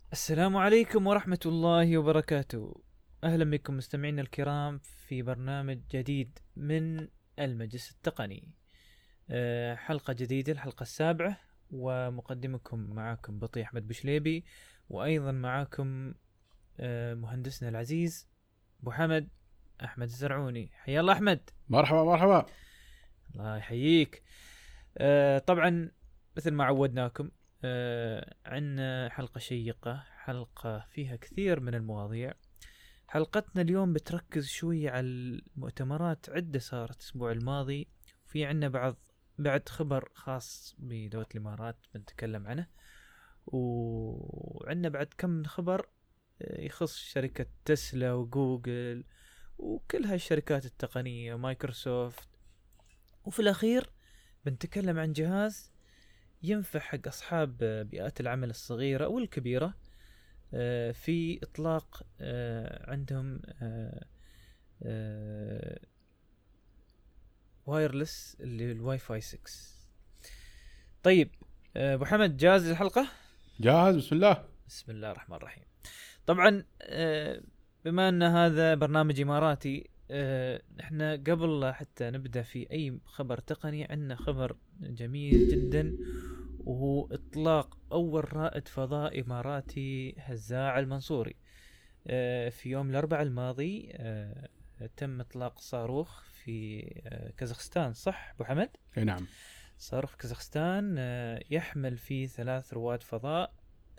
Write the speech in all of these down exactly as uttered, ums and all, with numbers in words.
السلام عليكم ورحمة الله وبركاته. أهلا بكم مستمعينا الكرام في برنامج جديد من المجلس التقني. أه، حلقة جديدة، الحلقة السابعة، ومقدمكم معاكم بطي أحمد بشليبي، وأيضا معاكم أه، مهندسنا العزيز أبو حمد أحمد الزرعوني. حيا الله أحمد. مرحبا مرحبا. الله يحييك. أه، طبعا مثل ما عودناكم أه، عنا حلقة شيقة، حلقة فيها كثير من المواضيع. حلقتنا اليوم بتركز شوي على المؤتمرات، عدة صارت الأسبوع الماضي، وفي عنا بعض بعد خبر خاص بدولة الإمارات بنتكلم عنه، وعنا بعد كم من خبر يخص شركة تسلا وجوجل وكل هاي الشركات التقنية، مايكروسوفت. وفي الأخير بنتكلم عن جهاز ينفع حق أصحاب بيئات العمل الصغيرة أو الكبيرة في إطلاق عندهم وايرلس اللي الواي فاي ستة. طيب أبو حمد، جاهز للحلقة؟ جاهز، بسم الله. بسم الله الرحمن الرحيم. طبعا بما أن هذا برنامج إماراتي، احنا قبل حتى نبدأ في أي خبر تقني عندنا خبر جميل جدا، وهو إطلاق أول رائد فضاء إماراتي هزاع المنصوري. في يوم الأربعاء الماضي تم إطلاق صاروخ في كازاخستان، صح أبو حمد؟ اي نعم. صاروخ كازاخستان يحمل فيه ثلاث رواد فضاء.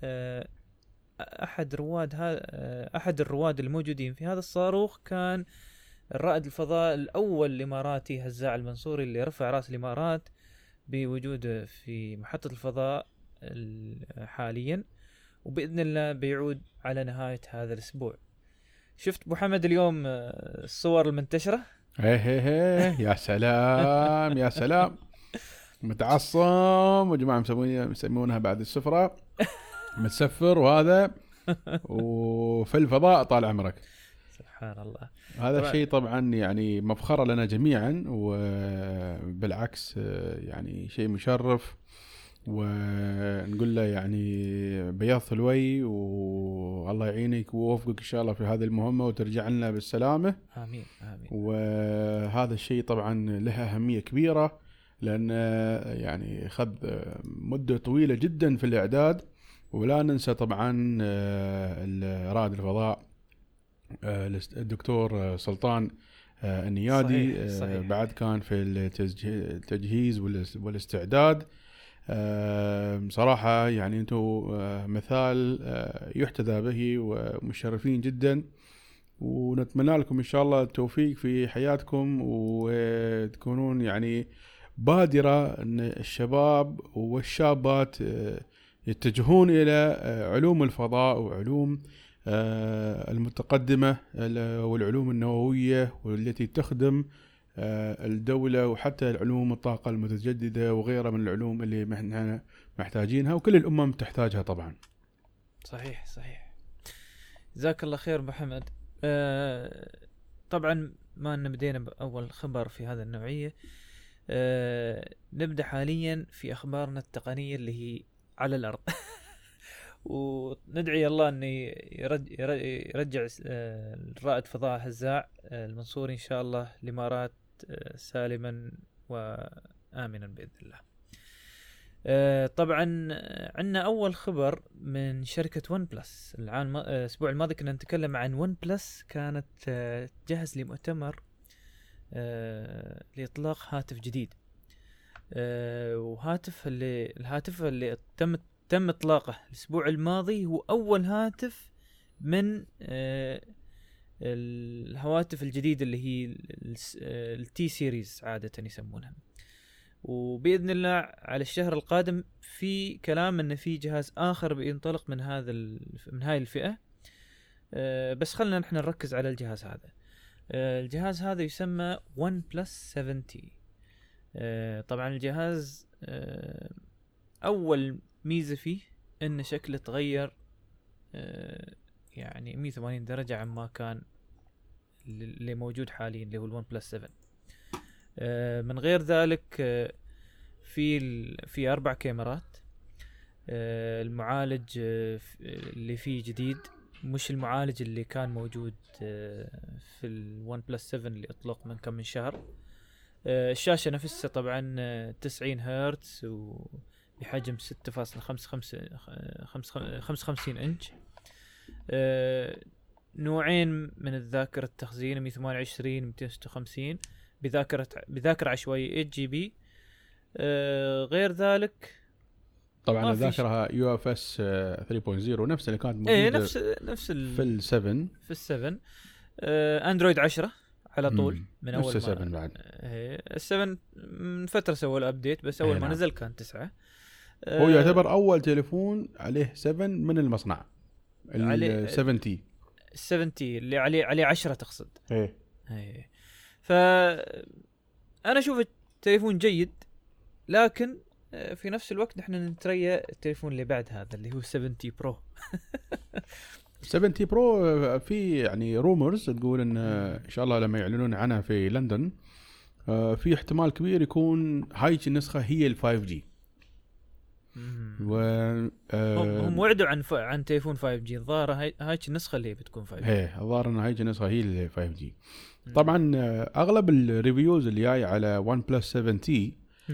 أحد رواد هذا أحد الرواد الموجودين في هذا الصاروخ كان الرائد الفضاء الأول الإماراتي هزاع المنصوري، اللي رفع رأس الإمارات بوجوده في محطة الفضاء حاليا، وبإذن الله بيعود على نهاية هذا الأسبوع. شفت أبو حمد اليوم الصور المنتشرة؟ هي هي هي يا سلام يا سلام. متعصم وجماعة مسوين يسمونها بعد السفرة متسفر وهذا وفي الفضاء طال عمرك. سبحان الله. هذا طبعا الشيء طبعا يعني مفخرة لنا جميعا، وبالعكس يعني شيء مشرف، ونقول له يعني بياض الوي والله يعينك ووفقك إن شاء الله في هذه المهمة وترجع لنا بالسلامة. آمين آمين. وهذا الشيء طبعا له أهمية كبيرة، لأن يعني خذ مدة طويلة جدا في الإعداد. ولا ننسى طبعا رائد الفضاء الدكتور سلطان النيادي. صحيح صحيح. بعد كان في التجهيز والاستعداد. صراحة يعني أنتم مثال يحتذى به ومشرفين جدا، ونتمنى لكم إن شاء الله التوفيق في حياتكم، وتكونون يعني بادرة أن الشباب والشابات يتجهون إلى علوم الفضاء وعلوم المتقدمة والعلوم النووية والتي تخدم الدولة، وحتى العلوم الطاقة المتجددة وغيرها من العلوم اللي احنا محتاجينها وكل الأمم تحتاجها طبعا. صحيح صحيح. جزاك الله خير أبو حمد. أه طبعا ما أن بدينا بأول خبر في هذا النوعية، أه نبدأ حاليا في أخبارنا التقنية اللي هي على الأرض. وندعي الله أن يرجع, يرجع الرائد فضاء هزاع المنصوري إن شاء الله الإمارات سالما وآمنا بإذن الله. طبعا عندنا أول خبر من شركة ون بلس. العام الأسبوع الماضي كنا نتكلم عن ون بلس، كانت جهز لمؤتمر لإطلاق هاتف جديد، وهاتف اللي الهاتف اللي تم تم إطلاقه الأسبوع الماضي هو أول هاتف من الهواتف الجديدة اللي هي التي سيريز عادة يسمونها. وبإذن الله على الشهر القادم في كلام إن في جهاز آخر بينطلق من هذا من هاي الفئة، بس خلنا نحن نركز على الجهاز هذا. الجهاز هذا يسمى ون بلس سبعين تي. طبعا الجهاز أول ميزة فيه إن شكله تغير يعني مية وثمانين درجة عما كان اللي موجود حاليا اللي هو الون بلس سبعة. من غير ذلك في في أربع كاميرات، آه المعالج آه اللي فيه جديد، مش المعالج اللي كان موجود آه في الون بلس سفن اللي اطلق من كم من شهر. آه الشاشة نفسها طبعا آه تسعين هرتز وبحجم ستة فاصلة خمسة وخمسين انش. آه نوعين من الذاكرة التخزين، مية وثمانية وعشرين مئتين وستة وخمسين بذاكرة بذاكرة عشوائية ثمانية جي بي. آه غير ذلك طبعا الذاكرة يو اف اس ثلاثة نقطة صفر نفس اللي كانت موجودة ايه نفس نفس في السفن في السفن. آه اندرويد عشرة على طول مم. من اول ما السفن بعد ايه السفن من فترة سووا الابديت، بس اول ما نعم. نزل كان تسعة. هو آه يعتبر اول تليفون عليه سفن من المصنع، ال سفن تي السفن تي اللي عليه عليه عشرة تقصد. ايه ايه ف انا اشوف التليفون جيد، لكن في نفس الوقت نحن نتريا التليفون اللي بعد هذا اللي هو سفن تي برو. سفن تي برو في يعني رومرز تقول ان ان شاء الله لما يعلنون عنها في لندن في احتمال كبير يكون هاي النسخة هي ال فايف جي. و هم وعدوا عن ف... عن تليفون فايف جي، الظاهر هاي هاي النسخة اللي بتكون فايف جي. ايه الظاهر ان هاي النسخة هي ال فايف جي. طبعا اغلب الريفيوز اللي جاي على ون بلس سفن تي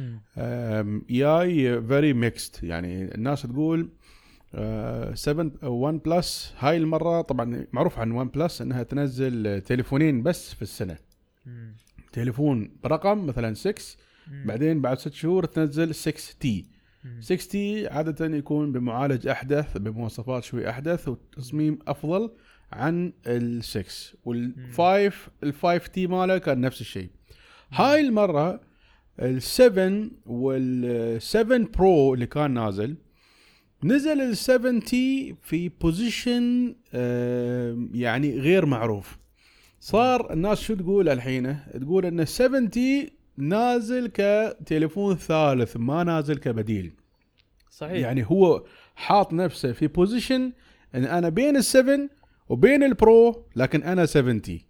جاي فيري ميكست، يعني الناس تقول سفن ون بلس هاي المرة طبعا معروف عن ون بلس انها تنزل تليفونين بس في السنة. مم. تليفون برقم مثلا ستة، بعدين بعد ست شهور تنزل ستة تي. ستة تي عادة يكون بمعالج احدث بمواصفات شوي احدث وتصميم افضل عن الستة، والفايف الفايف تي ماله كان نفس الشيء. هاي المرة السفن والسفن برو اللي كان نازل نزل السفن تي في بوزيشن آه يعني غير معروف. صار الناس شو تقول الحين؟ تقول ان السفن تي نازل كتليفون ثالث ما نازل كبديل. صحيح. يعني هو حاط نفسه في بوزيشن ان انا بين السفن وبين البرو، لكن انا سفن تي.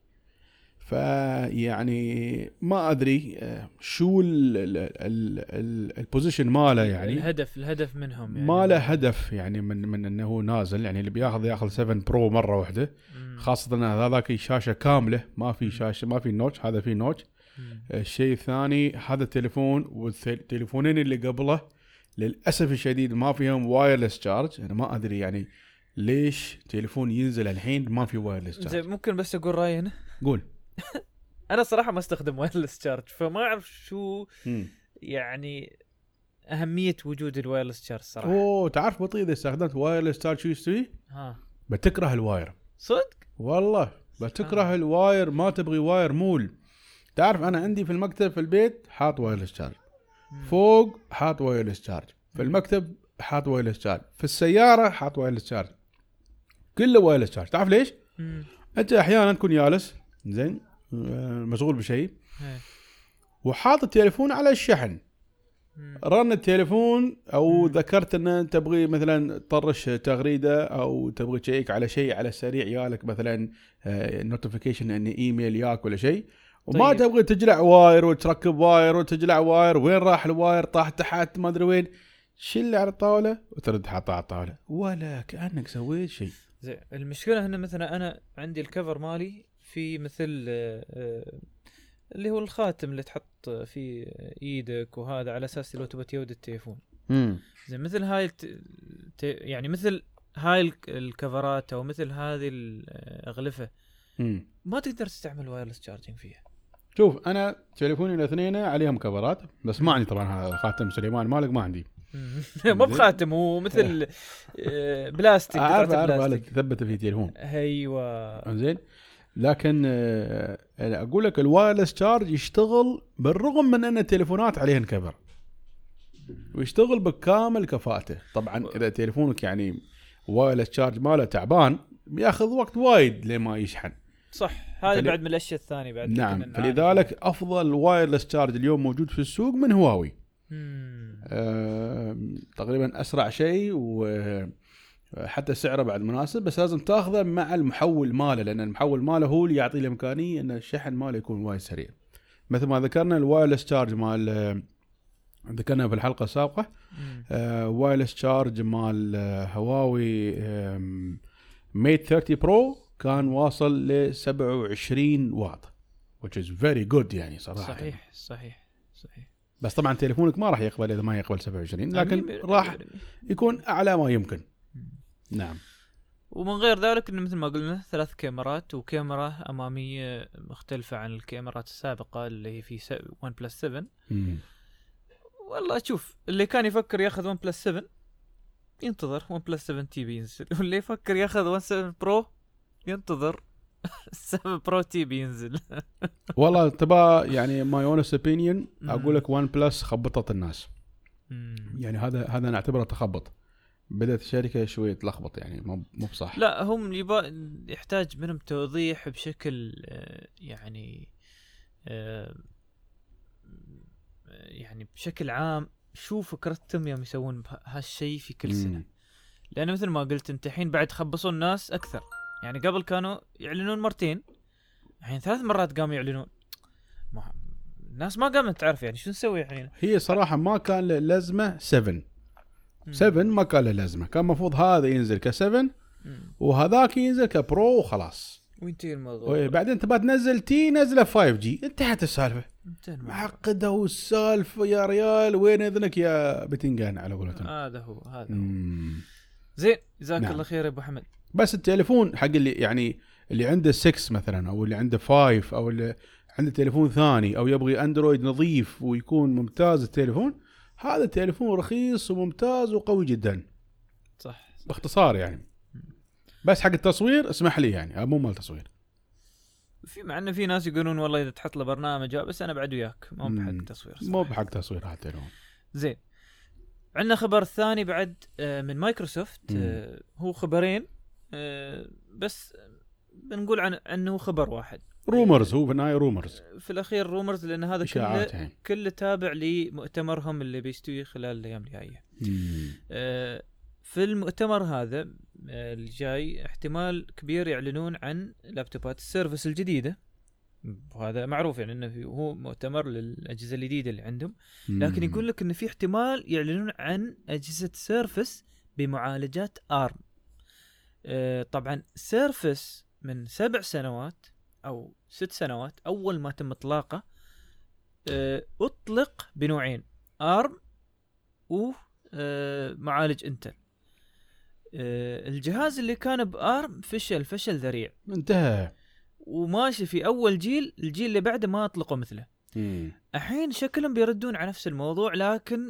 فيعني ما ادري شو البوزيشن ماله، يعني الهدف الهدف منهم يعني ما له هدف يعني من من انه هو نازل. يعني اللي بياخذ ياخذ سفن برو مره واحده، خاصه ان هذاك شاشه كامله ما في شاشه ما في نوتش، هذا في نوتش. الشيء الثاني هذا التليفون والتليفونين اللي قبله للاسف الشديد ما فيهم وايرلس شارج. انا ما ادري يعني ليش تليفون ينزل الحين ما في وايرلس شارج. ممكن بس اقول رايي هنا؟ قول. انا صراحه ما استخدم وايرلس شارج، فما اعرف شو مم. يعني اهميه وجود الوايرلس شارج صراحه. اوه تعرف بطيء اذا استخدمت وايرلس شارج شو يسوي؟ ها بتكره الواير صدق والله، بتكره الواير، ما تبغي واير مول. تعرف انا عندي في المكتب في البيت حاط وايرلس شارج، فوق حاط وايرلس شارج، في المكتب حاط وايرلس شارج، في السياره حاط وايرلس شارج، كله وايرلس شارج. تعرف ليش؟ مم. انت احيانا تكون جالس زين مشغول بشيء وحاط التليفون على الشحن، رن التليفون او مم. ذكرت ان تبغي مثلا تطرش تغريده او تبغي تشيك على شيء على السريع، يالك مثلا نوتيفيكيشن ان ايميل ياك ولا شيء، وما طيب. تبغي تجلع واير وتركب واير وتجلع واير، وين راح الواير؟ طاح تحت ما ادري وين، شيل على الطاوله وترد حاطه على الطاوله ولا كانك سويت شيء. زين المشكله هنا مثلا انا عندي الكفر مالي في مثل اللي هو الخاتم اللي تحط في ايدك وهذا على اساس لو تبغى تيود التليفون. امم زين مثل هاي الت... يعني مثل هاي الكفرات او مثل هذه الاغلفه مم. ما تقدر تستعمل وايرلس تشارجنج فيها. شوف انا تليفوني الاثنين عليهم كفرات، بس ما عندي طبعا خاتم سليمان مالك ما عندي. مو بخاتم، هو مثل بلاستيك عارف عارف تثبت في تليفون. ايوه زين. لكن اقول لك الوايرلس تشارج يشتغل بالرغم من ان التليفونات عليهن كفر، ويشتغل بكامل كفاءته. طبعا اذا تليفونك يعني وايرلس تشارج ماله تعبان بياخذ وقت وايد لما يشحن. صح، هذا بعد من الاشياء الثانيه بعد. نعم، فلذلك افضل وايرلس تشارج اليوم موجود في السوق من هواوي. آه، تقريبا اسرع شيء وحتى سعره بعد مناسب، بس لازم تاخذه مع المحول ماله، لان المحول ماله هو اللي يعطي الامكانيه ان الشحن ماله يكون وايد سريع. مثل ما ذكرنا الوايرلس تشارج مال ذكرنا في الحلقة السابقة آه وايرلس تشارج مال آه هواوي ميت ثلاثين برو كان واصل ل سبعة وعشرين واط which is very good يعني صراحة. صحيح صحيح صحيح. بس طبعا تليفونك ما راح يقبل إذا ما يقبل سبعة وعشرين، لكن راح يكون أعلى ما يمكن. نعم. ومن غير ذلك إنه مثل ما قلنا ثلاث كاميرات وكاميرا أمامية مختلفة عن الكاميرات السابقة اللي هي في ون بلس سبعة. مم. والله شوف، اللي كان يفكر ياخذ ون بلس سبعة ينتظر ون بلس سبعة تي بينزل، واللي يفكر ياخذ ون سبعة برو ينتظر سبعة برو تي بينزل. والله تبا يعني ماي اونست اوبينيون اقول لك ون بلس خبطت الناس. مم. يعني هذا هذا نعتبره تخبط. بدأت الشركة شوية تلخبط يعني مو مو بصح. لا هم يبا يحتاج منهم توضيح بشكل يعني يعني بشكل عام شو فكرتهم يوم يسوون هالشيء في كل سنة. لأنه مثل ما قلت انت الحين بعد خبصوا الناس أكثر. يعني قبل كانوا يعلنون مرتين، الحين ثلاث مرات قاموا يعلنون. ما الناس ما قامت تعرف يعني شو نسوي الحين. هي صراحة ما كان له لازمة سبعة سبعة ما كان له لازمة. كان مفروض هذا ينزل كسبعة وهذاك ينزل كبرو وخلاص وينتهي الموضوع. بعدين تبى تنزل تي نزله فايف جي انتهت السالفة. معقدة والسالفة يا ريال وين اذنك يا بتنجان على قولتهم. هذا هو هذا هو. زين جزاك نعم. الله خير يا ابو حمد. بس التليفون حق اللي يعني اللي عنده ستة مثلا او اللي عنده خمسة او اللي عنده تليفون ثاني او يبغي اندرويد نظيف ويكون ممتاز التليفون، هذا التليفون رخيص وممتاز وقوي جدا. صح, صح. باختصار يعني. بس حق التصوير اسمح لي يعني مو مال تصوير. في مع انه في ناس يقولون والله اذا تحط له برنامج بس انا بعد وياك مو بحق تصوير. مو بحق تصوير هذا التليفون. زين عندنا خبر ثاني بعد من مايكروسوفت. مم. هو خبرين بس بنقول عن انه خبر واحد. رومرز هو بالنهاية رومرز. في الاخير رومرز لان هذا كله يعني. كله تابع لمؤتمرهم اللي بيستوي خلال الايام الجايه. في المؤتمر هذا الجاي احتمال كبير يعلنون عن لابتوبات السيرفس الجديده، وهذا معروف يعني انه هو مؤتمر للاجهزه الجديده اللي عندهم. لكن يقول لك انه في احتمال يعلنون عن اجهزه سيرفس بمعالجات ارم. اه طبعا سيرفس من سبع سنوات او ست سنوات اول ما تم اطلاقه اه اطلق بنوعين ارم ومعالج انتل. اه الجهاز اللي كان بارم فشل فشل ذريع انتهى وماشي في اول جيل، الجيل اللي بعده ما اطلقوا مثله. الحين شكلهم بيردون على نفس الموضوع لكن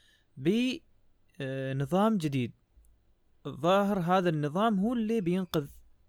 بنظام جديد. الظاهر هذا النظام هو اللي بينقذ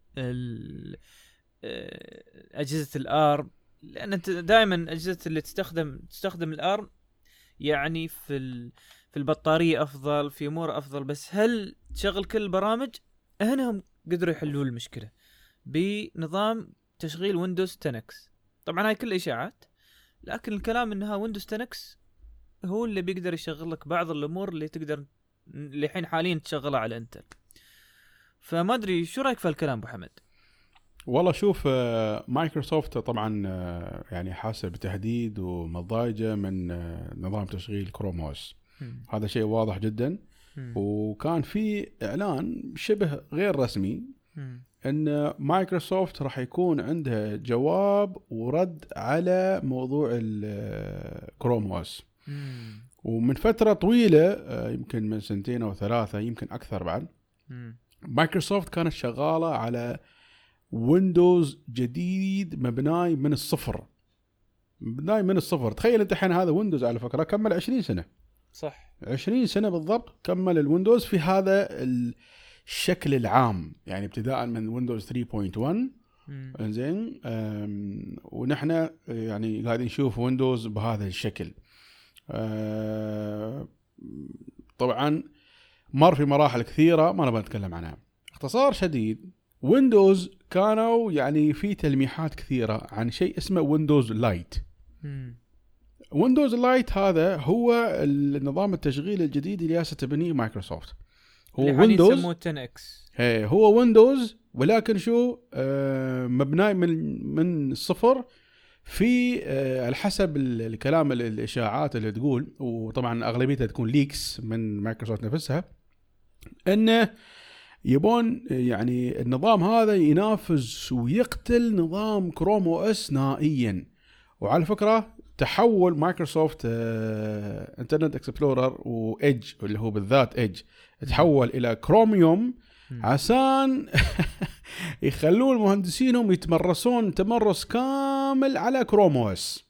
اجهزه الارم، لان انت دائما اجهزه اللي تستخدم تستخدم الارم يعني في في البطاريه افضل، في امور افضل، بس هل تشغل كل البرامج؟ هنا هم قدروا يحلوا المشكله بنظام تشغيل ويندوز تن اكس. طبعا هاي كل اشاعات، لكن الكلام انها ويندوز تن اكس هو اللي بيقدر يشغل لك بعض الامور اللي تقدر اللي الحين حاليا تشغلها على انتل. فما ادري شو رايك في الكلام ابو حمد؟ والله شوف مايكروسوفت طبعا يعني حاسه بتهديد ومضايجه من نظام تشغيل كروم او اس. هذا شيء واضح جدا. م. وكان في اعلان شبه غير رسمي م. ان مايكروسوفت راح يكون عندها جواب ورد على موضوع الكروم او اس. ومن فتره طويله يمكن من سنتين او ثلاثه يمكن اكثر بعد م. مايكروسوفت كانت شغاله على ويندوز جديد مبناي من الصفر مبناي من الصفر. تخيل انت الحين هذا ويندوز على فكره كمل عشرين سنه. صح عشرين سنه بالضبط كمل الويندوز في هذا الشكل العام، يعني ابتداء من ويندوز ثلاثة نقطة واحد. انزين ونحن يعني قاعدين نشوف ويندوز بهذا الشكل. طبعا مر في مراحل كثيره ما نبغى نتكلم عنها. اختصار شديد ويندوز كانوا يعني في تلميحات كثيرة عن شيء اسمه ويندوز لايت. ويندوز لايت هذا هو النظام التشغيل الجديد اللي ياسة تبنيه مايكروسوفت. هو ويندوز يسموه تن اكس. هو ويندوز ولكن شو آه مبناي من من الصفر في آه، على حسب الكلام الاشاعات اللي تقول، وطبعا اغلبيتها تكون ليكس من مايكروسوفت نفسها، انه يبون يعني النظام هذا ينافس ويقتل نظام كروم او اس نهائيا. وعلى فكره تحول مايكروسوفت آه، انترنت اكسبلورر وايدج اللي هو بالذات ايدج تحول الى كروميوم عشان يخلون مهندسينهم يتمرسون تمرس كامل على كروم او اس.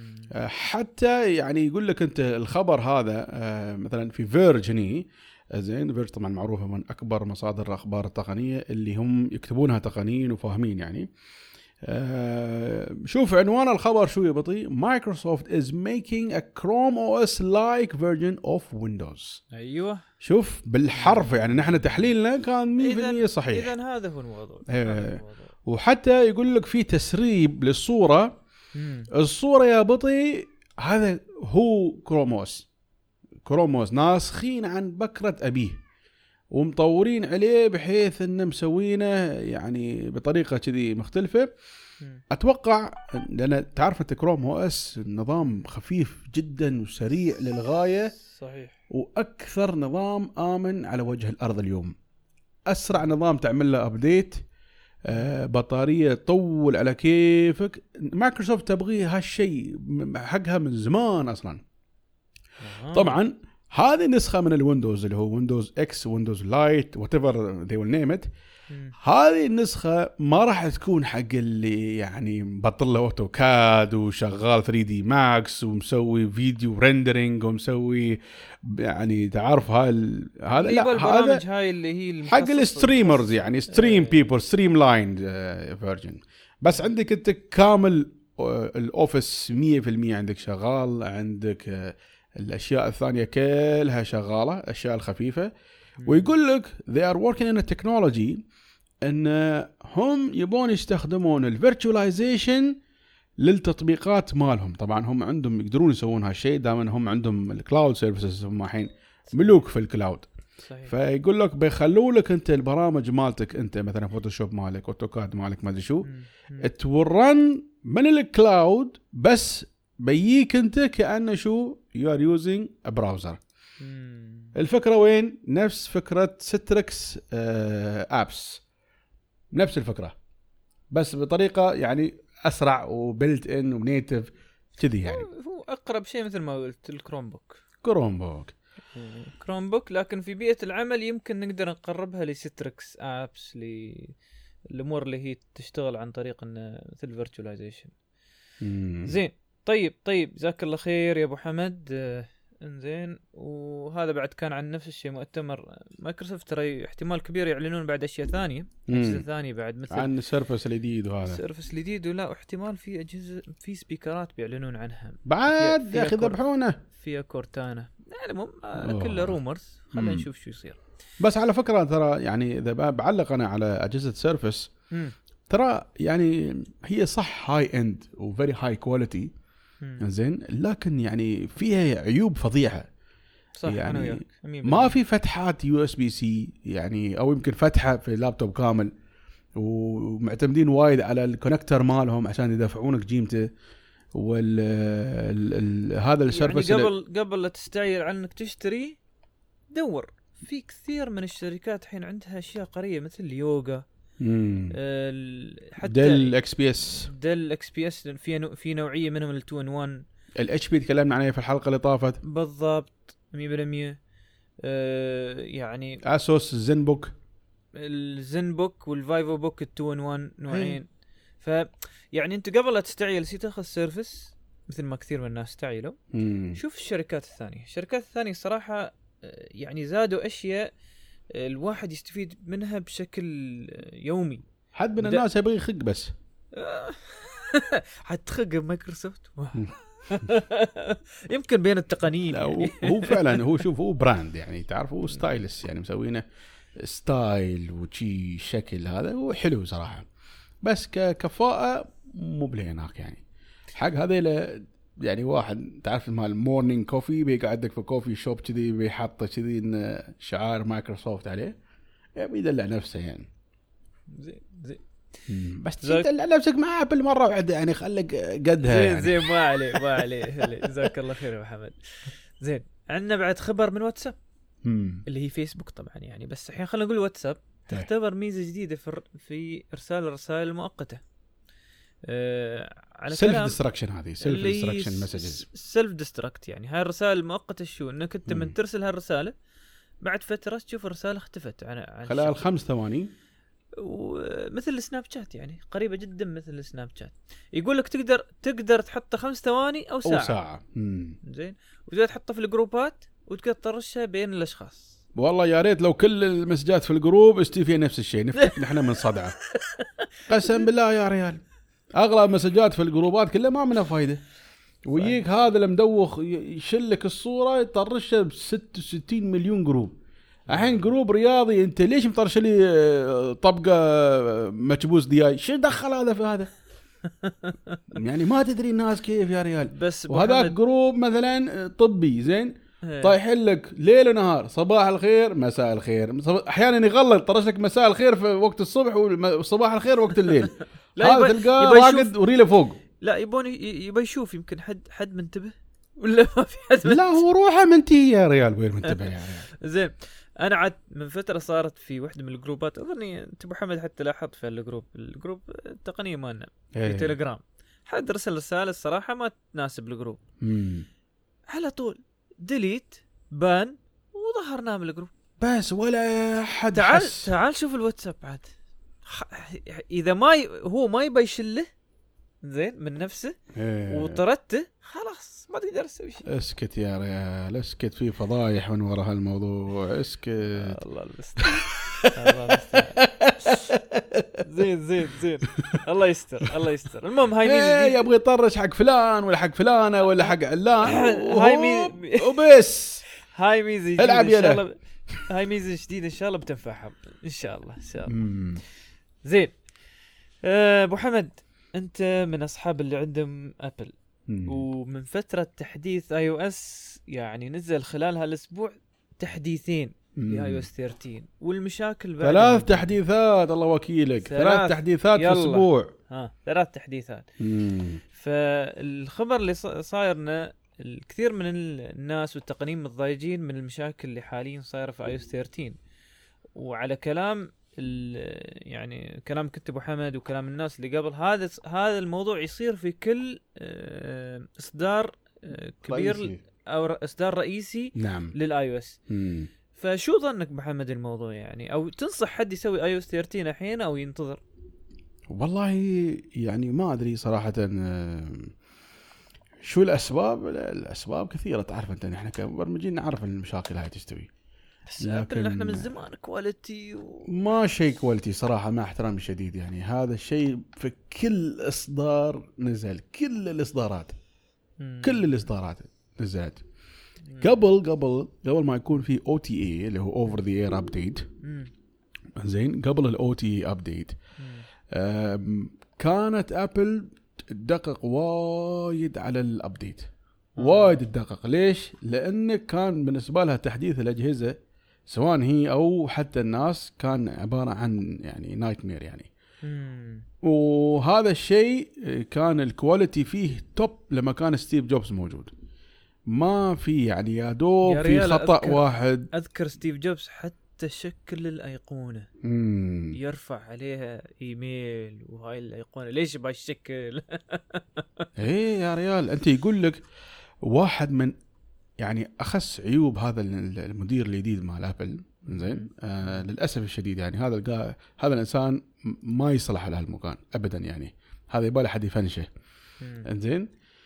حتى يعني يقول لك انت الخبر هذا آه، مثلا في فيرجني، زين فيرج طبعا معروفه من اكبر مصادر الاخبار التقنيه اللي هم يكتبونها تقنيين وفاهمين يعني. آه شوف عنوان الخبر شو يبطي: مايكروسوفت is making a Chrome او اس like version of Windows. ايوه شوف بالحرف يعني نحن تحليلنا كان مية بالمية صحيح. اذا هذا هو الموضوع. آه وحتى يقول لك في تسريب للصوره. مم. الصوره يا بطي هذا هو كروم او اس، كروم او اس ناسخين عن بكره ابيه ومطورين عليه بحيث انه مسوينه يعني بطريقه كذي مختلفه. اتوقع لان تعرف انت كروم او اس نظام خفيف جدا وسريع للغايه، صحيح، واكثر نظام امن على وجه الارض اليوم. اسرع نظام تعمل له ابديت، آه بطاريه تطول على كيفك. مايكروسوفت تبغي هالشيء حقها من زمان اصلا. آه. طبعا هذه نسخة من الويندوز اللي هو ويندوز اكس، ويندوز لايت، whatever they will name it. هذه النسخة ما راح تكون حق اللي يعني بطل له اوتوكاد وشغال ثري دي ماكس ومسوي فيديو ريندرينج ومسوي يعني تعرف هاي هذا لا، هذا هاي اللي هي حق الستريمرز يعني ستريم بيبل ستريم لاين فيرجن. بس عندك انت كامل الاوفيس مية بالمية عندك شغال، عندك الأشياء الثانية كلها شغالة، الأشياء الخفيفة. ويقول لك they are working in a technology أن هم يبون يستخدمون الفيرتشواليزيشن للتطبيقات مالهم. طبعا هم عندهم يقدرون يسوون هالشيء دائما هم عندهم الكلاود سيرفيسز، هم الحين ملوك في الكلاود. صحيح. فيقول لك بيخلوا لك أنت البرامج مالتك أنت مثلا فوتوشوب مالك أوتوكاد مالك ما أدري شو تورن من الكلاود، بس بيجيك انت كأنه شو you are using a browser. مم. الفكرة وين؟ نفس فكرة ستريكس ابس، نفس الفكرة بس بطريقة يعني اسرع وبيلت ان ونيتف كذي يعني. هو اقرب شيء مثل ما قلت الكروم بوك. كروم بوك كروم بوك لكن في بيئة العمل يمكن نقدر نقربها لستريكس ابس، للامور اللي هي تشتغل عن طريق مثل فيرتشواليزيشن. زين طيب طيب جزاك الله خير يا ابو حمد. آه انزين، وهذا بعد كان عن نفس الشيء مؤتمر مايكروسوفت، ترى احتمال كبير يعلنون بعد اشياء ثانيه، اجهزه ثانيه بعد مثل عن سيرفس الجديد وهذا سيرفس الجديد، ولا احتمال في اجهزه في سبيكرات بيعلنون عنها بعد يا اخي ذبحونه فيها كورتانا. المهم آه كله رومرز، خلينا نشوف شو يصير. بس على فكره ترى يعني اذا بعلق انا على اجهزه سيرفس ترى يعني هي صح هاي اند وفيري هاي كواليتي زين، لكن يعني فيها عيوب فظيعه. صح يعني ما في فتحات يو اس بي سي يعني، او يمكن فتحه في اللابتوب كامل، ومعتمدين وايد على الكونكتر مالهم عشان يدفعونك قيمته. وال ال ال هذا السيرفس يعني قبل اللي... قبل لا تستعجل عنك تشتري دور في كثير من الشركات الحين عندها اشياء قريه مثل اليوغا، حتى ديل اكس بي اس ديل اكس بي اس في نوع في نوعيه منهم التو ان واحد. الاتش بي تكلمنا عنها في الحلقه اللي طافت بالضبط مية بالمية. أه يعني اسوس زين بوك الزين بوك والفايفو بوك التو ان واحد نوعين. ف يعني انت قبل لا تستعجل سي تاخذ سيرفس مثل ما كثير من الناس استعجلوا. شوف الشركات الثانيه الشركات الثانيه صراحه يعني زادوا اشياء الواحد يستفيد منها بشكل يومي. حد من الناس يبغى يخق بس حتخق بمايكروسوفت يمكن بين التقنيين يعني. هو فعلا هو شوف هو براند يعني تعرف هو ستايلس يعني مسوينه ستايل وشي شكل هذا هو حلو صراحة، بس ككفاءة مو بليناك يعني. حق هذا يعني واحد تعرف مال مورنينج كوفي بيقعدك في كوفي شوب كذي بيحط كذي ان شعار مايكروسوفت عليه، يعني بيدلع نفسه يعني. زين زين بس انت نفسك مع ابل مره واحده يعني خليك قدها زين يعني. زين ما عليه ما عليه جزاك الله خير يا محمد. زين عندنا بعد خبر من واتساب مم. اللي هي فيسبوك طبعا يعني، بس الحين خلينا نقول واتساب تختبر ميزه جديده في في ارسال الرسائل المؤقته آه على سيلف كلام ديستراكشن. هذه سيلف ديستراكشن مسجز، سيلف ديستراكت يعني هاي الرسائل المؤقته شو انك انت من ترسل هالرساله بعد فتره تشوف الرساله اختفت عن, عن خلال خمس ثواني، ومثل سناب شات يعني قريبه جدا مثل سناب شات. يقول لك تقدر تقدر تحطه خمس ثواني او ساعه, أو ساعة. زين وتقدر تحطه في الجروبات وتقدر ترشها بين الاشخاص. والله يا ريت لو كل المسجات في الجروب استي فيها نفس الشيء نفتح نحن من صدعه. قسم بالله يا ريال اغلب مسجات في الجروبات كلها ما منها فايده، ويجيك هذا المدوخ يشلك الصوره يطرشها ب ستة وستين مليون جروب. الحين جروب رياضي انت ليش مطرش لي طبقه مكبوس دياي؟ شو دخل هذا في هذا؟ يعني ما تدري الناس كيف يا ريال. بس وهذاك جروب مثلا طبي زين طايح لك ليل ونهار صباح الخير مساء الخير، احيانا يغلط طرش لك مساء الخير في وقت الصبح وصباح الخير وقت الليل. هذا تلقاه راقد وريله فوق. لا يبون يبي يشوف يمكن حد حد منتبه ولا ما في حد لا هو روحه منتهي يا ريال وين منتبه يا ريال. زين انا عاد من فتره صارت في واحده من الجروبات اظني انت ابو حمد حتى لاحظت في الجروب الجروب التقنيه مالنا في ايه. تليجرام حد رسل رساله الصراحه ما تناسب الجروب مم. على طول ديليت بان وظهرنا من الجروب بس ولا حد تعال حس. تعال شوف الواتساب عاد اذا ما ي... هو ما يبي يشله زين من نفسه ايه. وطردته خلاص ما تقدر تسوي شيء. اسكت يا ريال اسكت، في فضايح من وراء هالموضوع اسكت. الله المستعان الله المستعان. زين زين زين الله يستر الله يستر. المهم هاي ميزه ايه يبغى يطرش حق فلان ولا حق فلانه ولا حق علان هاي ميزه وبس. هاي ميزه جديده العب ان شاء الله. هاي ميزه جديده ان شاء الله بتنفعهم ان شاء الله ان شاء الله. زين ابو أه حمد انت من اصحاب اللي عندهم ابل مم. ومن فتره تحديث اي او اس يعني نزل خلال هالاسبوع تحديثين لاي او اس ثلاثة عشر والمشاكل بعد ثلاث تحديثات الله وكيلك ثلاث, ثلاث تحديثات في اسبوع. ها ثلاث تحديثات. مم. فالخبر اللي صايرنا الكثير من الناس والتقنيين متضايقين من المشاكل اللي حاليا صايره في اي او اس ثلاثة عشر. وعلى كلام يعني كلام كنت ابو حمد وكلام الناس اللي قبل هذا هذا الموضوع يصير في كل اصدار كبير رئيسي. او اصدار رئيسي نعم للاي او اس. فشو ظنك ابو حمد الموضوع يعني او تنصح حد يسوي اي او اس ثلاثة عشر الحين او ينتظر؟ والله يعني ما ادري صراحه شو الاسباب. الاسباب كثيره تعرف انت احنا كمبرمجين نعرف المشاكل هاي تستوي، لكن احنا من زمان كواليتي و... ما شيء كواليتي صراحه مع احترامي الشديد. يعني هذا الشيء في كل اصدار نزل، كل الاصدارات مم. كل الاصدارات نزلت مم. قبل قبل قبل ما يكون في او تي اي اللي هو اوفر ذا اير ابديت. زين قبل الاو تي اي ابديت كانت ابل تدقق وايد على الابديت وايد تدقق. ليش؟ لأنه كان بالنسبة لها تحديث الأجهزة سواء هي أو حتى الناس كان عبارة عن يعني نايت مير يعني. مم. وهذا الشيء كان الكواليتي فيه توب لما كان ستيف جوبز موجود. ما في يعني يا دوب في خطأ أذكر واحد. أذكر ستيف جوبز حتى شكل الأيقونة مم. يرفع عليها إيميل وهاي الأيقونة ليش بهالشكل؟ إيه يا ريال أنت يقول لك واحد من يعني أخس عيوب هذا المدير الجديد مع الأبل زين آه للأسف الشديد يعني هذا القا هذا الإنسان ما يصلح على هالمكان أبدا. يعني هذا يبغى له حد يفنشه. زين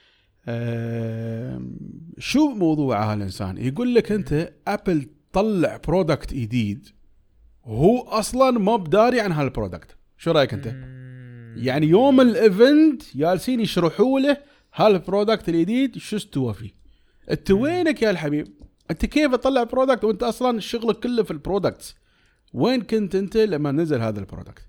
آه شو موضوع هالإنسان؟ يقول لك أنت أبل طلع برودكت جديد وهو أصلا ما بداري عن هالبرودكت. شو رأيك أنت؟ يعني يوم الإيفنت جالسين يشرحوا له هالبرودكت الجديد شو استوى فيه. انت وينك يا الحبيب؟ انت كيف تطلع برودكت وانت اصلا شغلك كله في البرودكتس؟ وين كنت انت لما نزل هذا البرودكت؟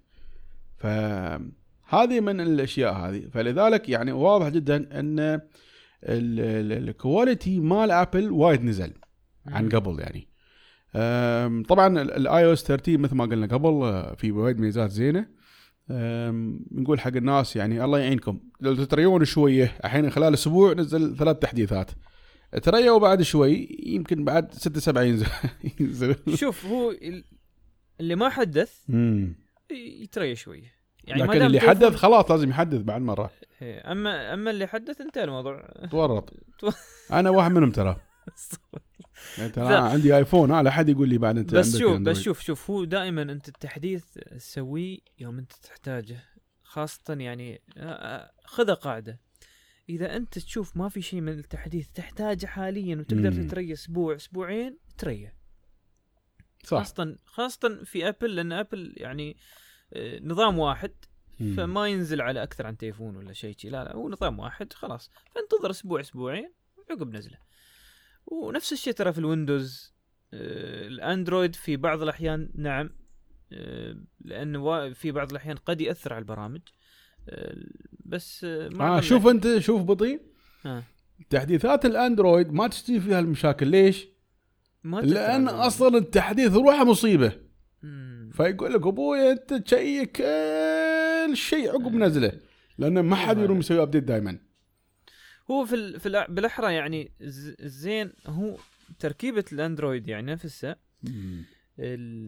فهذه من الاشياء هذه. فلذلك يعني واضح جدا ان الكواليتي مال ابل وايد نزل عن قبل. يعني طبعا الاي او اس ثلاثة عشر مثل ما قلنا قبل في وايد ميزات زينه نقول حق الناس يعني الله يعينكم لو تتريون شويه. الحين خلال اسبوع نزل ثلاث تحديثات، تريوا بعد شوي يمكن بعد ستة سبعة ينزل. ينزل. شوف هو اللي ما حدث مم. يتريى شويه يعني، لكن اللي حدث خلاص لازم يحدث بعد مره. اما اما اللي حدث انتهى الموضوع، تورط. انا واحد منهم ترى. انت عندي ايفون، على حد يقول لي بعد انت بس شوف بس شوف شوف هو دائما انت التحديث تسويه يوم انت تحتاجه، خاصه يعني خذ قاعده، اذا انت تشوف ما في شيء من التحديث تحتاجه حاليا وتقدر مم. تتريى اسبوع اسبوعين تريى. صح. خاصه خاصه في ابل، لان ابل يعني نظام واحد مم. فما ينزل على اكثر عن تليفون ولا شيء، لا لا هو نظام واحد خلاص، فانتظر اسبوع اسبوعين عقب نزله. ونفس الشيء ترى في الويندوز. آه الاندرويد في بعض الاحيان نعم، آه لانه في بعض الاحيان قد ياثر على البرامج، آه بس آه, آه شوف انت شوف بطيء آه. تحديثات الاندرويد ما تستوي فيها المشاكل. ليش؟ ما لان اصلا التحديث روحه مصيبه. مم. فيقول لك ابوي انت تشيك كل شيء عقب نزله، لانه ما حد يروم يسوي ابديت دائما. هو في ال... في بالاحرى يعني الزين هو تركيبه الاندرويد يعني نفسها ال...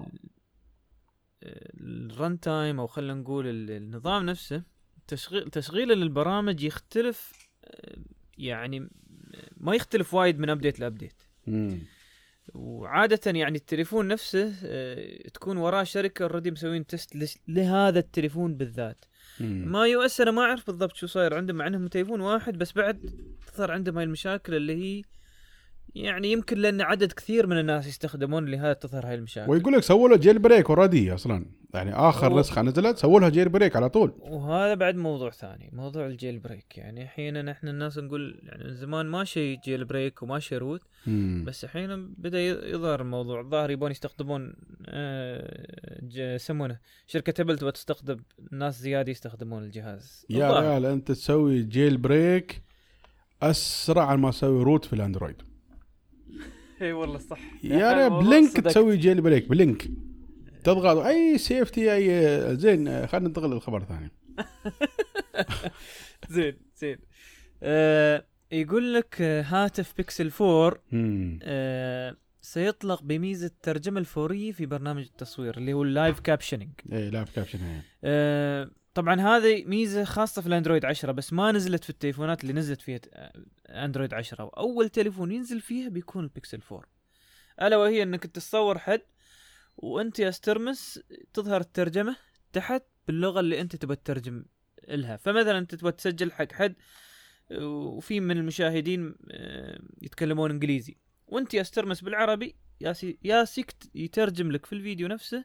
الرن تايم، او خلينا نقول النظام نفسه، تشغيل تشغيله للبرامج يختلف، يعني ما يختلف وايد من ابديت لابديت. وعاده يعني التليفون نفسه تكون وراه شركه اوريدي مسوين تيست لهذا التليفون بالذات. ما يو اس انا ما اعرف بالضبط شو صاير عندهم، مع انهم تليفون واحد بس بعد تظهر عندهم هاي المشاكل اللي هي يعني يمكن لان عدد كثير من الناس يستخدمون لهذا تظهر هاي المشاكل. ويقول لك سووا له جيل بريك اوريدي اصلا، يعني اخر نسخه نزلت سووا لها جيل بريك على طول. وهذا بعد موضوع ثاني، موضوع الجيل بريك. يعني الحين نحن الناس نقول يعني من زمان ماشي جيل بريك وماشي روت، بس الحين بدا يظهر الموضوع. الظاهر يبون يستخدمون يسمونه شركه ابل تبغى تستخدم ناس زياده يستخدمون الجهاز. يا رجال انت تسوي جيل بريك اسرع ما تسوي روت في الاندرويد. اي والله صح يا رب. بلينك تسوي جيل بريك بلينك، تضغط اي سيفتي اي زين. خلينا ننتقل للخبر الثاني. زين زين آه يقول لك هاتف بيكسل فور آه سيطلق بميزه الترجمه الفوريه في برنامج التصوير اللي هو اللايف كابشنينج. اي لايف كابشنينج. آه طبعا هذه ميزه خاصه في الاندرويد عشرة، بس ما نزلت في التليفونات اللي نزلت فيها اندرويد عشرة، واول تليفون ينزل فيها بيكون البيكسل فور، الا وهي انك تصور حد وانت يا استرمس تظهر الترجمه تحت باللغه اللي انت تبغى تترجم لها. فمثلا انت تبغى تسجل حق حد وفي من المشاهدين يتكلمون انجليزي، وانت يا استرمس بالعربي ياسي ياسك يترجم لك في الفيديو نفسه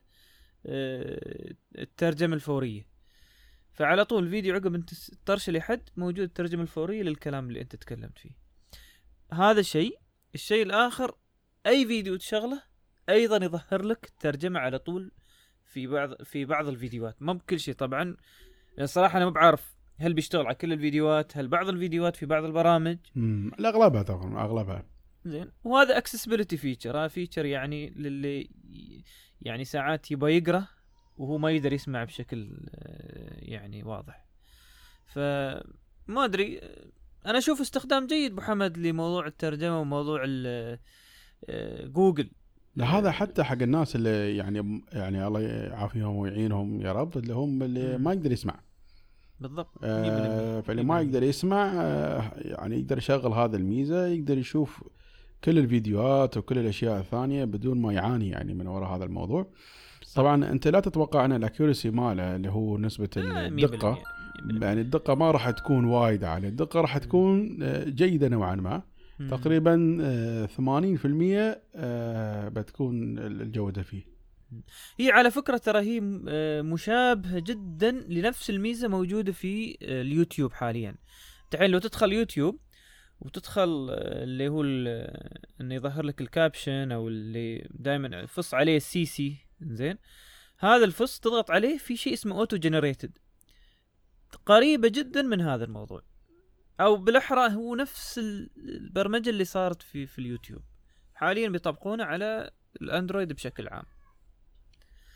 الترجمه الفوريه. فعلى طول الفيديو عقب انت ترسل لحد موجود الترجمه الفوريه للكلام اللي انت تكلمت فيه. هذا الشيء. الشيء الاخر اي فيديو تشغله ايضا يظهر لك الترجمه على طول في بعض في بعض الفيديوهات، ما بكل شيء طبعا. الصراحه انا ما بعرف هل بيشتغل على كل الفيديوهات، هل بعض الفيديوهات في بعض البرامج. امم الاغلبها طبعا اغلبها. زين. وهذا اكسسبيليتي فيتشر، هذا فيتشر يعني للي يعني ساعات يبغى يقرا وهو ما يقدر يسمع بشكل يعني واضح. فما ادري، انا اشوف استخدام جيد محمد لموضوع الترجمه وموضوع جوجل. لا هذا حتى حق الناس اللي يعني يعني الله يعافيهم ويعينهم يا رب، اللي هم اللي ما يقدر يسمع. بالضبط. آه فاللي ما يقدر يسمع آه يعني يقدر يشغل هذا الميزه، يقدر يشوف كل الفيديوهات وكل الاشياء الثانيه بدون ما يعاني يعني من وراء هذا الموضوع. صح. طبعا انت لا تتوقع ان الاكيورسي ماله اللي هو نسبه آه الدقه، يعني الدقه ما راح تكون وايد عاليه، الدقه راح تكون جيده نوعا ما. مم. تقريبا ثمانين بالمئة بتكون الجوده فيه. هي على فكره ترى هي مشابهه جدا لنفس الميزه موجوده في اليوتيوب حاليا. تخيل لو تدخل يوتيوب وتدخل اللي هو انه يظهر لك الكابشن او اللي دائما فص عليه السي سي. زين، هذا الفص تضغط عليه في شيء اسمه اوتو جنريتد، قريبه جدا من هذا الموضوع، او بالاحرى هو نفس البرمجه اللي صارت في في اليوتيوب حاليا بيطبقونه على الاندرويد بشكل عام.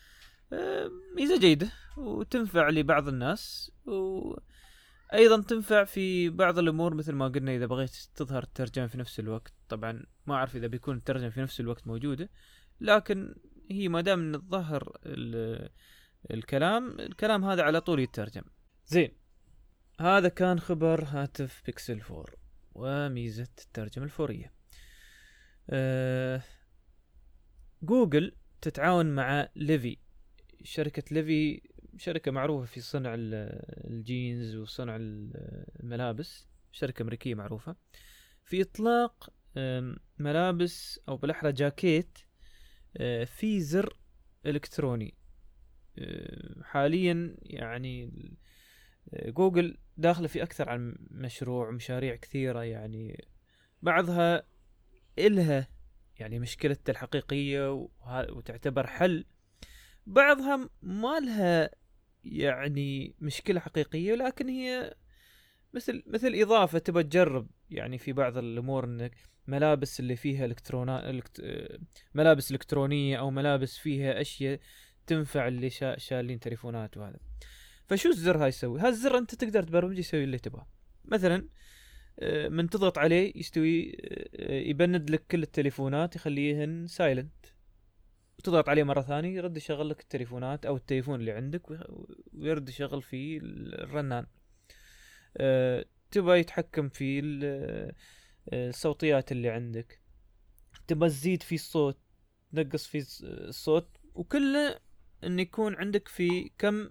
ميزة جيدة وتنفع لبعض الناس، وأيضا تنفع في بعض الأمور مثل ما قلنا إذا بغيت تظهر الترجمة في نفس الوقت. طبعا ما أعرف إذا بيكون الترجمة في نفس الوقت موجودة، لكن هي ما دام إن تظهر الكلام الكلام هذا على طول يترجم. زين، هذا كان خبر هاتف بيكسل فور وميزة الترجمة الفورية. أه جوجل تتعاون مع ليفي. شركة ليفي شركة معروفة في صنع الجينز وصنع الملابس، شركة أمريكية معروفة في إطلاق ملابس أو بالأحرى جاكيت في زر إلكتروني. حاليا يعني جوجل داخلة في أكثر عن مشروع ومشاريع كثيرة، يعني بعضها إلها يعني مشكلتها الحقيقية وتعتبر حل، بعضها ما لها يعني مشكلة حقيقية لكن هي مثل مثل إضافة تبى تجرب. يعني في بعض الأمور إنك ملابس اللي فيها إلكترونا الكت... ملابس إلكترونية أو ملابس فيها أشياء تنفع اللي شا... شالين تليفونات وهذا. فشو الزر هاي يسوي؟ هالزر أنت تقدر تبرمجه يسوي اللي تبغاه. مثلا من تضغط عليه يستوي يبند لك كل التليفونات يخليهن سايلنت، وتضغط عليه مرة ثانية يرد يشغل لك التليفونات أو التليفون اللي عندك ويرد يشغل فيه الرنان. أه تبغى يتحكم في الصوتيات اللي عندك، تبغى تزيد في الصوت تنقص في الصوت، وكله إن يكون عندك في كم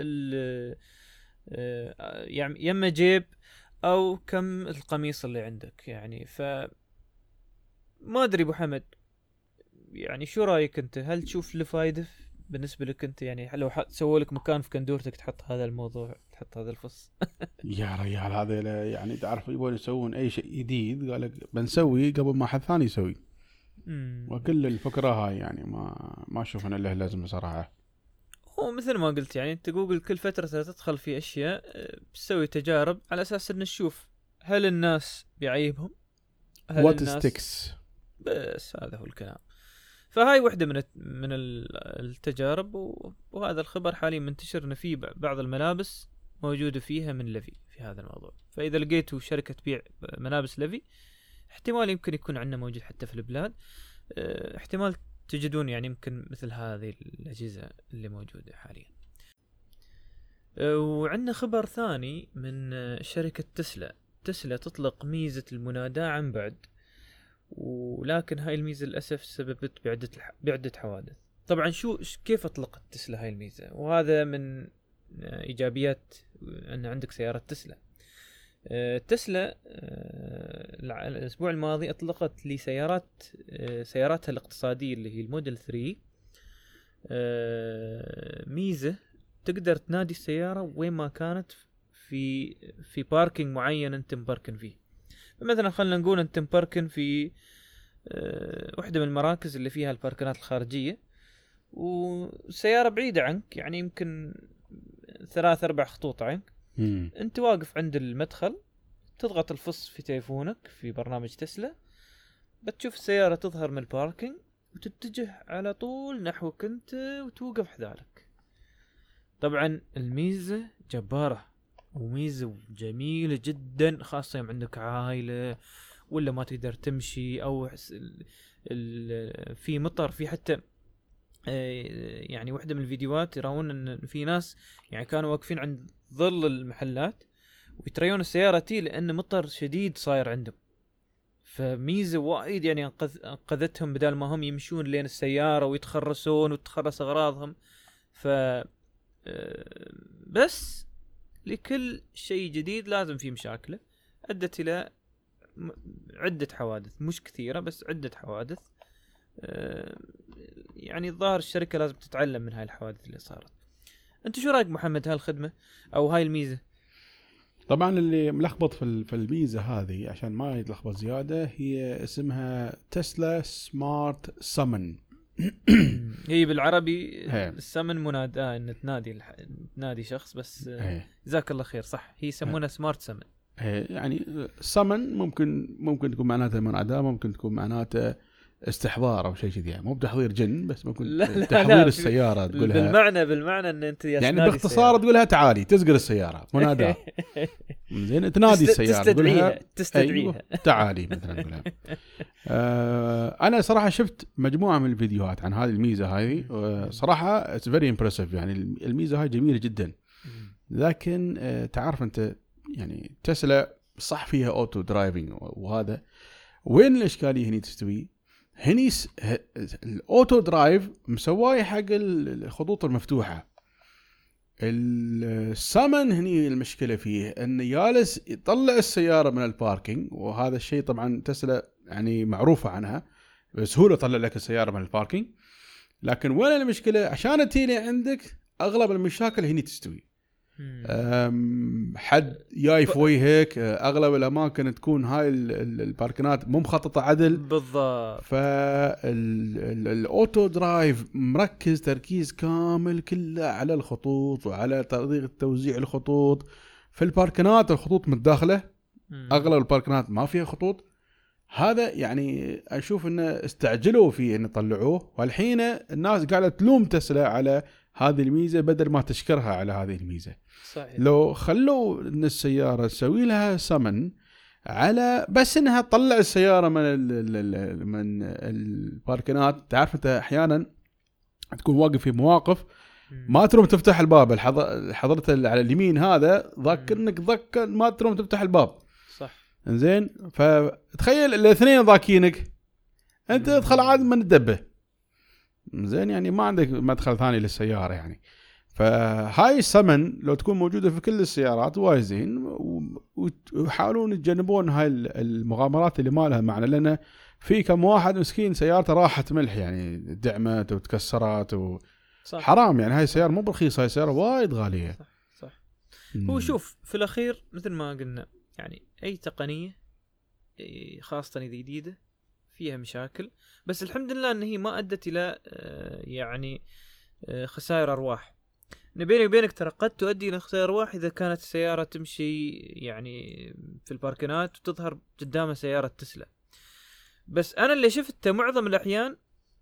يعني يما جيب أو كم القميص اللي عندك. يعني ف ما أدري أبو حمد، يعني شو رأيك أنت؟ هل تشوف له فايدة بالنسبة لك أنت؟ يعني لو سووا لك مكان في كندورتك تحط هذا الموضوع، تحط هذا الفص؟ يا ريال هذا يعني تعرف يبون يسوون أي شيء جديد قال لك بنسوي قبل ما حد ثاني يسوي. وكل الفكرة هاي يعني ما ما أشوف أنا له لازم صراحة. هو مثل ما قلت يعني أنت جوجل كل فترة تدخل في أشياء بتسوي تجارب على أساس إن نشوف هل الناس بيعيبهم، هل What الناس sticks. بس هذا هو الكلام. فهاي واحدة من من التجارب، وهذا الخبر حاليا منتشر إن في بعض الملابس موجودة فيها من ليفي في هذا الموضوع. فإذا لقيتوا شركة تبيع ملابس ليفي احتمال يمكن يكون عندنا موجود حتى في البلاد، احتمال تجدون يعني يمكن مثل هذه الأجهزة اللي موجودة حاليا. وعندنا خبر ثاني من شركة تسلا. تسلا تطلق ميزة المناداة عن بعد، ولكن هاي الميزة للأسف سببت بعدة بعدة حوادث. طبعا شو كيف أطلقت تسلا هاي الميزة؟ وهذا من إيجابيات أن عندك سيارة تسلا. تسلا الأسبوع الماضي أطلقت لسيارات سياراتها الاقتصادية اللي هي الموديل ثري ميزة تقدر تنادي السيارة وين ما كانت في في باركينج معين أنت مباركن فيه. مثلا خلنا نقول أنت مباركن في واحدة من المراكز اللي فيها الباركنات الخارجية والسيارة بعيدة عنك، يعني يمكن ثلاث أربع خطوط عنك. مم. أنت واقف عند المدخل تضغط الفص في تليفونك في برنامج تسلا، بتشوف السيارة تظهر من الباركينج وتتجه على طول نحوك أنت وتوقف حذالك. طبعا الميزة جبارة وميزة جميلة جدا، خاصة يوم عندك عائلة ولا ما تقدر تمشي أو ال ال في مطر. في حتى يعني واحدة من الفيديوهات يراون أن في ناس يعني كانوا واقفين عند ظل المحلات ويتريون السيارة تي لأن مطر شديد صاير عندهم. فميزة وايد يعني أنقذتهم بدل ما هم يمشون لين السيارة ويتخرسون وتخرس أغراضهم. ف بس لكل شيء جديد لازم فيه مشاكله، أدت إلى عدة حوادث، مش كثيرة بس عدة حوادث. يعني الظاهر الشركة لازم تتعلم من هاي الحوادث اللي صارت. أنت شو رأيك محمد هالخدمة أو هاي الميزة؟ طبعا اللي ملخبط في الميزة هذه عشان ما يتلخبط زيادة، هي اسمها تسلا سمارت سمن. هي بالعربي السمن مناداة ان تنادي تنادي شخص بس. جزاك الله خير، صح هي يسمونها سمارت سمن. يعني سمن ممكن ممكن تكون معناتها مناداة، ممكن تكون معناتها استحضار او شيء كذي يعني مو بتحضير جن بس ممكن لا لا تحضير لا السياره تقولها بالمعنى بالمعنى ان انت يعني باختصار تقولها تعالي تسقر السياره مناداه زين تنادي السياره تستدعيها تستدعيها أيوه تعالي مثلا نقولها. آه انا صراحه شفت مجموعه من الفيديوهات عن هذه الميزه هذه صراحه اتس فيري امبرسيف يعني الميزه هاي جميله جدا لكن آه تعرف انت يعني تسلا صح فيها اوتو درايفنج وهذا وين الاشكاليه هني تستوي هني الاوتو درايف مسواي حق الخطوط المفتوحه السمن هني المشكله فيه انه جالس يطلع السياره من الباركينج وهذا الشيء طبعا تسلا يعني معروفه عنها بسهوله تطلع لك السياره من الباركينج لكن وين المشكله عشان تيجي عندك اغلب المشاكل هني تستوي حد جاي في وجهك اغلب الاماكن تكون هاي الباركنات مو مخططه عدل بالضبط فالاوتو درايف مركز تركيز كامل كله على الخطوط وعلى طريقه توزيع الخطوط في الباركنات الخطوط متداخله اغلب الباركنات ما فيها خطوط هذا يعني اشوف انه استعجلوا فيه ان يطلعوه والحين الناس قاعده تلوم تسلا على هذه الميزه بدل ما تشكرها على هذه الميزه صحيح. لو خلوا ان السياره تسوي لها سمن على بس انها تطلع السياره من ال من الباركنات تعرف انت احيانا تكون واقف في مواقف ما تروم تفتح الباب حضرت على اليمين هذا ضاك انك ضك ما تروم تفتح الباب صح انزين فتخيل الاثنين ضاكينك انت تدخل عاد من الدبه زين يعني ما عندك مدخل ثاني للسياره يعني فهاي السمن لو تكون موجوده في كل السيارات وايد زين ويحاولون يتجنبون هاي المغامرات اللي ما لها معنى لان في كم واحد مسكين سيارته راحت ملح يعني دعمت وتكسرت و صح. حرام يعني هاي السياره مو برخيصه هاي سياره وايد غاليه صح صح هو شوف في الاخير مثل ما قلنا يعني اي تقنيه خاصه اذا جديده فيها مشاكل بس الحمد لله ان هي ما ادت الى يعني خسائر ارواح بيني وبينك ترى قد تؤدي الى خسائر ارواح اذا كانت السياره تمشي يعني في الباركنات وتظهر قدامها سياره تسلا بس انا اللي شفته معظم الاحيان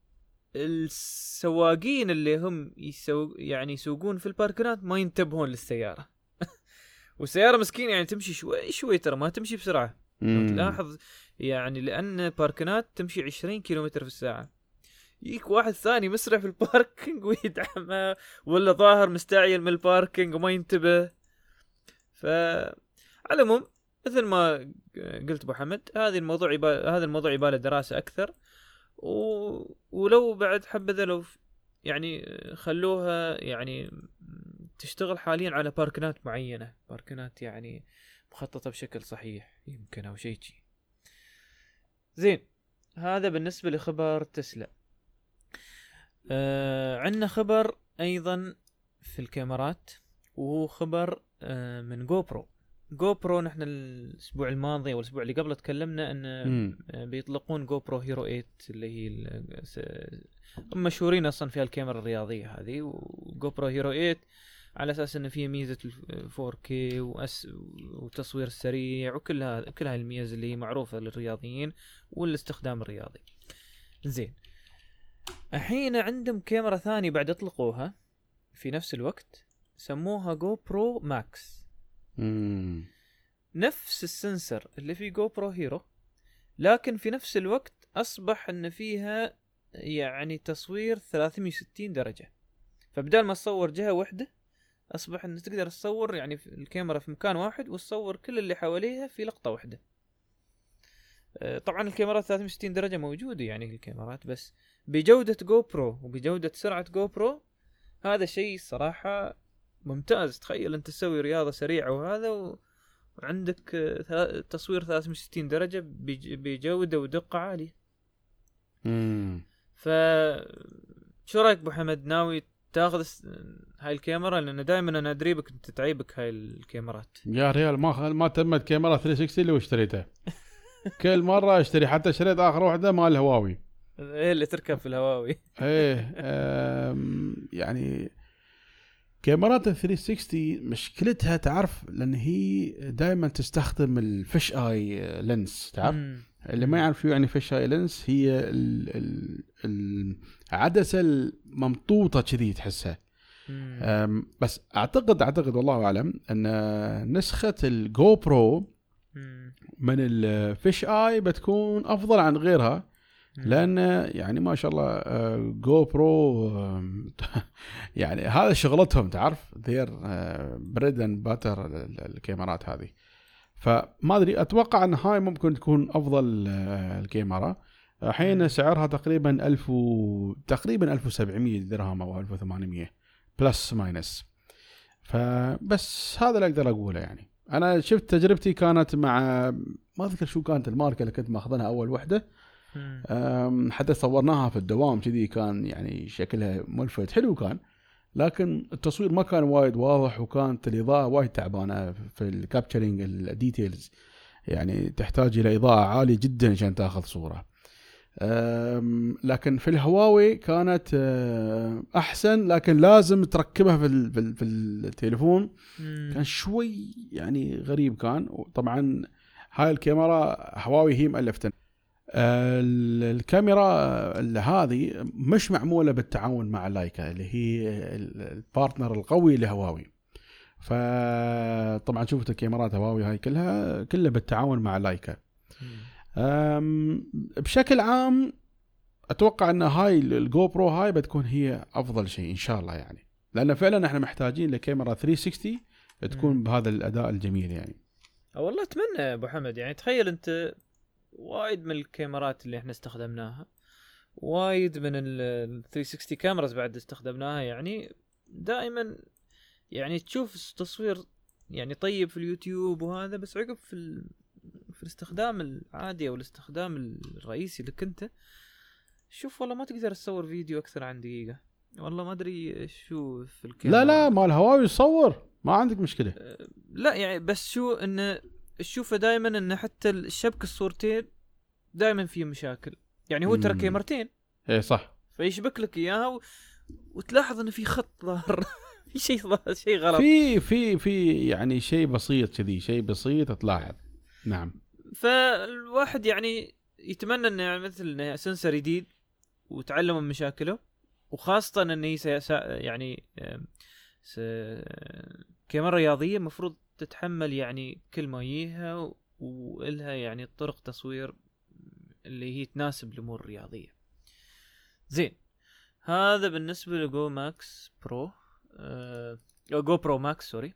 السواقين اللي هم يسوق يعني يسوقون في الباركنات ما ينتبهون للسياره والسياره مسكين يعني تمشي شوي شوي ترى ما تمشي بسرعه لو تلاحظ يعني لأن باركنات تمشي عشرين كيلومتر في الساعة يجيك واحد ثاني مسرع في الباركينج ويدعمه ولا ظاهر مستعجل من الباركينج وما ينتبه فعلى العموم مثل ما قلت أبو حمد هذا الموضوع يبال هذا الموضوع يباله دراسة أكثر و... ولو بعد حبذا لو يعني خلوها يعني تشتغل حاليا على باركنات معينة باركنات يعني مخططة بشكل صحيح يمكن أو شيء شيء زين هذا بالنسبة لخبر تسلا آه عندنا خبر أيضا في الكاميرات وهو خبر آه من جو برو جو برو نحن الأسبوع الماضي أو الأسبوع اللي قبله تكلمنا أن آه بيطلقون جو برو هيرو ثمانية اللي هي مشهورين أصلا فيها الكاميرا الرياضية هذه وجو برو هيرو ثمانية على أساس أنه فيه ميزة فور كي وأس وتصوير سريع وكل هذا كل هاي الميزة اللي هي معروفة للرياضيين والاستخدام الرياضي. زين الحين عندهم كاميرا ثانية بعد اطلقوها في نفس الوقت سموها جو برو ماكس. مم. نفس السنسر اللي في جو برو هيرو لكن في نفس الوقت أصبح أن فيها يعني تصوير ثلاثمية وستين درجة فبدال ما تصور جهة واحدة أصبح أن تقدر تصور يعني في الكاميرا في مكان واحد وتصور كل اللي حواليها في لقطة واحدة. طبعا الكاميرات ثلاثمية وستين درجة موجودة يعني الكاميرات بس بجودة جو برو وبجودة سرعة جو برو هذا شيء صراحة ممتاز. تخيل أنت تسوي رياضة سريعة وهذا وعندك تصوير ثلاثمية وستين درجة بجودة ودقة عالية. امم ف شو رايك ابو حمد ناوي تاخذ هاي الكاميرا لان دائما انا ادري بك انت تعيبك هاي الكاميرات يا ريال ما ما تمت كاميرا ثلاثمية وستين اللي اشتريتها كل مره اشتري حتى شريت اخر واحده مال الهواوي ايه اللي تركب في الهواوي ايه يعني كاميرات ثلاثمية وستين مشكلتها تعرف لان هي دائما تستخدم الفيش اي لينس تعرف مم. اللي ما يعرف شو يعني فيش اي لينس، هي ال ال العدسه الممطوطه كذي تحسها. بس اعتقد اعتقد والله اعلم ان نسخه الجو برو من الفيش اي بتكون افضل عن غيرها، لان يعني ما شاء الله جو برو يعني هذا شغلتهم، تعرف ذير بريد اند باتر الكاميرات هذه. فما ادري، اتوقع ان هاي ممكن تكون افضل الكاميرا. حين سعرها تقريبا ألف و... تقريبا ألف وسبعمية درهم او ألف وثمانمية بلس ماينس. فبس هذا اللي اقدر اقوله. يعني انا شفت تجربتي كانت مع، ما اذكر شو كانت الماركه اللي كنت ماخذنها اول وحده، حتى صورناها في الدوام كذي، كان يعني شكلها ملفت حلو كان، لكن التصوير ما كان وايد واضح، وكانت الإضاءة وايد تعبانة في الكابتشرينج الديتيلز، يعني تحتاج إلى إضاءة عالية جدا عشان تأخذ صورة. لكن في الهواوي كانت أحسن، لكن لازم تركبها في في التليفون. كان شوي يعني غريب كان. طبعا هاي الكاميرا هواوي هي مؤلفتة. الكاميرا هذه مش معمولة بالتعاون مع لايكا اللي هي البارتنر القوي لهواوي. فطبعا شوفت الكاميرات هواوي هاي كلها كلها بالتعاون مع لايكا. بشكل عام اتوقع ان هاي الجو برو هاي بتكون هي افضل شيء ان شاء الله، يعني لان فعلا احنا محتاجين لكاميرا ثلاثمية وستين تكون بهذا الاداء الجميل. يعني والله اتمنى ابو حمد. يعني تخيل انت وايد من الكاميرات اللي احنا استخدمناها، وايد من ال ثلاثمية وستين كاميراز بعد استخدمناها، يعني دائما يعني تشوف تصوير يعني طيب في اليوتيوب وهذا، بس عقب في ال... في الاستخدام العادي او الاستخدام الرئيسي لك انت، شوف والله ما تقدر تصور فيديو اكثر عن دقيقة. والله ما ادري شو في الكاميرا. لا لا مال هواوي يصور ما عندك مشكلة. أه لا يعني بس شو انه تشوفه دائما ان حتى الشبك الصورتين دائما فيه مشاكل. يعني هو ترى كاميرتين ايه صح، فيشبك لك اياها و... وتلاحظ انه في خط ظاهر في شيء ظاهر شيء غلط، في في في يعني شيء بسيط كذي، شيء بسيط تلاحظ. نعم. فالواحد يعني يتمنى انه يعني مثل انه سنسر جديد وتعلم من مشاكله، وخاصه انه هي سي... يعني س... كاميرا رياضيه مفروض تتحمل يعني كل ما يجيها، وإلها يعني طرق تصوير اللي هي تناسب الأمور الرياضية. زين، هذا بالنسبة لجو ماكس برو أه... جو برو ماكس سوري.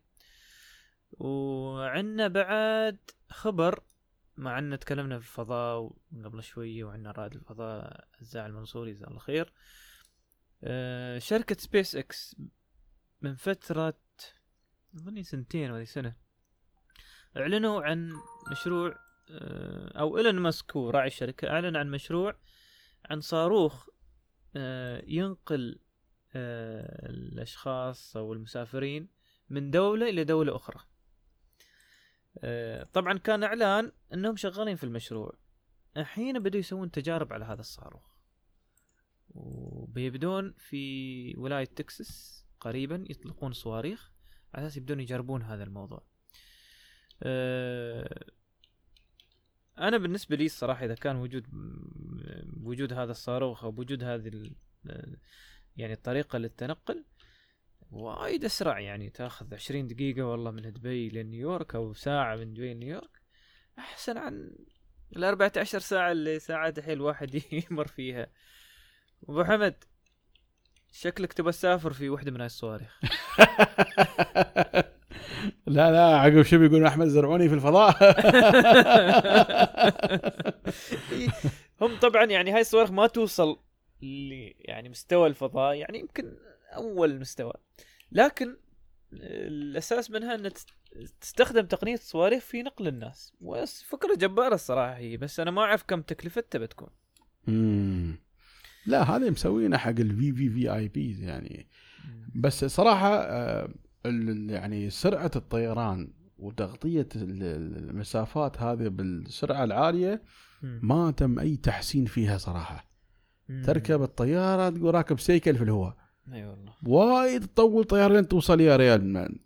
وعنا بعد خبر، مع أننا تكلمنا في الفضاء قبل شوية، وعنا رائد الفضاء الزاع المنصوري جزاه الله خير. أه... شركة سبيس اكس من فترة أظني سنتين ولا سنة اعلنوا عن مشروع، او إيلون ماسك راعي الشركة اعلن عن مشروع عن صاروخ ينقل الاشخاص او المسافرين من دولة الى دولة اخرى. طبعا كان اعلان انهم شغالين في المشروع، الحين بدوا يسوون تجارب على هذا الصاروخ، وبيبدون في ولاية تكساس قريبا يطلقون صواريخ على اساس يبدون يجربون هذا الموضوع. أه انا بالنسبه لي الصراحه اذا كان وجود وجود هذا الصاروخ او وجود هذه يعني الطريقه للتنقل وايد اسرع، يعني تاخذ عشرين دقيقه والله من دبي لنيويورك، او ساعه من دبي لنيويورك، احسن عن ال أربعة عشر ساعه اللي ساعات الحين الواحد يمر فيها. ابو حمد شكلك تبى تسافر في وحده من هاي الصواريخ. لا لا عقب شو بيقولون احمد زرعوني في الفضاء. هم طبعا يعني هاي الصواريخ ما توصل ل يعني مستوى الفضاء، يعني يمكن اول مستوى، لكن الاساس منها ان تستخدم تقنيه الصواريخ في نقل الناس، وفكره جباره الصراحه هي، بس انا ما اعرف كم تكلفتها بتكون. امم لا هذا مسوينه حق الفي في في اي بي يعني. بس صراحه يعني سرعة الطيران وتغطية المسافات هذه بالسرعة العالية ما تم أي تحسين فيها صراحة. تركب الطيارة تقول راكب سيكل في الهواء. أي والله. وايد تطول طيارة لين توصل يا ريال.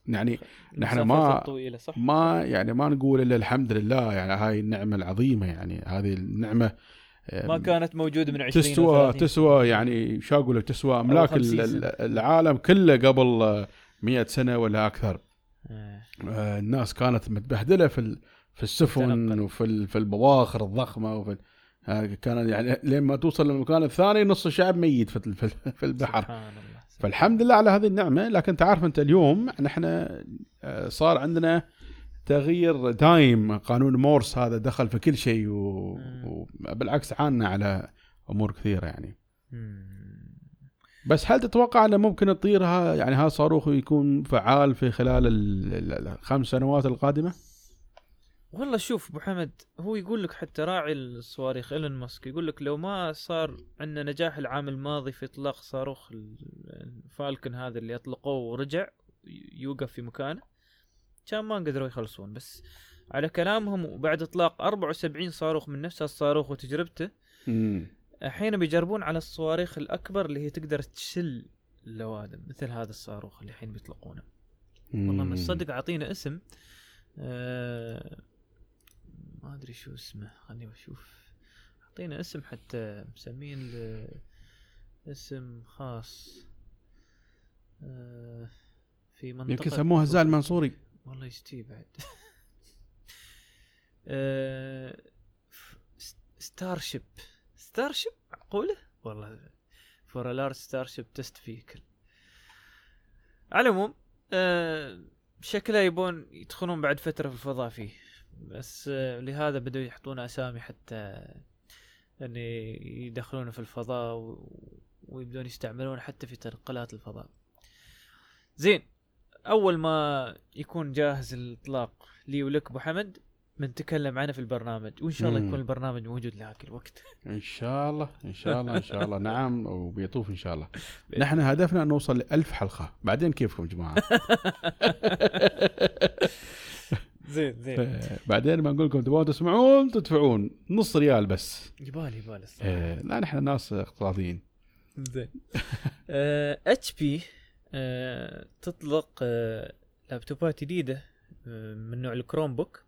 يعني نحن ما طويلة صح؟ ما يعني ما نقول الا الحمد لله، يعني هاي النعمه العظيمه، يعني هذه النعمه ما كانت موجوده من عشرين تسوى تسوى يعني شو اقول لك، تسوى املاك العالم كله قبل مئة سنه ولا اكثر. آه. الناس كانت متبهدله في في السفن وفي في البواخر الضخمه، وفي كان يعني لما توصل للمكان الثاني نص الشعب ميت في في البحر. سبحان الله. فالحمد لله على هذه النعمه. لكن تعرف انت اليوم نحن صار عندنا تغيير دايم، قانون مورس هذا دخل في كل شيء، وبالعكس عاننا على امور كثيره يعني. بس هل تتوقع أنه ممكن تطيرها يعني هذا الصاروخ يكون فعال في خلال الخمس سنوات القادمة؟ والله شوف أبو حمد، هو يقول لك حتى راعي الصواريخ إيلون ماسك يقول لك لو ما صار عندنا نجاح العام الماضي في إطلاق صاروخ الفالكن هذا اللي أطلقوه ورجع يوقف في مكانه، كان ما قدروا يخلصون. بس على كلامهم وبعد إطلاق أربعة وسبعين صاروخ من نفس الصاروخ وتجربته م. الحين بيجربون على الصواريخ الأكبر اللي هي تقدر تشل اللوادم مثل هذا الصاروخ اللي الحين بيطلقونه. والله ما تصدق عطينا اسم آه ما أدري شو اسمه، خلني أشوف. عطينا اسم حتى مسمين اسم خاص آه في منطقة يمكن سموها الزال المنصوري. والله يشتي بعد آه ستارشيب ستارشيب معقولة والله فور لارج ستارشيب تست فيكل. على العموم أه شكله يبون يدخلون بعد فترة في الفضاء فيه، بس أه لهذا بدوا يحطون أسامي حتى أن يدخلون في الفضاء و... ويبدون يستعملون حتى في تنقلات الفضاء. زين، أول ما يكون جاهز الإطلاق لي ولك أبو حمد بنتكلم عنه في البرنامج، وإن شاء الله يكون البرنامج موجود لهاك الوقت. إن شاء الله إن شاء الله إن شاء الله نعم، وبيطوف إن شاء الله. نحن هدفنا أن نوصل لألف حلقة، بعدين كيفكم جماعة؟ زين زين. بعدين ما نقول لكم تبغون تسمعون تدفعون نص ريال بس. يبالي يبالي آه لا نحن ناس اقتصاديين. زين. اتش بي تطلق آه لابتوبات جديدة آه من نوع الكروم بوك.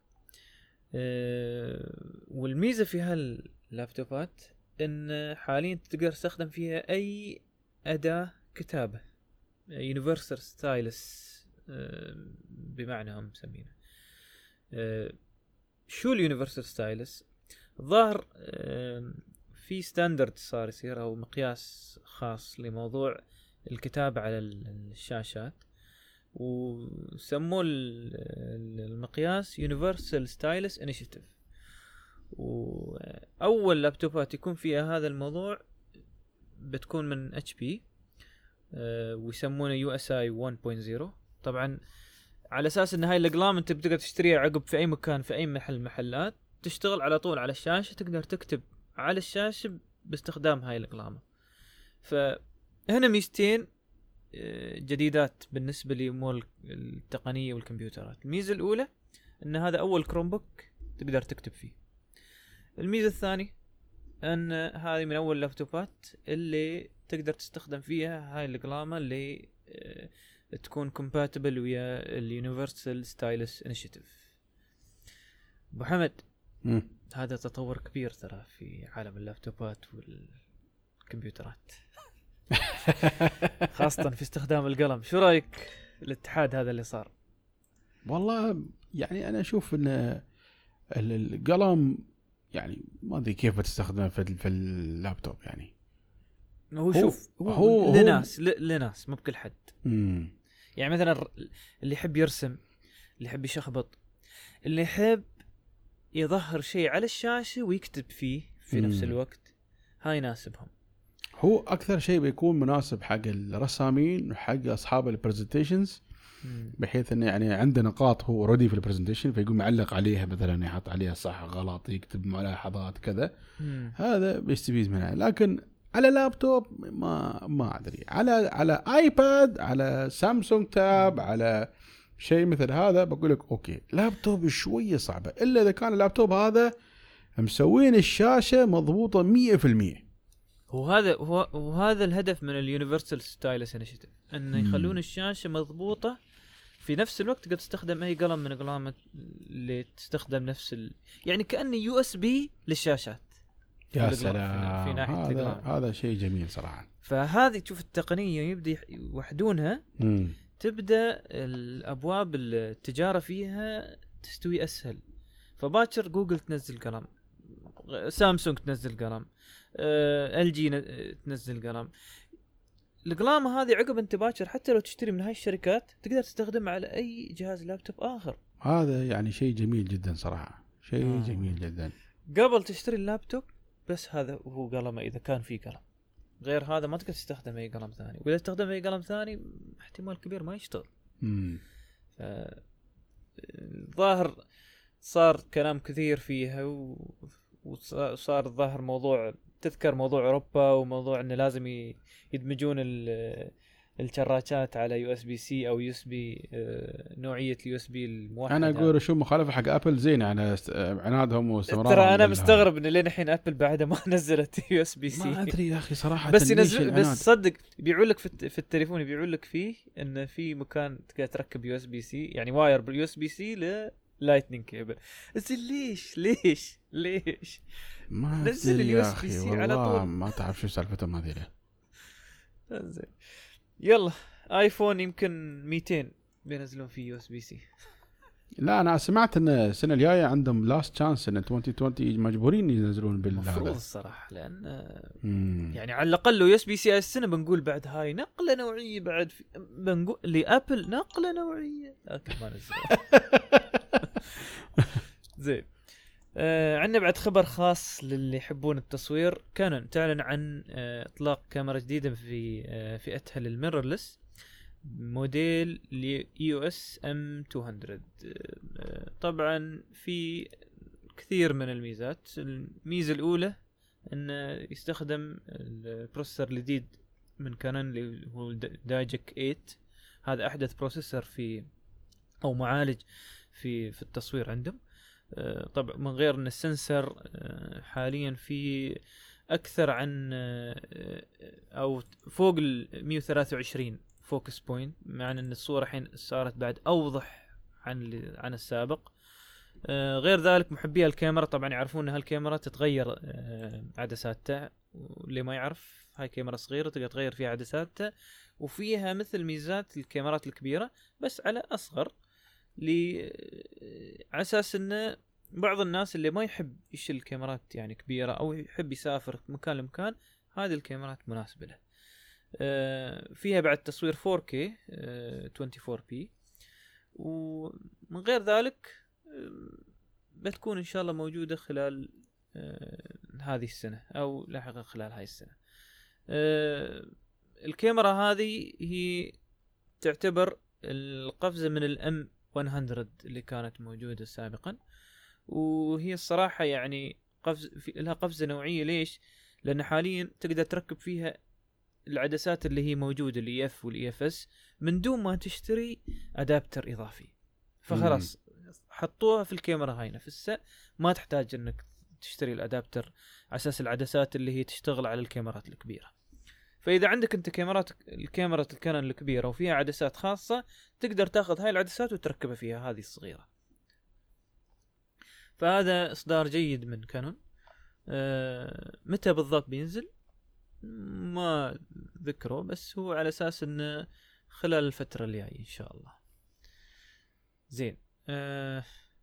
أه والميزة في هاللابتوبات ان حاليا تقدر تستخدم فيها اي اداة كتابة يونيفرسال ستايلس أه بمعنى هم مسمينه. أه شو اليونيفرسال ستايلس؟ الظاهر أه في ستاندرد صار يصير او مقياس خاص لموضوع الكتابة على الشاشات، وسموه المقياس Universal Stylus Initiative. وأول لابتوبات يكون فيها هذا الموضوع بتكون من إتش بي ويسمونه يو إس آي ون بوينت زيرو. طبعا على أساس أن هاي الأقلام أنت بتقدر تشتريها عقب في أي مكان في أي محل محلات، تشتغل على طول على الشاشة، تقدر تكتب على الشاشة باستخدام هاي الأقلام. فهنا ميزتين جديدات بالنسبة لأمور التقنية والكمبيوترات. الميزة الأولى أن هذا أول كروم بوك تقدر تكتب فيه. الميزة الثانية أن هذه من أول اللابتوبات اللي تقدر تستخدم فيها هاي الأقلامة اللي تكون compatible ويا اليونيفرسال ستايلس انيشيتيف. أبو حمد م. هذا تطور كبير ترى في عالم اللابتوبات والكمبيوترات خاصة في استخدام القلم. شو رأيك الاتحاد هذا اللي صار؟ والله يعني أنا أشوف أن القلم يعني ما أدري كيف بتستخدمه في اللابتوب. يعني هو شوف هو, هو لناس هو لناس مو بكل حد. مم. يعني مثلا اللي يحب يرسم، اللي يحب يشخبط، اللي يحب يظهر شيء على الشاشة ويكتب فيه في مم. نفس الوقت، هاي يناسبهم. هو أكثر شيء بيكون مناسب حق الرسامين وحق أصحاب البرزنتيشنز، بحيث إنه يعني عنده نقاط هو ريدي في البرزنتيشن فيقوم يعلق عليها، مثلا يحط عليها صح غلط، يكتب ملاحظات كذا. مم. هذا بيستفيد منها. لكن على لابتوب ما ما أدري، على على آيباد، على سامسونج تاب، مم. على شيء مثل هذا بقول لك أوكي. لابتوب شوية صعبة، إلا إذا كان اللابتوب هذا مسوين الشاشة مضبوطة مية في المية. وهذا هو وهذا الهدف من اليونيفرسال ستايلس انيشيتيف، ان يخلون الشاشه مضبوطه في نفس الوقت تقدر تستخدم اي قلم من اقلام اللي تستخدم نفس ال... يعني كأنه يو اس بي للشاشات. يا سلام، في ناحية هذا الأقلام. هذا شيء جميل صراحة. فهذه تشوف التقنية يبدأ يوحدونها، مم. تبدأ الأبواب التجارة فيها تستوي أسهل. فباكر جوجل تنزل قلم، سامسونج تنزل قلم، ال جي تنزل قلم. القلام هذه عقب انت باكر حتى لو تشتري من هاي الشركات تقدر تستخدمها على اي جهاز لابتوب اخر. هذا يعني شيء جميل جدا صراحة، شيء آه. جميل جدا. قبل تشتري اللابتوب بس هذا هو قلمه اذا كان في قلم، غير هذا ما تقدر تستخدم اي قلم ثاني، واذا تستخدم اي قلم ثاني احتمال كبير ما يشتغل. امم الظاهر صار كلام كثير فيها و... وصار الظاهر موضوع، تذكر موضوع اوروبا وموضوع انه لازم يدمجون الشراشات على يو اس بي سي او يو اس بي، نوعيه اليو اس بي الموحد. انا اقول شو مخالفه حق ابل زين على عنادهم واستمرارهم. ترى انا مستغرب ان لين الحين ابل بعدها ما نزلت يو اس بي سي. ما ادري يا اخي صراحه، بس ينزل، بس صدق يبيعوا لك في, في التليفون يبيعوا لك فيه ان في مكان تقدر تركب يو اس بي سي، يعني واير باليو اس بي سي ل لايتنينج كيبل. بس ليش ليش ليش ما نزل اليو اس بي سي على طول؟ ما تعرف شو سالفتهم هذيله. زين يلا ايفون يمكن مئتين بينزلون فيه يو اس بي سي. لا انا سمعت ان السنه الجايه عندهم لاست تشانس ان ألفين وعشرين مجبورين ينزلون بالهذا المفروض الصراحه، لان مم. يعني على الاقل لو يو اس بي سي السنه بنقول بعد هاي نقله نوعيه، بعد بنقول لابل نقله نوعيه، لكن ما نزلوا. زين آه عندنا بعد خبر خاص للي يحبون التصوير. كانون تعلن عن آه اطلاق كاميرا جديده في آه فئتها للميرورلس، موديل ل إي أو إس إم مئتين. آه طبعا في كثير من الميزات. الميزه الاولى انه يستخدم البروسيسور الجديد من كانون اللي هو دايجك ثمانية. هذا احدث بروسيسور في او معالج في في التصوير عندهم. طبعا من غير ان السنسر حاليا في اكثر عن او فوق ال مئة وثلاثة وعشرين فوكس بوينت، معنى ان الصوره الحين صارت بعد اوضح عن عن السابق. غير ذلك محبي الكاميرا طبعا يعرفون ان هالكاميرا تتغير عدساتها، واللي ما يعرف هاي كاميرا صغيره تقدر تغير فيها عدساتها، وفيها مثل ميزات الكاميرات الكبيره بس على اصغر، ل على اساس ان بعض الناس اللي ما يحب يشيل الكاميرات يعني كبيره او يحب يسافر مكان لمكان، هذه الكاميرات مناسبه له. فيها بعد تصوير فور كي أربعة وعشرين بي، ومن غير ذلك بتكون ان شاء الله موجوده خلال هذه السنه او لاحقا خلال هاي السنه. الكاميرا هذه هي تعتبر القفزه من الام مئة اللي كانت موجوده سابقا، وهي الصراحه يعني قفز في لها قفزه نوعيه. ليش؟ لان حاليا تقدر تركب فيها العدسات اللي هي موجوده الاي اف والاي اف اس من دون ما تشتري ادابتر اضافي. فخلاص حطوها في الكاميرا هاي نفسها، ما تحتاج انك تشتري الادابتر على اساس العدسات اللي هي تشتغل على الكاميرات الكبيره. فاذا عندك انت كاميرات الكاميرا الكانون الكبيره وفيها عدسات خاصه، تقدر تاخذ هاي العدسات وتركبها فيها هذه الصغيره. فهذا اصدار جيد من كانون. أه متى بالضبط بينزل ما ذكره، بس هو على اساس انه خلال الفتره الجايه ان شاء الله. زين أه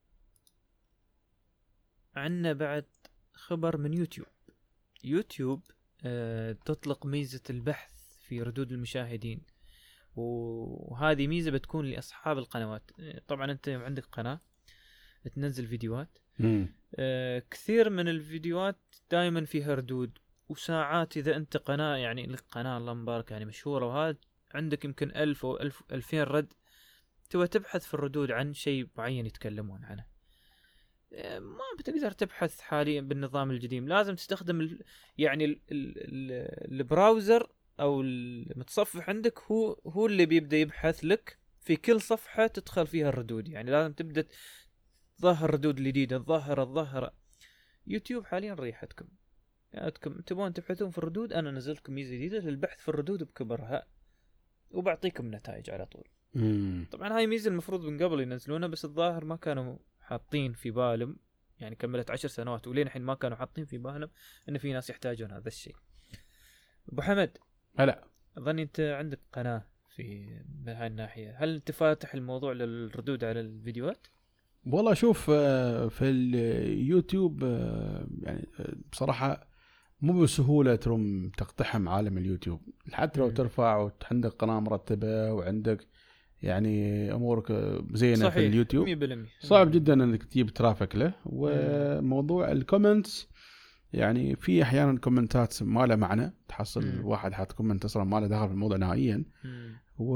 عندنا بعد خبر من يوتيوب. يوتيوب أه تطلق ميزة البحث في ردود المشاهدين، وهذه ميزة بتكون لأصحاب القنوات. طبعا أنت عندك قناة تنزل فيديوهات، أه كثير من الفيديوهات دائما فيها ردود وساعات. إذا أنت قناة يعني لك قناة الله مبارك يعني مشهورة، وهذا عندك يمكن ألف أو ألف ألفين رد، تبغى تبحث في الردود عن شيء معين يتكلمون عنه، ما بتقدر تبحث حاليا بالنظام الجديد. لازم تستخدم ال يعني ال ال البراوزر او المتصفح عندك هو هو اللي بيبدأ يبحث لك في كل صفحة تدخل فيها الردود. يعني لازم تبدأ تظهر ردود جديدة، تظهر الظاهرة. يوتيوب حاليا ريحتكم ياتكم تبون تبحثون في الردود، انا نزلتكم ميزة جديدة للبحث في الردود بكبرها وبعطيكم نتائج على طول. مم. طبعا هاي ميزه المفروض من قبل ينزلونها، بس الظاهر ما كانوا حاطين في بالهم، يعني كملت عشر سنوات ولين الحين ما كانوا حاطين في بالهم ان في ناس يحتاجون هذا الشيء. ابو حمد، هلا اظن انت عندك قناه في هاي الناحيه، هل انت فاتح الموضوع للردود على الفيديوهات؟ والله شوف في اليوتيوب يعني بصراحة مو بسهولة ترم تقتحم عالم اليوتيوب، حتى لو ترفع وعندك قناة مرتبة وعندك يعني أمورك زينة صحيح. في اليوتيوب مية بالمية صعب جدا انك تجيب ترافيك له. وموضوع الكومنتس يعني في احيانا كومنتات ما له معنى، تحصل مم. واحد حاط كومنت اصلا ما له دخل في الموضوع نهائيا. مم. و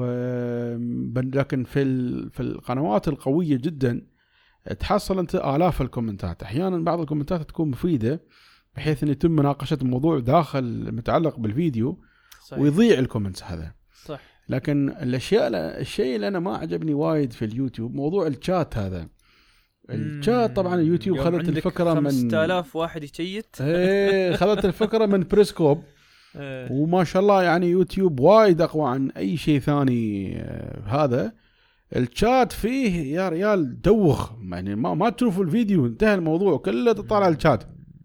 لكن في ال... في القنوات القوية جدا تحصل انت آلاف الكومنتات، احيانا بعض الكومنتات تكون مفيدة بحيث ان يتم مناقشة الموضوع داخل متعلق بالفيديو. صحيح. ويضيع الكومنتس هذا. صح. لكن الاشياء الشيء اللي انا ما عجبني وايد في اليوتيوب موضوع الشات هذا. الشات طبعا اليوتيوب خذت الفكرة من خمسة آلاف واحد يشيت. ايه خذت الفكرة من بريسكوب. وما شاء الله يعني يوتيوب وايد اقوى عن اي شيء ثاني. هذا الشات فيه يا ريال دوخ، يعني ما ما تشوفوا الفيديو انتهى الموضوع كله تطالع الشات.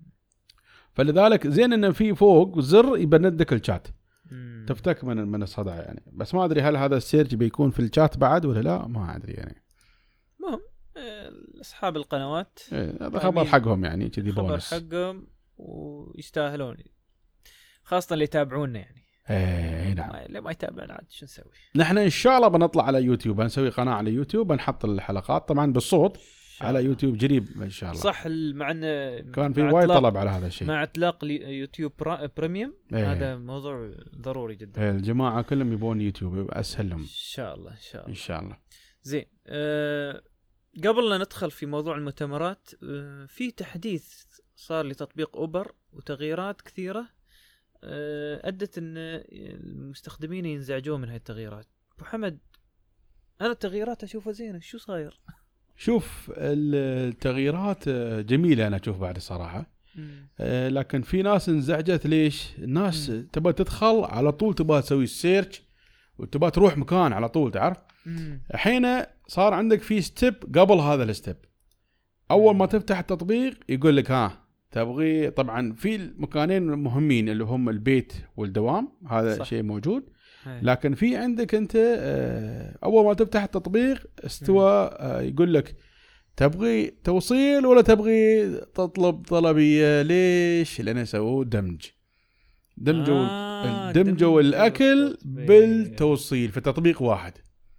فلذلك زين انه في فوق زر يبندك الشات تفتك من من الصدع يعني. بس ما ادري هل هذا السيرج بيكون في الشات بعد ولا لا، ما ادري يعني. المهم اصحاب القنوات هذا خبر حقهم يعني كذي بونس، خبر حقهم ويستاهلون، خاصه اللي يتابعونا يعني. ايه نعم. اللي ما يتابعنا عاد شو نسوي؟ نحن ان شاء الله بنطلع على يوتيوب، بنسوي قناه على يوتيوب، بنحط الحلقات طبعا بالصوت على يوتيوب قريب ان شاء الله. صح. مع ان كان في وايد طلب على هذا الشيء مع اطلاق يوتيوب بريميوم. ايه. هذا موضوع ضروري جدا. ايه الجماعه كلهم يبون يوتيوب، اسهل لهم ان شاء الله. ان شاء الله ان شاء الله. زين. أه قبل لا ندخل في موضوع المؤتمرات، أه في تحديث صار لتطبيق اوبر وتغييرات كثيره أه ادت ان المستخدمين ينزعجون من هاي التغييرات. ابو حمد، انا التغييرات اشوفها زينه، شو صاير؟ شوف التغييرات جميله انا اشوف بعد الصراحه. أه لكن في ناس انزعجت. ليش؟ الناس مم. تبى تدخل على طول، تبى تسوي السيرش وتبى تروح مكان على طول، تعرف. الحين صار عندك في ستيب قبل هذا الستيب. اول ما تفتح التطبيق يقول لك ها تبغي، طبعا في المكانين المهمين اللي هم البيت والدوام، هذا صح. شيء موجود. لكن في عندك انت اول ما تفتح التطبيق استوى يقول لك تبغي توصيل ولا تبغي تطلب طلبية. ليش؟ لأنه سووا دمج دمجوا آه دمجوا الأكل بالتوصيل في تطبيق واحد.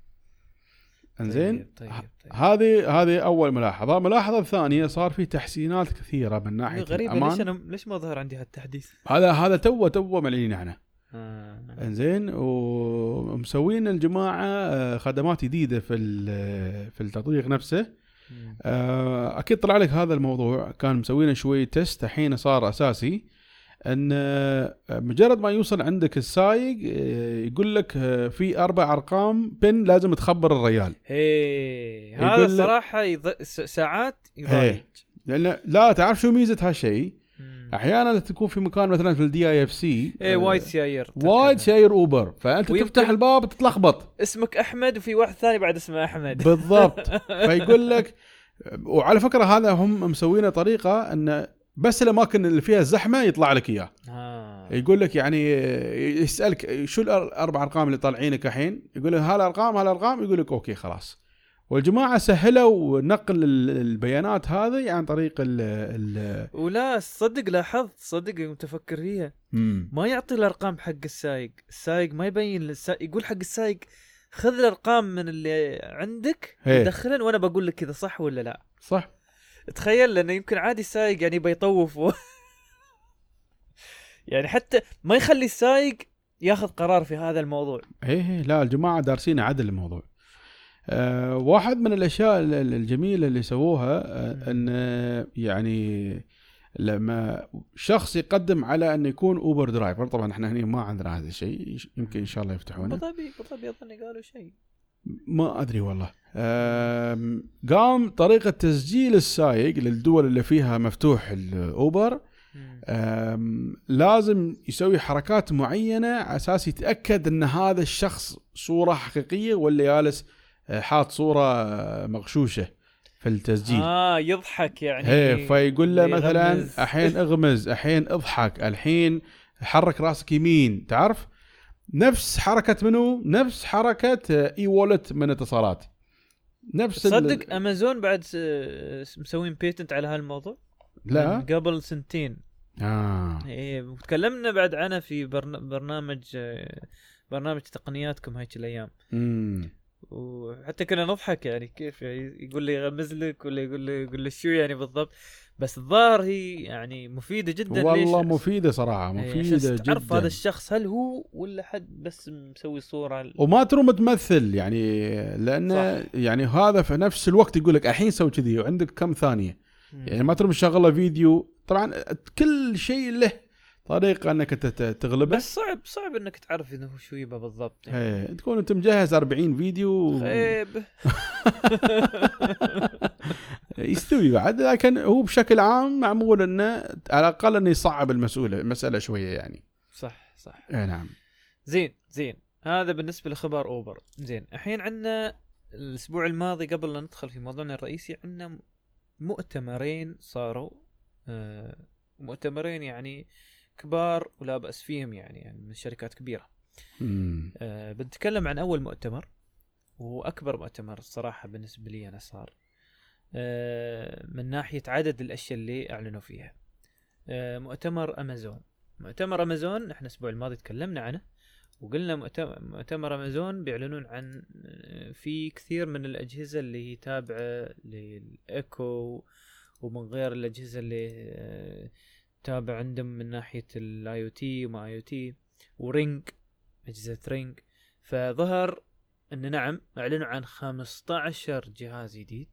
انزين. طيب طيب طيب. هذه هذه أول ملاحظة. ملاحظة الثانية صار في تحسينات كثيرة من ناحية غريبة. ليش أنا ليش ما ظهر عندي هالتحديث؟ هذا هذا تو تو مليين احنا. آه. انزين. ومسوين الجماعة خدمات جديدة في في التطبيق نفسه. أكيد طلع لك هذا الموضوع، كان مسوينا شوية تست، الحين صار أساسي. أن مجرد ما يوصل عندك السايق يقول لك في أربع أرقام بن لازم تخبر الريال. هي هذا الصراحة يض... ساعات يضايق. لأن لا تعرف شو ميزة هالشيء. أحيانا تكون في مكان مثلا في الدي اي اف سي ايه وايد سياير وايد سياير أوبر، فأنت تفتح الباب تتلخبط، اسمك أحمد وفي واحد ثاني بعد اسمه أحمد بالضبط. فيقول لك، وعلى فكرة هذا هم مسوينه طريقة أن بس الأماكن اللي فيها الزحمة يطلع لك إياه. آه. يقول لك يعني يسألك شو الأربع أرقام اللي طالعينك الحين، يقول لك هالأرقام هالأرقام، يقول لك أوكي خلاص. والجماعة سهلوا نقل البيانات هذه عن طريق ال ال ولا صدق لاحظت صدق متفكر فيها ما يعطي الأرقام حق السايق. السايق ما يبين للسايق، يقول حق السايق خذ الأرقام من اللي عندك ودخلن وأنا بقول لك إذا صح ولا لا. صح. تخيل لأنه يمكن عادي السايق يعني بيطوف و... يعني حتى ما يخلي السايق ياخذ قرار في هذا الموضوع. إيه لا الجماعة دارسين عدل الموضوع. أه واحد من الأشياء الجميلة اللي سووها أه أن يعني لما شخص يقدم على أن يكون أوبر درايفر، طبعا احنا هنا ما عندنا هذا الشيء، يمكن إن شاء الله يفتحونه. بطبي بطبي أظن قالوا شيء ما أدري والله. أه قام طريقة تسجيل السائق للدول اللي فيها مفتوح الأوبر لازم يسوي حركات معينة على أساس يتأكد أن هذا الشخص صورة حقيقية ولا جالس حاط صورة مغشوشة في التسجيل. اه يضحك يعني. هي فيقول له مثلا يغمز. الحين اغمز، الحين اضحك، الحين حرك راسك يمين، تعرف نفس حركة منه، نفس حركة اي وولت من اتصالات، نفس تصدق ال... امازون بعد مسوين بيتنت على هالموضوع لا من قبل سنتين. اه ايه تكلمنا بعد عنها في برن... برنامج برنامج تقنياتكم هيك الايام. امم وحتى كنا نضحك يعني كيف يعني يقول لي يغمز لك ولا يقول لي يقول لي شو يعني بالضبط، بس الظاهر هي يعني مفيدة جدا. والله ليش؟ مفيدة صراحة، مفيدة جدا. تعرف هذا الشخص هل هو ولا حد بس مسوي صورة ل... وما تروم تمثل يعني، لأنه يعني هذا في نفس الوقت يقول لك الحين سوي كذي وعندك كم ثانية. مم. يعني ما تروم تشغله فيديو، طبعا كل شيء له طريقة انك تغلبه، بس صعب صعب انك تعرف انه شو يبغى بالضبط يعني. ايه تكون انت مجهز أربعين فيديو خيب يستوي بعد، لكن هو بشكل عام معمول انه على الاقل انه يصعب المسؤولة المسألة شوية يعني. صح صح. ايه نعم. زين زين هذا بالنسبة لخبر اوبر. زين الحين عندنا الاسبوع الماضي قبل لا ندخل في موضوعنا الرئيسي عندنا مؤتمرين صاروا، آه مؤتمرين يعني كبار ولا بأس فيهم يعني, يعني من شركات كبيرة. آه بنتكلم عن أول مؤتمر وأكبر مؤتمر الصراحة بالنسبة لي أنا صار آه من ناحية عدد الأشياء اللي أعلنوا فيها. آه مؤتمر أمازون. مؤتمر أمازون احنا الأسبوع الماضي تكلمنا عنه وقلنا مؤتمر, مؤتمر أمازون بيعلنون عن في كثير من الأجهزة اللي تابعة للإيكو ومن غير الأجهزة اللي تابع عندهم من ناحية الاي او تي وما اي او تي ورينج، أجهزة رينج. فظهر أن نعم أعلنوا عن خمسة عشر جهاز جديد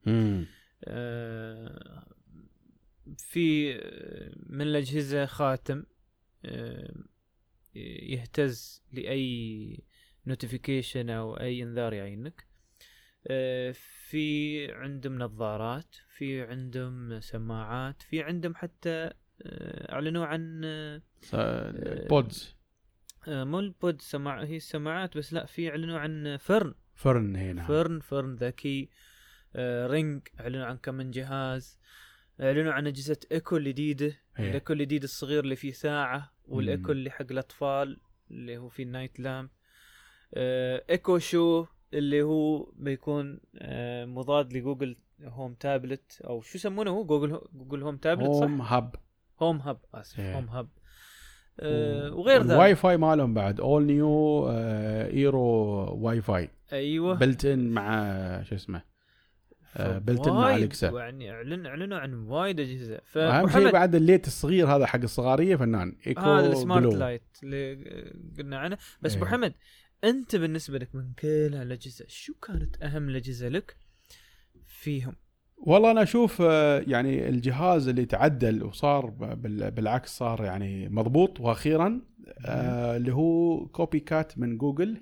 آه في من الأجهزة خاتم آه يهتز لأي نوتيفيكيشن أو أي انذار يعينك. آه في عندهم نظارات، في عندهم سماعات، في عندهم حتى اعلنوا عن بودز آه مو البود سماع هي السماعات بس، لا في اعلنوا عن فرن فرن هنا فرن فرن ذكي. آه رينج اعلنوا عن كم من جهاز. اعلنوا عن اجهزه ايكو الجديده، الايكو الجديد الصغير اللي فيه ساعه، والايكو اللي حق الاطفال اللي هو فيه النايت لامب. آه ايكو شو اللي هو بيكون آه مضاد لجوجل هوم تابلت او شو يسمونه هو جوجل جوجل هوم تابلت صح؟ هوم هاب هوم هاب اسف yeah. هوم هاب. أه وغير ذلك الواي فاي مالهم بعد اول نيو آه ايرو واي فاي. ايوه بلتن مع شو اسمه آه بلتن مع اليكسا. يعني اعلن اعلنوا عن وايد اجهزه. اهم شيء بعد الليت الصغير هذا حق الصغاريه فنان ايكو هذا السمارت لايت اللي قلنا عنه. بس ابو ايه. حمد انت بالنسبه لك من كل هالاجهزه شو كانت اهم الاجهزه لك فيهم؟ والله أنا أشوف يعني الجهاز اللي تعدل وصار بالعكس صار يعني مضبوط وأخيرا آه اللي هو كوبي كات من جوجل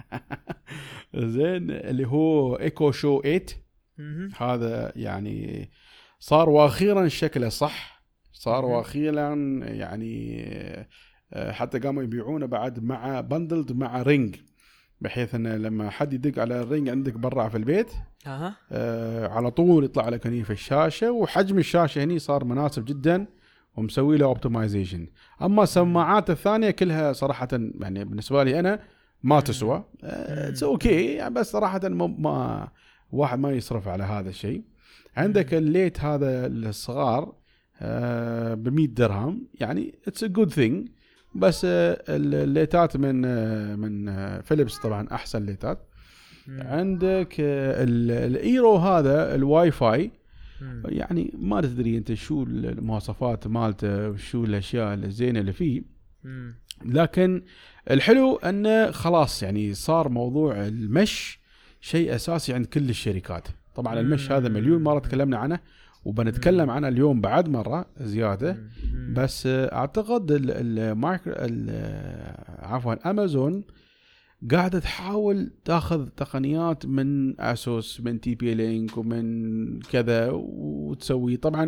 زين اللي هو إيكو شو ثمانية. هذا يعني صار وأخيرا شكله صح، صار وأخيرا يعني حتى قاموا يبيعونه بعد مع بندلد مع رينج، بحيث أن لما حد يدق على الرينج عندك برا في البيت أه. آه على طول يطلع لك هني في الشاشة، وحجم الشاشة هني صار مناسب جدا ومسوي له اوبتمايزيشن. أما السماعات الثانية كلها صراحة يعني بالنسبة لي أنا ما تسوى اتس اوكي يعني، بس صراحة ما واحد ما يصرف على هذا الشيء. عندك الليت هذا الصغار آه بمية درهم يعني اتس ا جود ثينج، بس الليتات من من فيليبس طبعا احسن ليتات. مم. عندك الايرو هذا الواي فاي مم. يعني ما تدري انت شو المواصفات مالته وشو الاشياء الزينه اللي فيه، مم. لكن الحلو انه خلاص يعني صار موضوع المش شيء اساسي عند كل الشركات. طبعا مم. المش هذا مليون مره تكلمنا عنه وبنتكلم مم. عنه اليوم بعد مرة زيادة. مم. بس اعتقد المايكرو عفوا امازون قاعدة تحاول تاخذ تقنيات من اسوس من تي بي لينك ومن كذا وتسوي. طبعا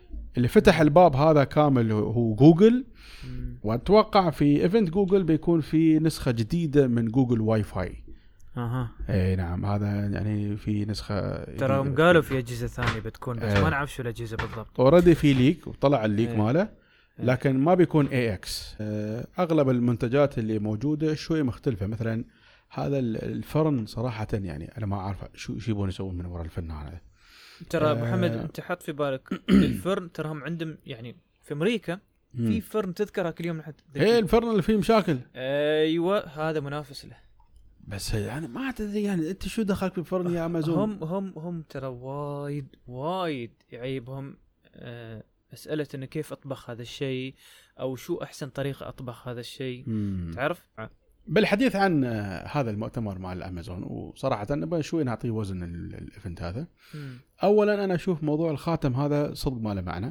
اللي فتح الباب هذا كامل هو جوجل. مم. واتوقع في ايفنت جوجل بيكون في نسخه جديده من جوجل واي فاي. اها اي نعم، هذا يعني في نسخه ترى هم قالوا في اجهزه ثانيه بتكون، بس ايه. ما نعرف شو الاجهزه بالضبط. اوريدي في ليك وطلع الليك ايه. ماله، ايه. لكن ما بيكون اي اكس. اغلب المنتجات اللي موجوده شوي مختلفه. مثلا هذا الفرن صراحه يعني انا ما اعرف شو شو يبون يسوون من وراء الفرن هذا. ترى ابو آه. حمد انت حط في بالك الفرن ترى هم عندهم يعني في امريكا في فرن تذكرها كل يوم لحد ايه الفرن اللي فيه مشاكل. ايوه هذا منافس له. بس يعني ما تدري يعني انت شو دخلك في فرن يا امازون. هم هم هم ترى وايد وايد يعيبهم أه مساله انه كيف اطبخ هذا الشيء او شو احسن طريقه اطبخ هذا الشيء. تعرف بالحديث عن هذا المؤتمر مع الامازون، وصراحه نبغى شوي نعطيه وزن الايفنت هذا. مم. اولا انا اشوف موضوع الخاتم هذا صدق ما له معنى.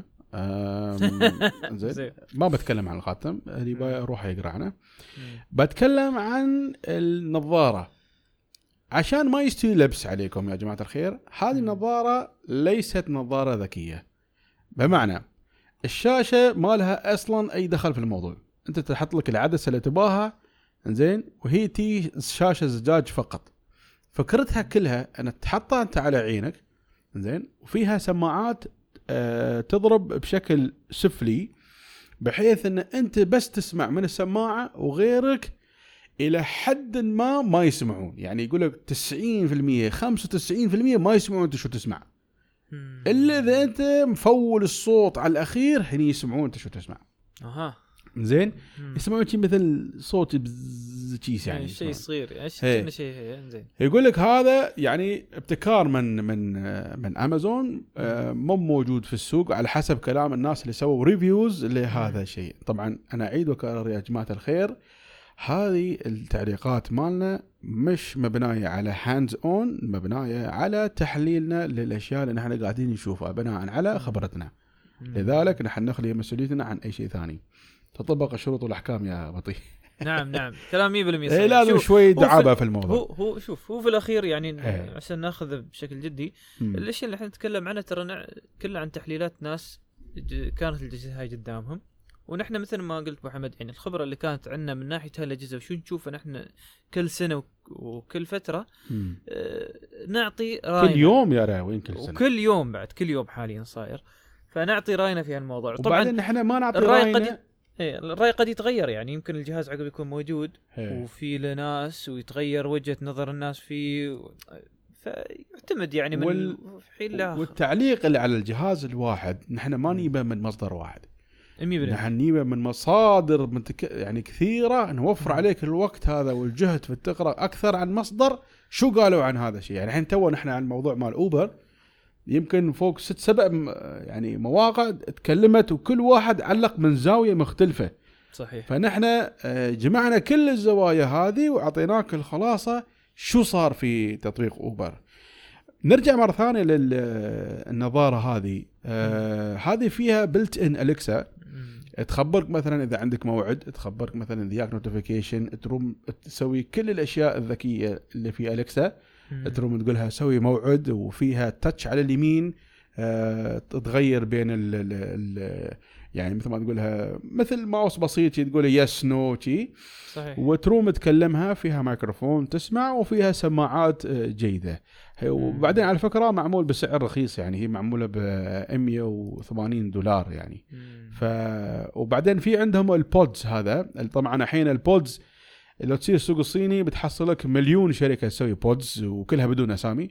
زين ما بتكلم عن الخاتم اللي بروح يقرا عنه، بتكلم عن النظاره عشان ما يستوي لبس عليكم يا جماعه الخير. هذه النظاره ليست نظاره ذكيه، بمعنى الشاشه ما لها اصلا اي دخل في الموضوع. انت تحط لك العدسه اللي تباها زين، وهي تي شاشه زجاج فقط. فكرتها كلها ان تحطها انت على عينك زين، وفيها سماعات أه تضرب بشكل سفلي، بحيث ان انت بس تسمع من السماعه وغيرك الى حد ما ما يسمعون. يعني يقول لك تسعين بالمية خمسة وتسعين بالمية ما يسمعون انت شو تسمع، الا اذا انت مفول الصوت على الاخير هني يسمعون انت شو تسمع. اها زين يسمعون شيء مثل صوت بزكيس يعني شيء صغير يعني شيء زين. يقول لك هذا يعني ابتكار من من من امازون مو موجود في السوق على حسب كلام الناس اللي سووا ريفيوز لهذا الشيء. طبعا انا اعيد واكرر يا جماعه الخير، هذه التعليقات مالنا مش مبنايه على هاندز اون، مبنايه على تحليلنا للاشياء اللي نحن قاعدين نشوفها بناء على خبرتنا. لذلك نحن نخلي مسؤوليتنا عن اي شيء ثاني. تطبق الشروط والاحكام يا بطي. نعم نعم كلام مية بالمية صحيح. لازم شوي دعابه في, في الموضوع. هو هو شوف هو في الاخير يعني عشان ناخذ بشكل جدي مم. الاشياء اللي احنا نتكلم عنها ترى كلها عن تحليلات ناس كانت الأجهزة هاي قدامهم، ونحن مثل ما قلت ابو حمد يعني الخبره اللي كانت عندنا من ناحيه هالاجهزه وشو نشوفه نحن كل سنه وكل فتره آه نعطي راينا كل يوم يا راوين كل سنه وكل يوم بعد كل يوم حاليا صاير، فنعطي راينا في هالموضوع. طبعا نحن ما نعطي راينا قد... ايه الراي قد يتغير، يعني يمكن الجهاز عقب يكون موجود هي. وفي لناس ويتغير وجهه نظر الناس فيه، فيعتمد يعني من وال... حين لاخر. والتعليق اللي على الجهاز الواحد نحن ما نيبه من مصدر واحد، نحن نيبه من مصادر متك... يعني كثيره، نوفر م. عليك الوقت هذا والجهد في التقرا اكثر عن مصدر شو قالوا عن هذا الشيء. يعني الحين تو نحن عن الموضوع مال اوبر يمكن فوق ست سبع يعني مواقع تكلمت وكل واحد علق من زاوية مختلفة. صحيح. فنحن جمعنا كل الزوايا هذه وعطيناك الخلاصة شو صار في تطبيق أوبر. نرجع مرة ثانية للنظارة هذه. آه هذه فيها بلت ان أليكسا، تخبرك مثلا إذا عندك موعد، تخبرك مثلا إذا ياك نوتيفيكيشن، تروم تسوي كل الأشياء الذكية اللي في أليكسا. تروم تقولها سوي موعد، وفيها تاتش على اليمين آه تتغير بين ال ال ال يعني مثل ما تقولها مثل ماوس بسيط تقول يس نو تي. صحيح. وتروم تكلمها، فيها ميكروفون تسمع وفيها سماعات جيدة. وبعدين على فكرة معمول بسعر رخيص، يعني هي معمولة ب مية وثمانين دولار يعني. ف وبعدين في عندهم البودز هذا. طبعا الحين البودز لو تصير السوق الصيني بتحصلك مليون شركة تسوي بودز وكلها بدون أسامي.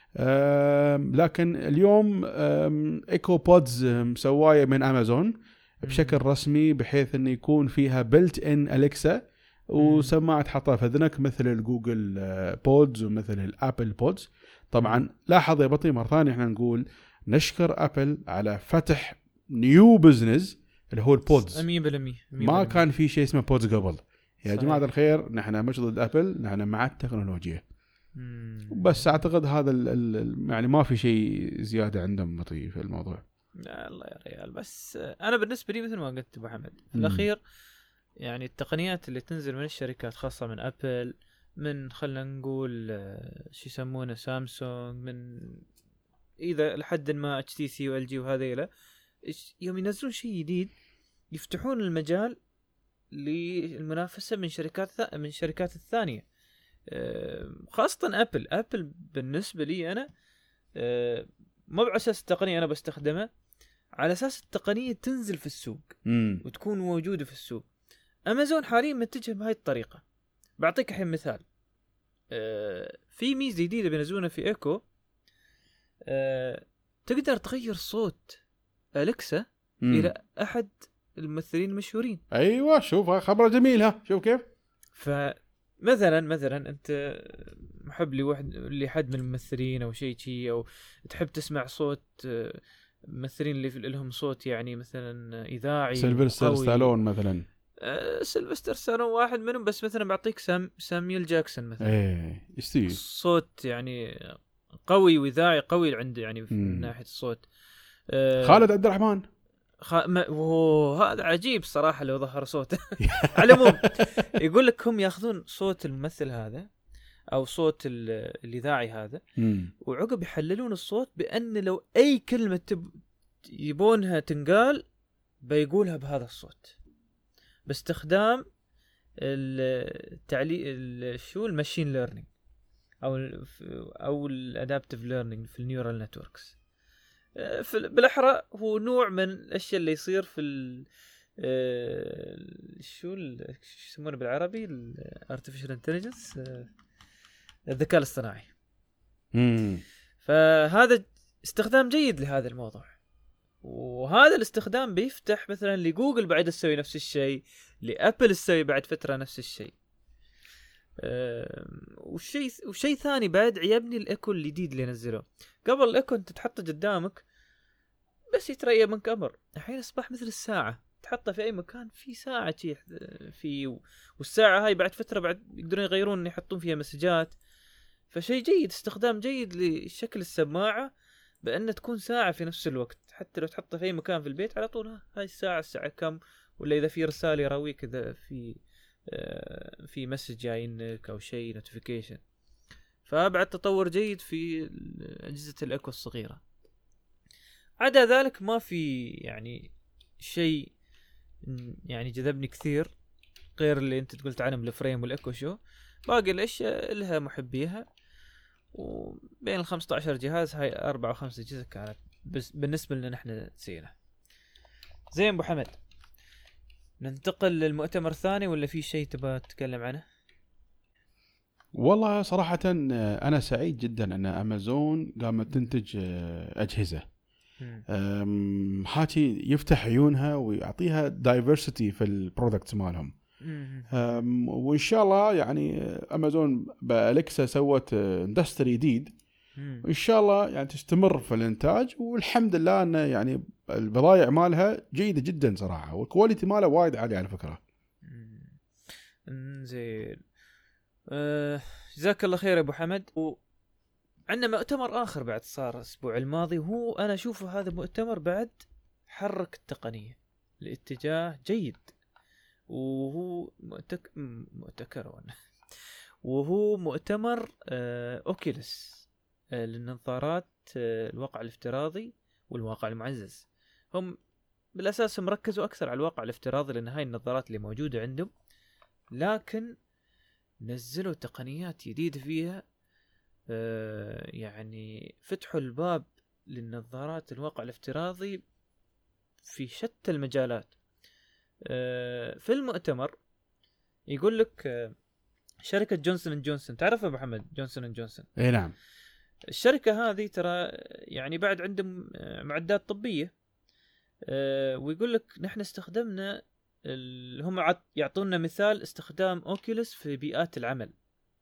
لكن اليوم إيكو بودز مسواية من أمازون بشكل رسمي، بحيث أن يكون فيها بلت إن أليكسا وسماعة تحطها في أذنك مثل الجوجل بودز ومثل الأبل بودز. طبعا لاحظ يا بطي مرة ثانية احنا نقول نشكر أبل على فتح نيو بزنس اللي هو البودز. مية بالمية ما كان في شيء اسمه بودز قبل يا صحيح. جماعة الخير نحن مش ضد أبل، نحن مع التكنولوجيا. مم. بس أعتقد هذا ال ال يعني ما في شيء زيادة عندهم مطي في الموضوع. الله يا ريال. بس أنا بالنسبة لي مثل ما قلت أبو حمد في الأخير يعني التقنيات اللي تنزل من الشركات خاصة من أبل، من خلنا نقول شو يسمونه سامسونج، من إذا لحد ما اتش تي سي و ال جي وهذيلا، يوم ينزلون شيء جديد يفتحون المجال للمنافسة من شركات من شركات الثانية، خاصة أبل. أبل بالنسبة لي أنا مو على أساس التقنية أنا بستخدمها، على أساس التقنية تنزل في السوق مم. وتكون موجودة في السوق. أمازون حاليا متجه بهاي الطريقة. بعطيك الحين مثال، في ميزة جديدة بينزلونها في إيكو، تقدر تغير صوت أليكسا مم. إلى أحد الممثلين المشهورين. ايوه شوف خبره جميله، شوف كيف. فمثلا مثلا انت محب لواحد لحد من الممثلين او شيء شيء، او تحب تسمع صوت ممثلين اللي لهم صوت يعني مثلا اذاعي، سيلفستر ستالون مثلا. آه سيلفستر ستالون واحد منهم، بس مثلا بعطيك سام ساميول جاكسون مثلا. ايه يستوي صوت يعني قوي واذاعي قوي عنده يعني من ناحيه الصوت. آه خالد عبد الرحمن خ... ما... هذا عجيب صراحة لو ظهر صوته. على العموم يقول لك هم ياخذون صوت الممثل هذا أو صوت الإذاعي هذا، وعقب يحللون الصوت بأن لو أي كلمة تب... يبونها تنقال بيقولها بهذا الصوت باستخدام التعليق شو الماشين ليرنينج أو ال... أو الأدابتيف ليرنينج في النيورال نتوركس. بالاحرى هو نوع من الاشياء اللي يصير في ال شو يسمونه بالعربي الارتفيشال انتليجنس، الذكاء الاصطناعي. امم فهذا استخدام جيد لهذا الموضوع، وهذا الاستخدام بيفتح مثلا لجوجل بعد تسوي نفس الشيء، لابل تسوي بعد فتره نفس الشيء. وشيء وشيء ثاني بعد عيبني الايكو الجديد اللي نزله. قبل الايكو انت تحطه قدامك بس يتريا منك امر، الحين اصبح مثل الساعه تحطها في اي مكان في ساعه شيء في، والساعه هاي بعد فتره بعد يقدرون يغيرون يحطون فيها مسجات. فشيء جيد، استخدام جيد لشكل السماعه بان تكون ساعه في نفس الوقت، حتى لو تحطها في اي مكان في البيت على طول هاي الساعه الساعه كم، ولا اذا في رساله يراويك اذا في في مسج جاينك او شيء نوتيفيكيشن. فبعد تطور جيد في اجهزه الايكو الصغيره. عدا ذلك ما في يعني شيء يعني جذبني كثير غير اللي انت قلت عنهم الفريم والايكو شو. باقي الاشياء لها محبيها، وبين ال خمسة عشر جهاز هاي أربعة وخمسة أجهزة كانت بس بالنسبه لنا نحن زينه. زين ابو حمد، ننتقل للمؤتمر الثاني ولا في شيء تبغى تتكلم عنه؟ والله صراحة أنا سعيد جدا أن أمازون قامت تنتج أجهزة حاتي يفتح عيونها ويعطيها دايفرسيتي في البرودكتس مالهم. وإن شاء الله يعني أمازون بأليكسا سوت اندستري جديد، وإن شاء الله يعني تستمر في الإنتاج، والحمد لله أن يعني البضائع مالها جيدة جدا صراحة، والكواليتي مالها وايد عالي على فكرة. زين أه جزاك الله خير يا أبو حمد. وعندنا مؤتمر آخر بعد صار الأسبوع الماضي، وهو أنا أشوفه هذا مؤتمر بعد حرك التقنية لاتجاه جيد، وهو مؤتك... مؤتكر وهو مؤتمر أه... أوكيلس أه... للنظارات أه... الواقع الافتراضي والواقع المعزز. هم بالأساس هم ركزوا أكثر على الواقع الافتراضي لأن هاي النظارات اللي موجودة عندهم، لكن نزلوا تقنيات جديدة فيها. أه... يعني فتحوا الباب للنظارات الواقع الافتراضي في شتى المجالات. أه... في المؤتمر يقول لك أه... شركة جونسون اند جونسون، تعرف أبو محمد جونسون اند جونسون؟ اي نعم. الشركة هذه ترى يعني بعد عندهم معدات طبية، أه ويقول لك نحن استخدمنا ال... هم يعطونا مثال استخدام أوكيلس في بيئات العمل.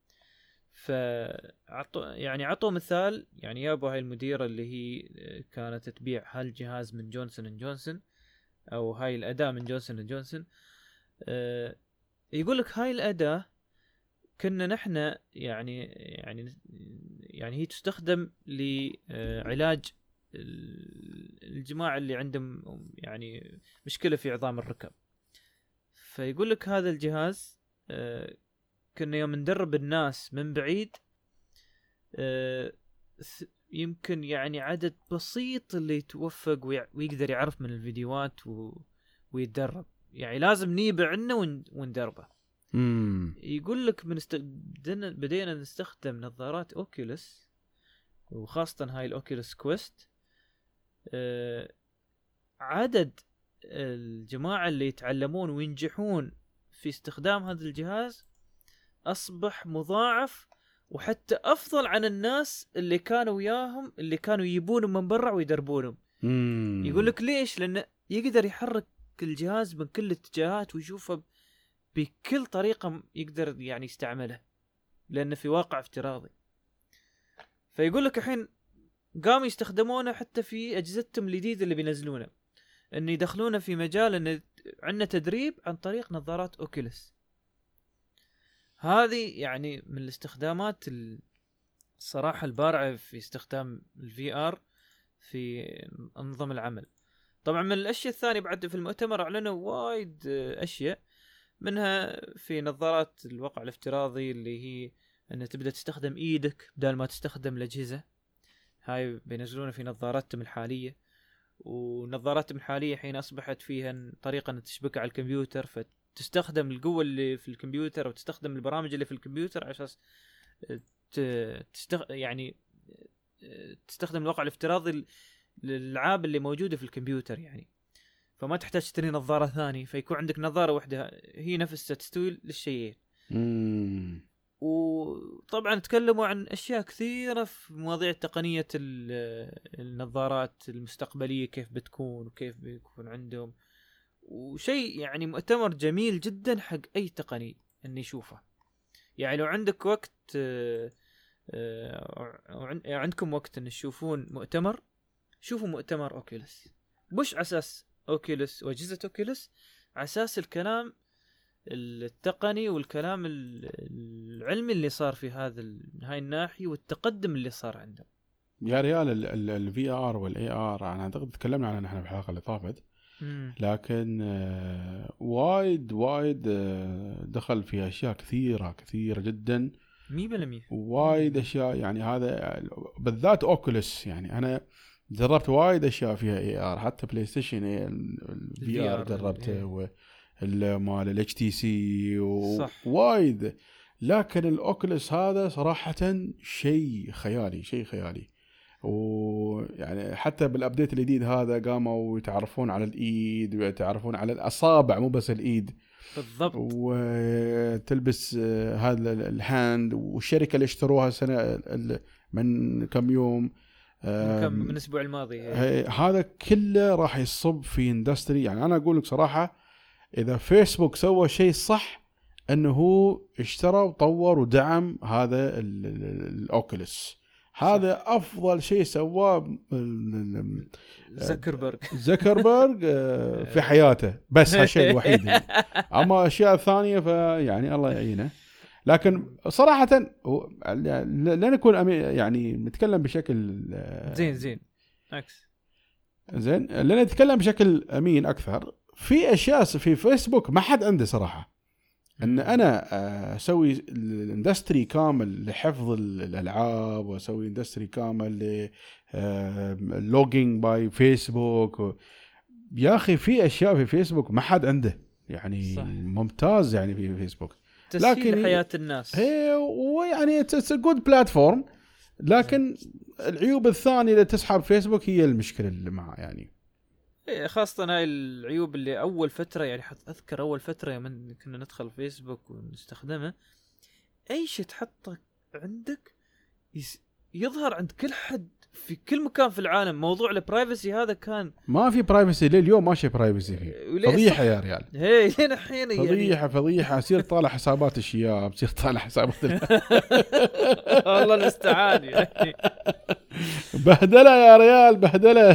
فعطوا يعني عطوا مثال، يعني يابوا هاي المديرة اللي هي كانت تبيع هالجهاز من جونسون اند جونسون أو هاي الأداة من جونسون اند جونسون. أه يقول لك هاي الأداة كنا نحن يعني يعني يعني هي تستخدم لعلاج الجماعة اللي عندهم يعني مشكلة في عظام الركب. فيقول لك هذا الجهاز كنا يوم ندرب الناس من بعيد يمكن يعني عدد بسيط اللي يتوفق ويقدر يعرف من الفيديوهات و... ويتدرب. يعني لازم نيبع عنه ون... وندربه. امم يقول لك من است... بدينا... بدينا نستخدم نظارات اوكيوليس، وخاصة هاي الاوكيوليس كويست. أه... عدد الجماعة اللي يتعلمون وينجحون في استخدام هذا الجهاز أصبح مضاعف، وحتى أفضل عن الناس اللي كانوا وياهم اللي كانوا يجيبونهم من برا ويدربونهم. مم. يقول لك ليش؟ لأنه يقدر يحرك الجهاز من كل الاتجاهات ويشوفه بكل طريقة يقدر يعني يستعملها، لأنه في واقع افتراضي. فيقول لك الحين قاموا يستخدمونه حتى في أجهزتهم الجديدة اللي بينزلونه، أن يدخلونه في مجال أن عندنا تدريب عن طريق نظارات أوكيلس. هذه يعني من الاستخدامات الصراحة البارعة في استخدام الفي آر في أنظمة العمل. طبعا من الأشياء الثانية بعد في المؤتمر أعلنوا وايد أشياء، منها في نظارات الواقع الافتراضي اللي هي أن تبدأ تستخدم إيدك بدل ما تستخدم الأجهزة. هاي بينزلونها في نظاراتهم الحالية، ونظاراتهم الحالية حين أصبحت فيها طريقة أن تشبكها على الكمبيوتر، فتستخدم القوة اللي في الكمبيوتر أو تستخدم البرامج اللي في الكمبيوتر على أساس تستخ... يعني تستخدم الواقع الافتراضي للألعاب اللي موجودة في الكمبيوتر يعني. فما تحتاج تشتري نظارة ثانية، فيكون عندك نظارة واحدة هي نفسها تستوي للشيئين. وطبعا تكلموا عن أشياء كثيرة في مواضيع تقنية النظارات المستقبلية كيف بتكون وكيف بيكون عندهم، وشيء يعني مؤتمر جميل جدا حق أي تقني أن يشوفه. يعني لو عندك وقت عندكم وقت أن تشوفون مؤتمر، شوفوا مؤتمر أوكيوليس، مش أساس أوكيوليس وأجهزة أوكيوليس، أساس الكلام التقني والكلام العلمي اللي صار في هذا هاي الناحية والتقدم اللي صار عنده. يا ريال الفي ار والاي ار انا اعتقد تكلمنا عنها نحن في الحلقة اللي طافت، لكن آه وايد وايد آه دخل فيها اشياء كثيرة كثيرة جدا، مية بالمية وايد اشياء. يعني هذا بالذات اوكيوليس، يعني انا جربت وايد اشياء فيها اي ار، حتى بلاي ستيشن الفي ار جربته و مال الاتش تي سي وايد، لكن الاوكيوليس هذا صراحة شيء خيالي شيء خيالي. ويعني حتى بالابديت الجديد هذا قاموا يتعرفون على الايد ويتعرفون على الاصابع مو بس الايد بالضبط، وتلبس هذا الهاند. والشركة اللي اشتروها سنة من كم يوم من, كم من الاسبوع الماضي هذا كله راح يصب في اندستري. يعني انا اقول لك صراحة اذا فيسبوك سوى شيء صح انه هو اشترى وطور ودعم هذا الاوكيوليس، هذا افضل شيء سواه زكربرج زكربرج في حياته، بس هالشيء الوحيد. اما اشياء ثانيه فيعني الله يعينه. لكن صراحه لا نكون يعني نتكلم بشكل زين زين عكس زين لان نتكلم بشكل امين اكثر. في اشياء في فيسبوك ما حد عنده صراحه، ان انا اسوي الاندستري كامل لحفظ الالعاب، واسوي اندستري كامل لوجينج باي فيسبوك. يا اخي في اشياء في فيسبوك ما حد عنده يعني صح. ممتاز يعني في فيسبوك تسهيل حياه الناس، هي ويعني اتس ا جود بلاتفورم. لكن العيوب الثانيه اللي تسحب فيسبوك هي المشكله اللي معها، يعني خاصة هاي العيوب اللي أول فترة يعني أذكر أول فترة يوم كنا ندخل فيسبوك ونستخدمه، أي شيء تحطه عندك يظهر عند كل حد في كل مكان في العالم. موضوع البرايفسي هذا كان ما في برايفسي لليوم، ماشي برايفسي فيه فضيحة يا ريال. هي لين الحين فضيحة يعني. فضيحة أصير طالع حسابات الشياب، أصير طالع حسابات والله المستعان يعني. بهدلة يا ريال بهدلة.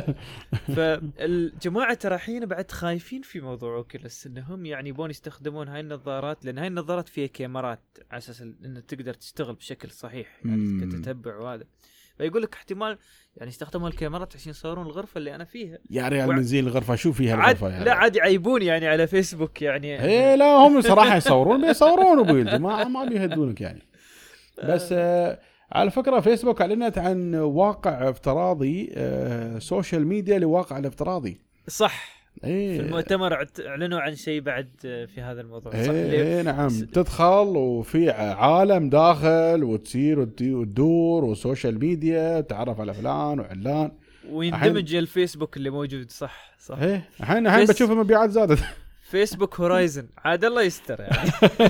فالجماعة ترى الحين بعد خايفين في موضوع اوكيوليس انهم يعني يبون يستخدمون هاي النظارات، لان هاي النظارات فيها كاميرات على اساس ان تقدر تشتغل بشكل صحيح يعني كتتبع وهذا. فيقول لك احتمال يعني يستخدموا الكاميرات عشان يصورون الغرفة اللي انا فيها. يا ريال من زين الغرفة شو فيها الغرفة يعني. لا عاد يعيبون يعني على فيسبوك يعني. ايه لا هم صراحة يصورون بيصورون ابوي الجماعة ما بيهدونك يعني. بس آه على فكرة فيسبوك أعلنت عن واقع افتراضي، آه سوشيال ميديا لواقع الافتراضي. صح. ايه في المؤتمر اعلنوا عن شيء بعد في هذا الموضوع. صح. ايه, إيه نعم. س... تدخل وفي عالم داخل وتصير وتدور وسوشيال ميديا تعرف على فلان وعلان ويندمج أحين... الفيسبوك اللي موجود. صح صح. ايه الحين الحين فيس... بتشوف المبيعات زادت. فيسبوك هورايزن عاد الله يستر يعني.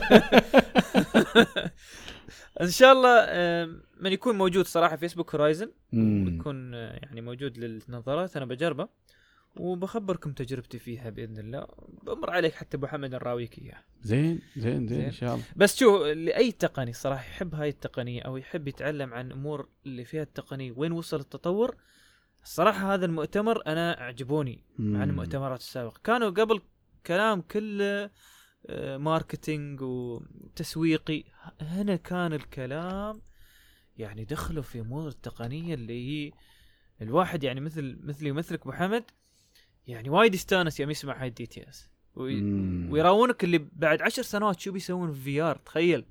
ان شاء الله من يكون موجود صراحه فيسبوك هورايزن ويكون يعني موجود للنظارات انا بجربه وبخبركم تجربتي فيها باذن الله. بمر عليك حتى ابو حمد نراويك اياه. زين زين زين ان شاء الله. بس شو لاي تقني صراحه يحب هاي التقنيه او يحب يتعلم عن امور اللي فيها التقنيه وين وصل التطور، الصراحه هذا المؤتمر انا اعجبوني عن المؤتمرات السابقه. كانوا قبل كلام كله ماركتينج وتسويقي، هنا كان الكلام يعني دخلوا في امور التقنيه اللي هي الواحد يعني مثل مثلي ومثلك محمد يعني وايد يستانس يوم يسمع هاي الدي تي اس وي... ويراونك اللي بعد عشر سنوات شو بيسوون في في ار. تخيل.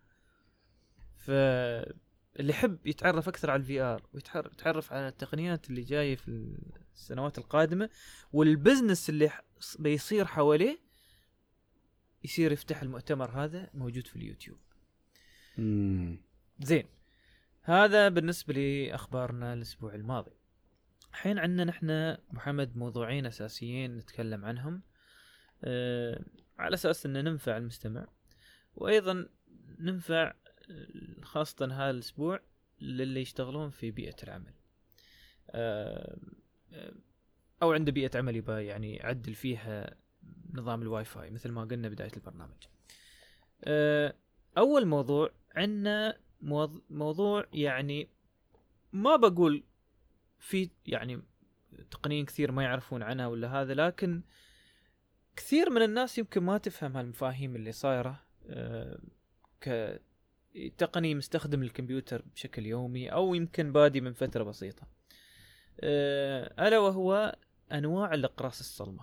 فاللي يحب يتعرف اكثر على الفي ار ويتعرف على التقنيات اللي جايه في السنوات القادمه والبزنس اللي بيصير حواليه، يصير يفتح المؤتمر هذا موجود في اليوتيوب. مم. زين، هذا بالنسبة لأخبارنا الأسبوع الماضي. الحين عندنا نحن محمد موضوعين أساسيين نتكلم عنهم أه على أساس أن ننفع المستمع وأيضا ننفع خاصة هذا الأسبوع للي يشتغلون في بيئة العمل أه أو عنده بيئة عمل يبقى يعني يعدل فيها نظام الواي فاي مثل ما قلنا بداية البرنامج. أه أول موضوع عندنا موضوع يعني ما بقول في يعني تقنيين كثير ما يعرفون عنها ولا هذا، لكن كثير من الناس يمكن ما تفهم هالمفاهيم اللي صايرة أه كتقني مستخدم الكمبيوتر بشكل يومي أو يمكن بادي من فترة بسيطة. أه ألا وهو أنواع الأقراص الصلبة.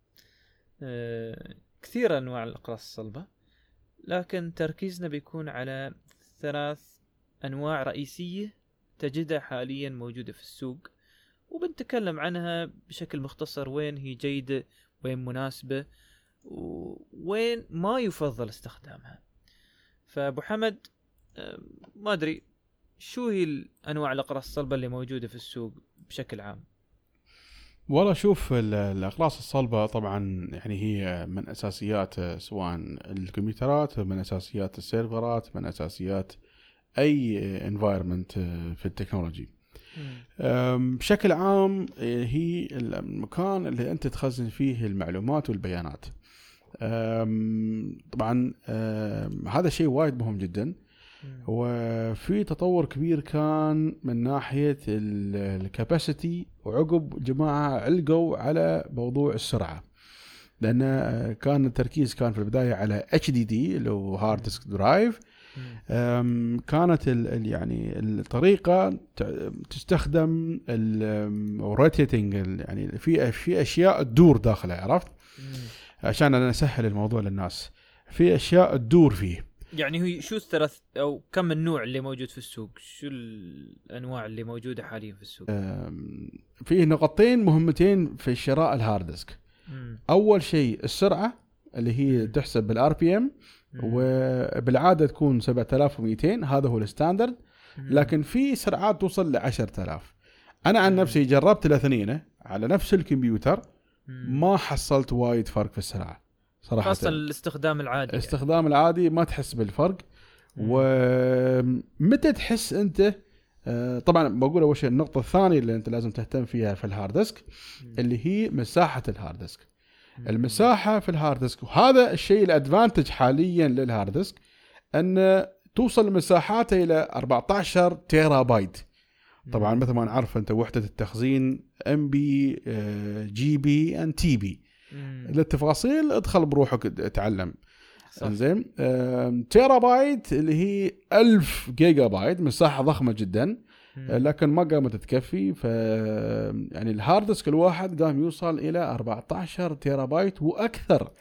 أه كثير أنواع الأقراص الصلبة، لكن تركيزنا بيكون على ثلاث أنواع رئيسية تجدها حاليا موجودة في السوق وبنتكلم عنها بشكل مختصر، وين هي جيدة وين مناسبة وين ما يفضل استخدامها. فأبو حمد ما أدري شو هي الأنواع الأقراص الصلبة اللي موجودة في السوق بشكل عام. والله شوف الأقراص الصلبة طبعا يعني هي من أساسيات سواء الكمبيوترات، من أساسيات السيرفرات، من أساسيات أي environment في التكنولوجي. بشكل عام هي المكان اللي أنت تخزن فيه المعلومات والبيانات. طبعا هذا شيء وايد مهم جدا، وفي تطور كبير كان من ناحية الكاباسيتي، وعقب جماعة علقوا على موضوع السرعة، لأن كان التركيز كان في البداية على إتش دي دي اللي هو هارد ديسك درايف. كانت ال يعني الطريقة تستخدم الروتيتنج يعني في في أشياء تدور داخله، عرفت؟ عشان أنا أسهل الموضوع للناس، في أشياء تدور فيه. يعني هي شو الثلاث أو كم النوع اللي موجود في السوق؟ شو الأنواع اللي موجودة حاليا في السوق؟ فيه نقطتين مهمتين في شراء الهارد ديسك. أول شيء السرعة اللي هي تحسب بالار بي ام، وبالعادة تكون سبعة آلاف ومئتين، هذا هو الستاندرد، لكن في سرعات توصل لعشرة آلاف. أنا عن نفسي جربت الاثنين على نفس الكمبيوتر، ما حصلت وايد فرق في السرعة صراحة. خاصة الاستخدام العادي، الاستخدام يعني. العادي ما تحس بالفرق. ومتى تحس أنت طبعا بقول أول شيء النقطة الثانية اللي أنت لازم تهتم فيها في الهارد ديسك اللي هي مساحة الهارد ديسك. المساحة في الهارد ديسك، وهذا الشيء الادفانتج حاليا للهارد ديسك، أن توصل مساحاته إلى أربعة عشر تيرا بايت. طبعا مثل ما نعرف أنت وحدة التخزين ام بي جي بي ان تي بي. للتفاصيل ادخل بروحك اتعلم. زين، تيرا بايت اللي هي ألف جيجا بايت، مساحة ضخمة جدا، لكن ما قامت تكفي. ف يعني الهارد ديسك الواحد قام يوصل إلى أربعة عشر تيرا بايت وأكثر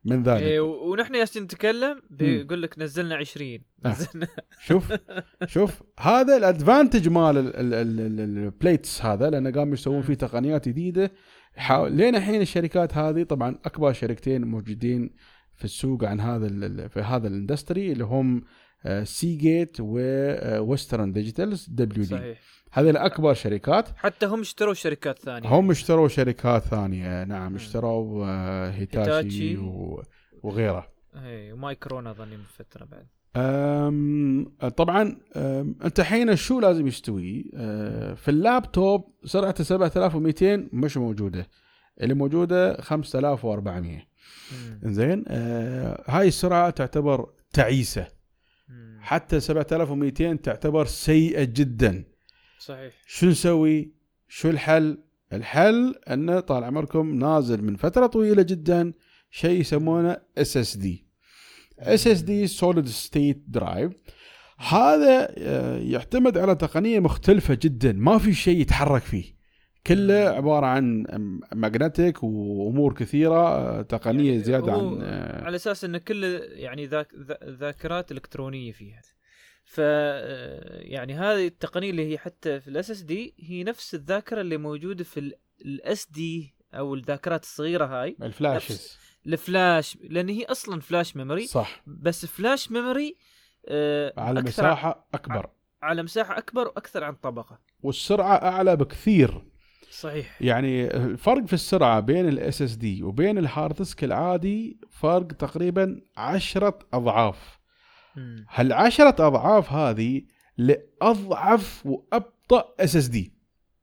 من ذلك. إيه ونحن ياسين نتكلم بيقول لك نزلنا عشرين نزلنا. شوف شوف هذا الادفانتج مال البليتس هذا، لأنه قام يسوون فيه تقنيات جديدة. لين الحين الشركات هذه طبعا أكبر شركتين موجودين في السوق عن هذا في هذا الاندستري اللي هم سيجيت وويسترن ديجيتالز دبليو دي. صحيح. هذه الأكبر شركات. حتى هم اشتروا شركات ثانية. هم اشتروا شركات ثانية. نعم اشتروا هيتاشي وغيره. اي ومايكرون اظني من فترة بعد. أم طبعا أم انت حين شو لازم يستوي أه في اللابتوب سرعته سبعة آلاف ومئتين مش موجودة، اللي موجودة خمسة آلاف وأربعمية. زين أه هاي السرعة تعتبر تعيسة. مم. حتى سبعة آلاف ومئتين تعتبر سيئة جدا. صحيح. شو نسوي؟ شو الحل؟ الحل أنه طال عمركم نازل من فترة طويلة جدا شيء يسمونه إس إس دي إس إس دي Solid State Drive. هذا يعتمد على تقنية مختلفة جدا، ما في شيء يتحرك فيه، كله عبارة عن ماغنتيك وأمور كثيرة، تقنية يعني زيادة عن على أساس أن كل يعني ذاك ذاكرات إلكترونية فيها. ف يعني هذه التقنية اللي هي حتى في الإس إس دي هي نفس الذاكرة اللي موجودة في الإس دي أو الذاكرات الصغيرة هاي الفلاشز الفلاش، لأن هي أصلا فلاش ميموري. صح. بس فلاش ميموري آه على مساحة أكبر، على مساحة أكبر وأكثر عن طبقة، والسرعة أعلى بكثير. صحيح. يعني الفرق في السرعة بين ال إس إس دي وبين الهارد ديسك العادي فرق تقريبا عشرة أضعاف. هالعشرة أضعاف هذه لأضعف وأبطأ إس إس دي.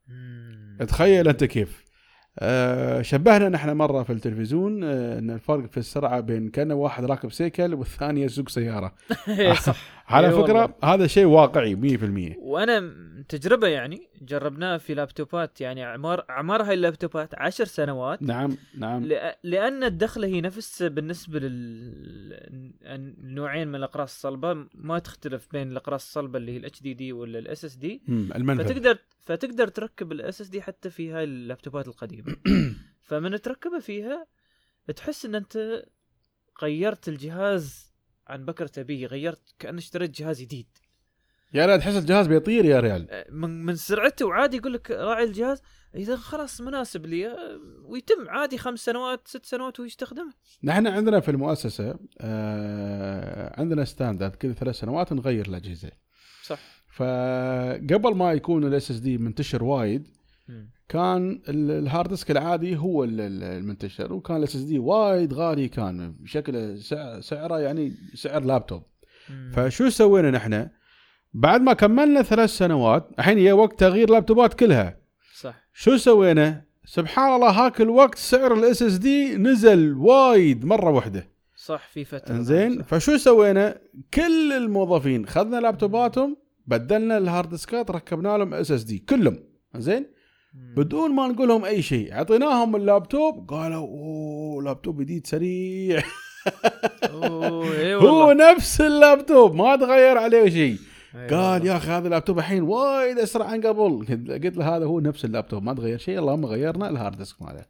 تخيل أنت كيف. أه شبهنا نحن مرة في التلفزيون أه ان الفرق في السرعة بين كان واحد راكب سيكل والثاني يسوق سيارة. صح. على فكرة هذا شيء واقعي مية بالمية. وانا تجربة يعني جربناها في لابتوبات، يعني عمر عمر هاي اللابتوبات عشر سنوات. نعم نعم. لان الدخلة هي نفس بالنسبة للنوعين من الاقراص الصلبة، ما تختلف بين الاقراص الصلبة اللي هي الاتش دي دي ولا الاس اس دي. فتقدر فتقدر تركب الاس اس دي حتى في هاي اللابتوبات القديمة. فمن تركبه فيها تحس ان انت غيرت الجهاز عن بكرة أبيه، غيرت كأنه اشتريت جهاز جديد. يا لا تحس الجهاز بيطير يا ريال من من سرعته. وعادي يقول لك راعي الجهاز اذا خلاص مناسب لي ويتم عادي خمس سنوات ست سنوات ويستخدمه. نحن عندنا في المؤسسة آه عندنا ستاندرد كل ثلاث سنوات نغير الأجهزة. صح. فقبل ما يكون الاس اس دي منتشر وايد م. كان الهارد ديسك العادي هو المنتشر، وكان الاس اس دي وايد غالي، كان بشكل سعره يعني سعر لابتوب. م. فشو سوينا نحن بعد ما كملنا ثلاث سنوات الحين هي وقت تغيير لابتوبات كلها. صح. شو سوينا؟ سبحان الله هاك الوقت سعر الاس اس دي نزل وايد مرة واحدة. صح في فترة. زين. فشو سوينا؟ كل الموظفين خذنا لابتوباتهم بدلنا الهارد ديسكات ركبنا لهم اس اس دي كلهم. زين. بدون ما نقول لهم اي شيء عطيناهم اللابتوب قالوا اوه لابتوب جديد سريع. أوه هو نفس اللابتوب ما تغير عليه شيء. قال يا اخي هذا اللابتوب الحين وايد اسرع عن قبل. قلت له هذا هو نفس اللابتوب ما تغير شيء، اللهم غيرنا الهارد ديسك ماله.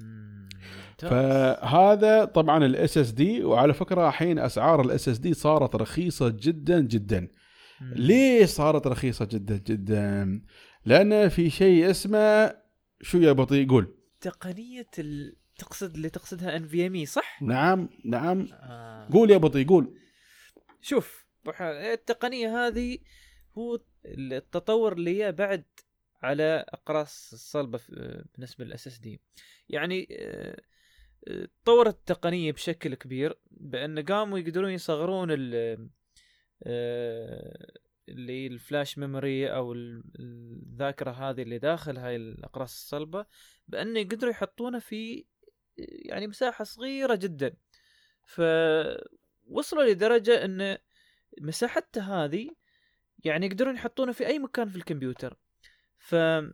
فهذا طبعا الاس اس دي. وعلى فكره الحين اسعار الاس اس دي صارت رخيصه جدا جدا. ليه صارت رخيصه جدا جدا؟ لأن في شيء اسمه شو يا بطيء قول. تقنية ال... تقصد اللي تقصدها إن في إم إي صح؟ نعم نعم. آه. قول يا بطيء قول. شوف التقنية هذه هو التطور اللي هي بعد على أقراص الصلبة بالنسبة للأس اس دي. يعني تطورت التقنية بشكل كبير بأن قاموا يقدرون يصغرون ال اللي الفلاش ميموري او الذاكره هذه اللي داخل هاي الاقراص الصلبه، بان يقدروا يحطونه في يعني مساحه صغيره جدا. فوصلوا لدرجه ان مساحتها هذه يعني يقدرون يحطونه في اي مكان في الكمبيوتر. ف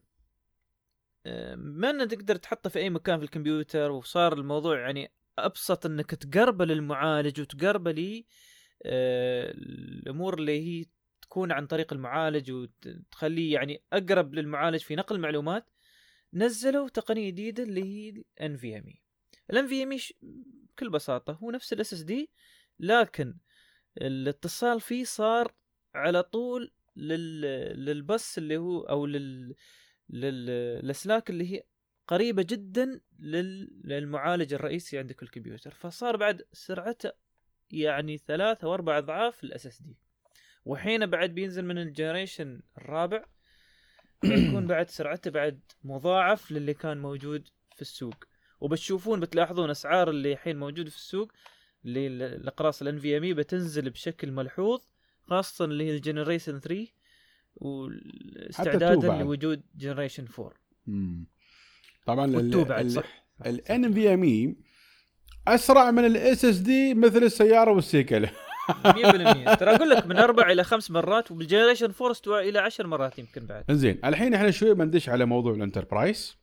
ما انك تقدر تحطه في اي مكان في الكمبيوتر، وصار الموضوع يعني ابسط انك تقربه للمعالج وتقربه لي الامور اللي هي تكون عن طريق المعالج وتخليه يعني أقرب للمعالج في نقل المعلومات. نزلوا تقنية جديدة اللي هي ال إن في إم إي. ال إن في إم إي بكل بساطه هو نفس الاس اس دي، لكن الاتصال فيه صار على طول لل للبس اللي هو او لل للاسلاك اللي هي قريبه جدا لل... للمعالج الرئيسي عندك الكمبيوتر، فصار بعد سرعته يعني ثلاثة واربع اضعاف الاس اس دي. وحين بعد بينزل من الجنريشن الرابع يكون بعد سرعته بعد مضاعف للي كان موجود في السوق. وبتشوفون بتلاحظون اسعار اللي الحين موجود في السوق اللي الاقراص الان في ام اي بتنزل بشكل ملحوظ، خاصه اللي هي الجنريشن ثلاثة واستعدادا لوجود جنريشن أربعة. امم طبعا والتو بعد صح. الان في ام اي اسرع من الاس اس دي مثل السياره والسيكله مية بالمية. ترى اقول لك من اربع الى خمس مرات، وبالجنريشن أربعة استوى الى عشر مرات يمكن بعد. زين الحين احنا شوي بندش على موضوع الانتربرايز.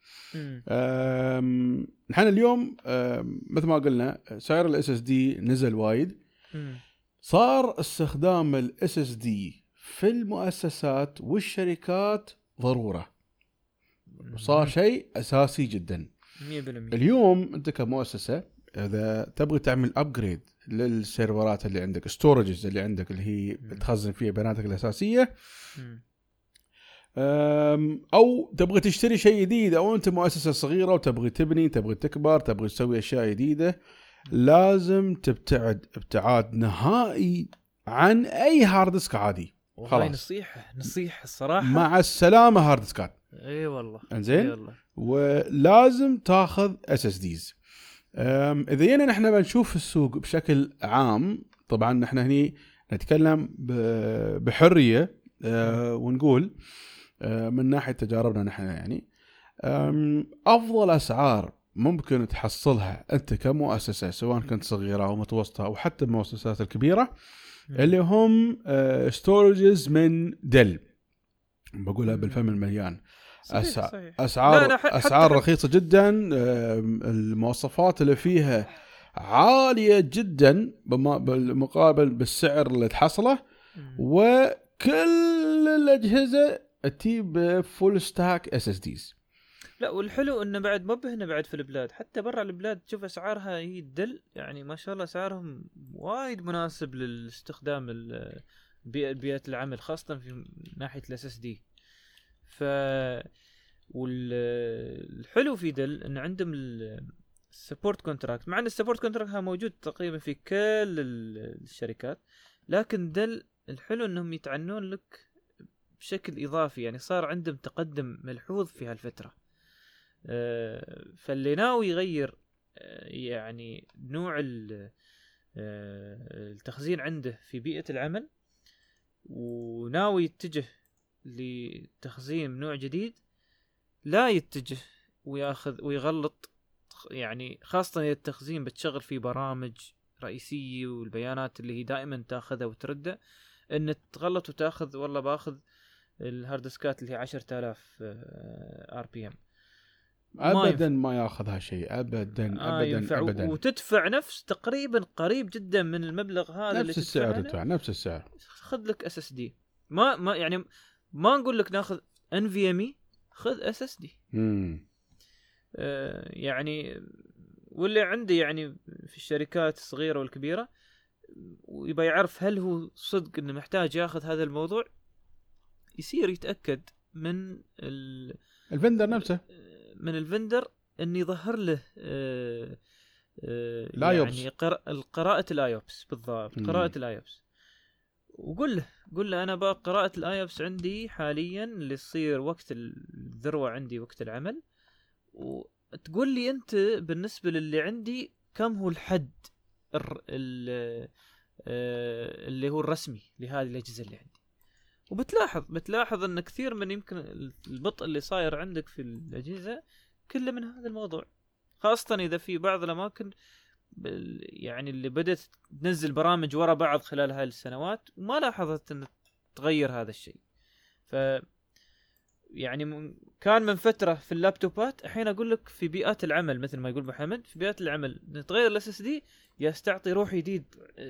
نحن اليوم مثل ما قلنا سعر الاس اس دي نزل وايد. مم. صار استخدام الاس اس دي في المؤسسات والشركات ضروره، صار شيء اساسي جدا مية بالمية. اليوم انت كمؤسسه اذا تبغى تعمل ابجريد للسيرفرات اللي عندك، ستورجز اللي عندك اللي هي تخزن فيها بياناتك الاساسيه، او تبغى تشتري شيء جديد، او انت مؤسسه صغيره وتبغى تبني، تبغى تكبر، تبغى تسوي اشياء جديده، لازم تبتعد ابتعاد نهائي عن اي هارد ديسك عادي. خلاص نصيحه نصيحه الصراحه، مع السلامه هارد ديسكات. اي والله انزين. والله. ولازم تاخذ اس اس ديز. اذا جينا نحن بنشوف السوق بشكل عام، طبعا نحن هني نتكلم بحريه ونقول من ناحيه تجاربنا نحن، يعني افضل اسعار ممكن تحصلها انت كمؤسسه سواء كنت صغيره او متوسطه او حتى المؤسسات الكبيره اللي هم ستورجز من دل، بقولها بالفم المليان. صحيح صحيح. اسعار لا اسعار رخيصه جدا، المواصفات اللي فيها عاليه جدا بالمقابل بالسعر اللي تحصله، وكل الاجهزه تجيب فول ستاك اس اس ديز. لا والحلو انه بعد مو هنا بعد في البلاد، حتى برا البلاد تشوف اسعارها هي الدل، يعني ما شاء الله اسعارهم وايد مناسب للاستخدام بيئه العمل، خاصه في ناحيه الاس اس دي. ف والحلو في دل ان عندهم السبورت كونتراكت، مع ان السبورت كونتراكت موجود تقريبا في كل الشركات، لكن دل الحلو انهم يتعنون لك بشكل اضافي، يعني صار عندهم تقدم ملحوظ في هالفتره. فاللي ناوي يغير يعني نوع التخزين عنده في بيئه العمل وناوي يتجه لتخزين نوع جديد، لا يتجه وياخذ ويغلط، يعني خاصة التخزين بتشغل فيه برامج رئيسية والبيانات اللي هي دائما تاخذها وتردها، ان تغلط وتاخذ والله باخذ الهارد ديسكات اللي هي عشرة آلاف ار بي ام، ابدا ما ياخذها شيء ابدا آه ابدا ابدا، وتدفع نفس تقريبا قريب جدا من المبلغ هذا، نفس السعر تدفع نفس السعر. خذ لك اس اس دي، ما ما يعني ما نقول لك ناخذ ان في ام اي، خذ اس اس دي. امم آه يعني واللي عندي يعني في الشركات الصغيره والكبيره ويبغى يعرف هل هو صدق انه محتاج ياخذ هذا الموضوع، يصير يتاكد من ال الفندر نفسه، من الفندر ان يظهر له آه آه يعني قراءه الايوبس بالضبط، قراءه الايوبس، وقول له قول له انا بقى قراءه الايوبس عندي حاليا اللي تصير وقت الذروه عندي وقت العمل، وتقول لي انت بالنسبه للي عندي كم هو الحد اللي هو الرسمي لهذه الاجهزه اللي عندي. وبتلاحظ بتلاحظ ان كثير من يمكن البطء اللي صاير عندك في الاجهزه كله من هذا الموضوع، خاصه اذا في بعض الاماكن يعني اللي بدأت تنزل برامج ورا بعض خلال هاي السنوات وما لاحظت ان تغير هذا الشيء. ف يعني كان من فتره في اللابتوبات، الحين اقول لك في بيئات العمل مثل ما يقول محمد، في بيئات العمل نتغير الاس اس دي يستعطي روح جديد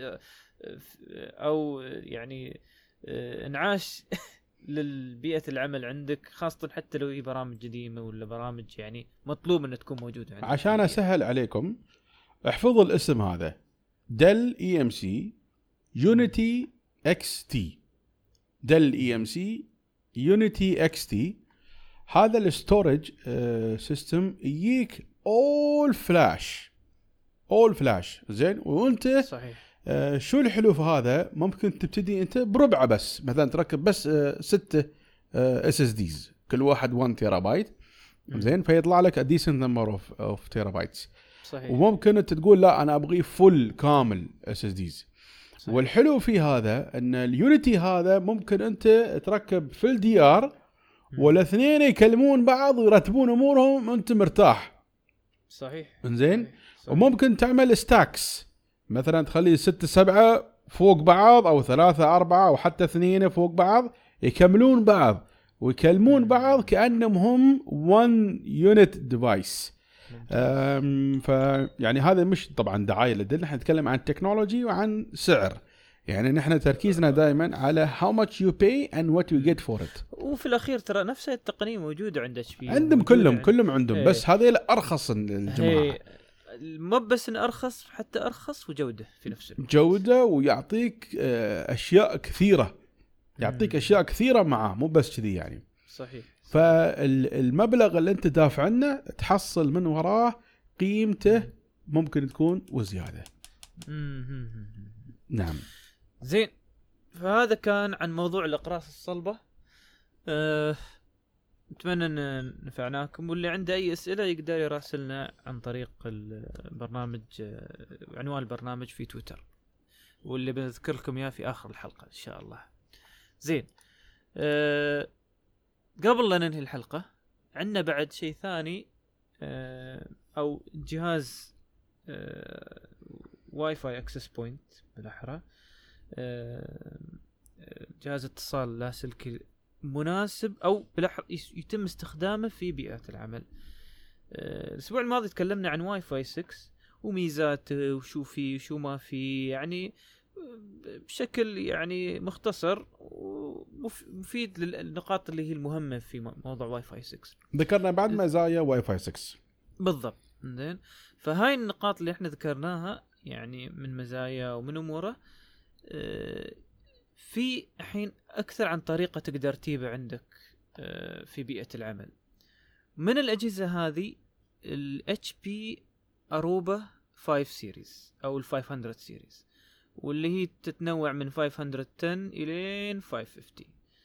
او يعني انعاش للبيئه العمل عندك، خاصه حتى لو هي برامج قديمه ولا برامج يعني مطلوب ان تكون موجوده عندك. عشان اسهل عليكم احفظوا الاسم هذا ديل اي ام سي يونيتي اكس تي. ديل اي ام سي يونيتي اكس تي هذا الستورج سيستم يجيك اول فلاش اول فلاش زين. وانت صحيح آه شو الحلو في هذا؟ ممكن تبتدي انت بربعه بس، مثلا تركب بس آه ستة اس اس ديز كل واحد واحد تيرا بايت زين، فيطلع لك a decent number of, of terabytes. صحيح. وممكن انت تقول لا انا ابغي فل كامل اس اس ديز. والحلو في هذا ان اليونيتي هذا ممكن انت تركب في الدي ار والاثنين يكلمون بعض ويرتبون امورهم وانت مرتاح. صحيح انزين. وممكن تعمل ستاكس، مثلا تخلي ستة سبعة فوق بعض او ثلاثة أربعة او حتى اثنين فوق بعض يكملون بعض ويكلمون بعض كأنهم هم one unit device. فيعني هذا مش طبعا دعاية للدل، نحن نتكلم عن تكنولوجي وعن سعر. يعني نحن تركيزنا دائما على how much you pay and what you get for it. وفي الأخير ترى نفس التقنية موجودة عند اتش بي، عندهم كلهم عند... كلهم عندهم هي. بس هذه أرخص الجماعة، مو بس إن أرخص، حتى أرخص وجودة في نفس الوقت. جودة ويعطيك أشياء كثيرة، يعطيك أشياء كثيرة معاه، مو بس كذي يعني. صحيح. فالمبلغ اللي انت دافع عنه تحصل من وراه قيمته ممكن تكون وزيادة. نعم. زين، فهذا كان عن موضوع الأقراص الصلبة. أه... أتمنى أن نفعناكم، واللي عنده أي أسئلة يقدر يراسلنا عن طريق البرنامج، عنوان البرنامج في تويتر، واللي بنذكر لكم إياه في آخر الحلقة إن شاء الله. زين. أه... قبل لا ننهي الحلقة عندنا بعد شيء ثاني، أو جهاز واي فاي اكسس بوينت بالأحرى، جهاز اتصال لاسلكي مناسب أو بالأحرى يتم استخدامه في بيئة العمل. الأسبوع الماضي تكلمنا عن واي فاي ستة وميزاته وشو فيه وشو ما فيه، يعني بشكل يعني مختصر ومفيد للنقاط اللي هي المهمة في موضوع واي فاي ستة. ذكرنا بعد مزايا واي فاي ستة بالضبط. زين، فهاي النقاط اللي احنا ذكرناها يعني من مزايا ومن اموره، اه في الحين اكثر عن طريقة تقدر تجيبه عندك اه في بيئة العمل. من الاجهزة هذه ال إتش بي أروبا خمسمية سيريز او ال خمسمية سيريز، واللي هي تتنوع من خمسمية وعشرة إلى خمسمية وخمسين.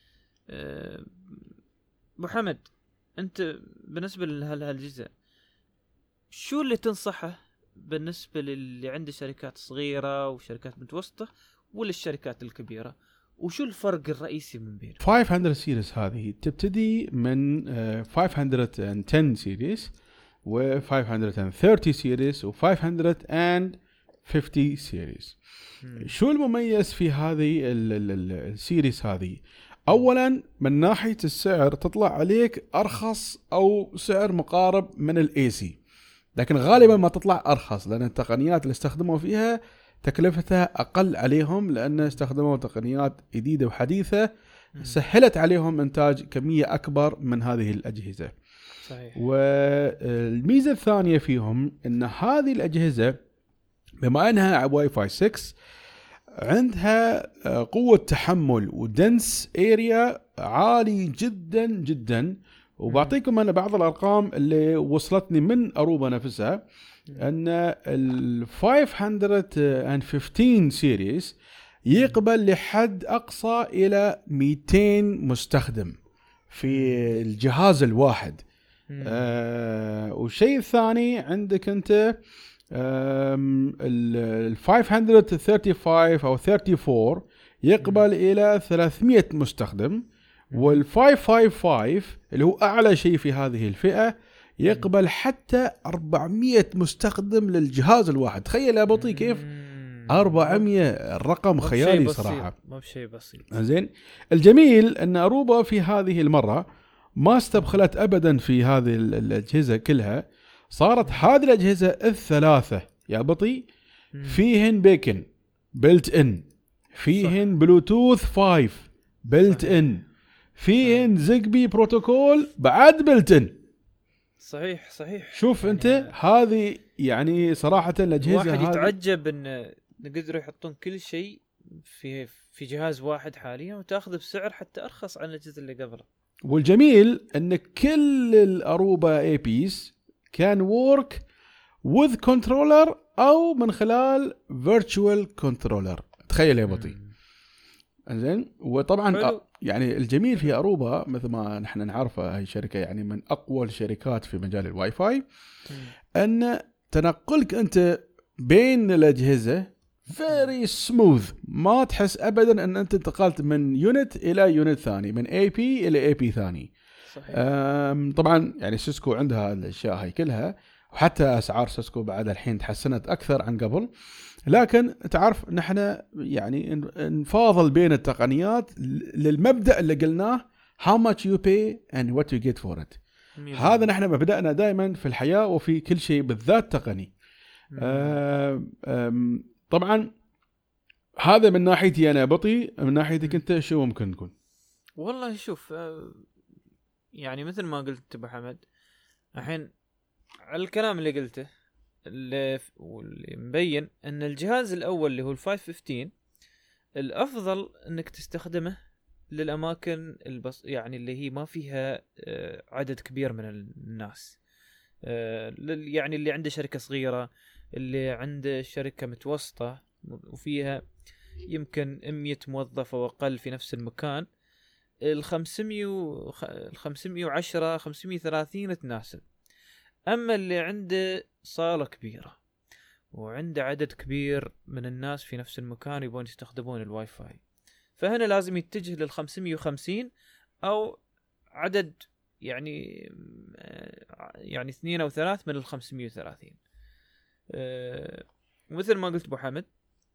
أبو حمد، أنت بالنسبة لهالأجهزة شو اللي تنصحه بالنسبة للي عنده شركات صغيرة وشركات متوسطة وللشركات الكبيرة، وشو الفرق الرئيسي من بينهم؟ خمسمية سيريز هذه تبتدي من خمسمية وعشرة سيريز و خمسمية وثلاثين سيريز و خمسمية وخمسين سيريز. شو المميز في هذه السيريز هذه؟ اولا من ناحية السعر تطلع عليك ارخص او سعر مقارب من الاي سي، لكن غالبا ما تطلع ارخص لان التقنيات اللي استخدموا فيها تكلفتها اقل عليهم، لان استخدموا تقنيات جديدة وحديثة سهلت عليهم انتاج كمية اكبر من هذه الاجهزة. صحيح. والميزة الثانية فيهم ان هذه الاجهزة بما انها واي فاي ستة عندها قوة تحمل ودنس اريا عالي جدا جدا. وبعطيكم انا بعض الارقام اللي وصلتني من اروبا نفسها، ان ال خمسمية وخمسة سيريز يقبل لحد اقصى الى مئتين مستخدم في الجهاز الواحد. آه والشيء الثاني عندك انت ال خمسمية وخمسة وثلاثين او أربعة وثلاثين يقبل الى ثلاثمية مستخدم، وال خمسمية وخمسة وخمسين اللي هو اعلى شيء في هذه الفئة يقبل حتى أربعمية مستخدم للجهاز الواحد. تخيل يا بطي كيف أربعمية، الرقم خيالي صراحة، مو بشيء بسيط. زين. الجميل ان اروبا في هذه المرة ما استبخلت ابدا في هذه الاجهزة كلها. صارت هذه الأجهزة الثلاثة يا بطي فيهن بيكن بيلت ان، فيهن بلوتوث خمسة بيلت ان، فيهن زيجبي بروتوكول بعد بيلت ان. صحيح صحيح. شوف يعني انت هذه يعني صراحه الاجهزه واحد هذه يتعجب ان قدروا يحطون كل شيء في في جهاز واحد حاليا وتاخذه بسعر حتى ارخص عن الاجهزه اللي قبله. والجميل ان كل الاروبا اي بيس كان وورك with كنترولر او من خلال فيرتشوال كنترولر. تخيل يا بطي. زين. وطبعا حلو. يعني الجميل في اروبا مثل ما نحن نعرفه هي شركه يعني من اقوى الشركات في مجال الواي فاي، ان تنقلك انت بين الاجهزه very smooth، ما تحس ابدا ان انت انتقلت من يونت الى يونت ثاني، من اي بي الى اي بي ثاني. صحيح. طبعا يعني سيسكو عندها الاشياء هاي كلها، وحتى اسعار سيسكو بعد الحين تحسنت اكثر عن قبل، لكن تعرف نحن يعني نفاضل بين التقنيات للمبدا اللي قلناه how much you pay and what you get for it. هذا نحن مبدأنا دائما في الحياه وفي كل شيء، بالذات تقني. طبعا هذا من ناحيتي انا بطي. من ناحيتك انت شو ممكن تكون؟ والله شوف، يعني مثل ما قلت ابو حمد الحين على الكلام اللي قلته، اللي, واللي مبين ان الجهاز الاول اللي هو الفايف فيفتين الافضل انك تستخدمه للاماكن البص يعني اللي هي ما فيها عدد كبير من الناس، يعني اللي عنده شركة صغيرة، اللي عنده شركة متوسطة وفيها يمكن مية موظف او اقل في نفس المكان، الخمسمية الخمسمية وعشرة خمسمية وثلاثين تناسب. اما اللي عنده صالة كبيرة وعنده عدد كبير من الناس في نفس المكان يبون يستخدمون الواي فاي، فهنا لازم يتجه للخمسمية وخمسين او عدد يعني يعني اثنين او ثلاث من الخمسمية وثلاثين. أه مثل ما قلت ابو حمد،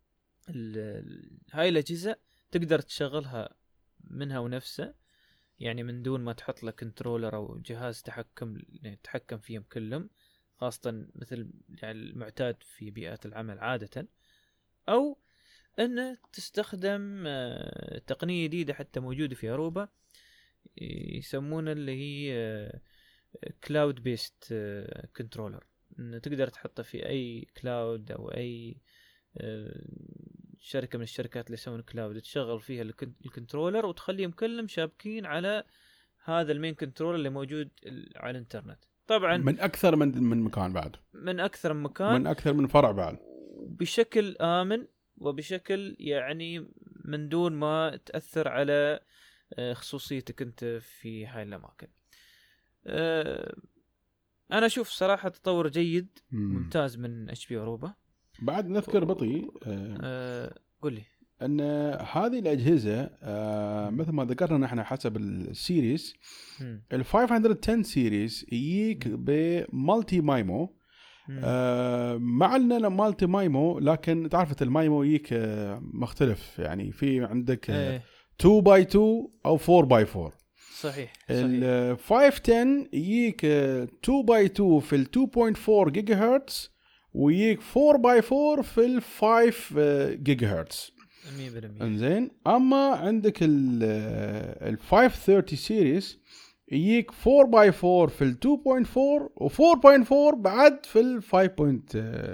هاي الاجهزة تقدر تشغلها منها ونفسه، يعني من دون ما تحط له كنترولر او جهاز تحكم يتحكم فيهم كلهم، خاصة مثل يعني المعتاد في بيئات العمل عادة، او انه تستخدم تقنية جديدة حتى موجودة في أوروبا يسمونها اللي هي كلاود بيست كنترولر، انه تقدر تحطه في اي كلاود او اي شركة من الشركات اللي يسوون كلاود، تشغل فيها الكنترولر وتخليهم كلهم شابكين على هذا المين كنترولر اللي موجود على الانترنت. طبعا من اكثر من من مكان بعد، من اكثر من مكان، من اكثر من فرع بعد، بشكل امن وبشكل يعني من دون ما تأثر على خصوصيتك انت في هاي الاماكن. انا اشوف صراحة تطور جيد ممتاز من اتش بي اوروبا. بعد نذكر بطيء أه قل لي ان هذه الاجهزه آه مثل ما ذكرنا نحن حسب السيريز، ال خمسمية وعشرة سيريز يجيك بمالتي مايمو، آه مع اننا مالتي مايمو، لكن تعرفت المايمو يجيك آه مختلف، يعني في عندك آه تو باي تو او فور باي فور. صحيح. ال خمسمية وعشرة يجيك آه تو باي تو في ال تو نقطة فور جيجا هرتز، ويجيك فور باي فور في ال خمسة جيجا هرتز. مية بالمية. انزين. اما عندك ال خمسمية وثلاثين سيريز يجيك فور باي فور في ال تو نقطة فور و فور نقطة فور بعد في ال خمسة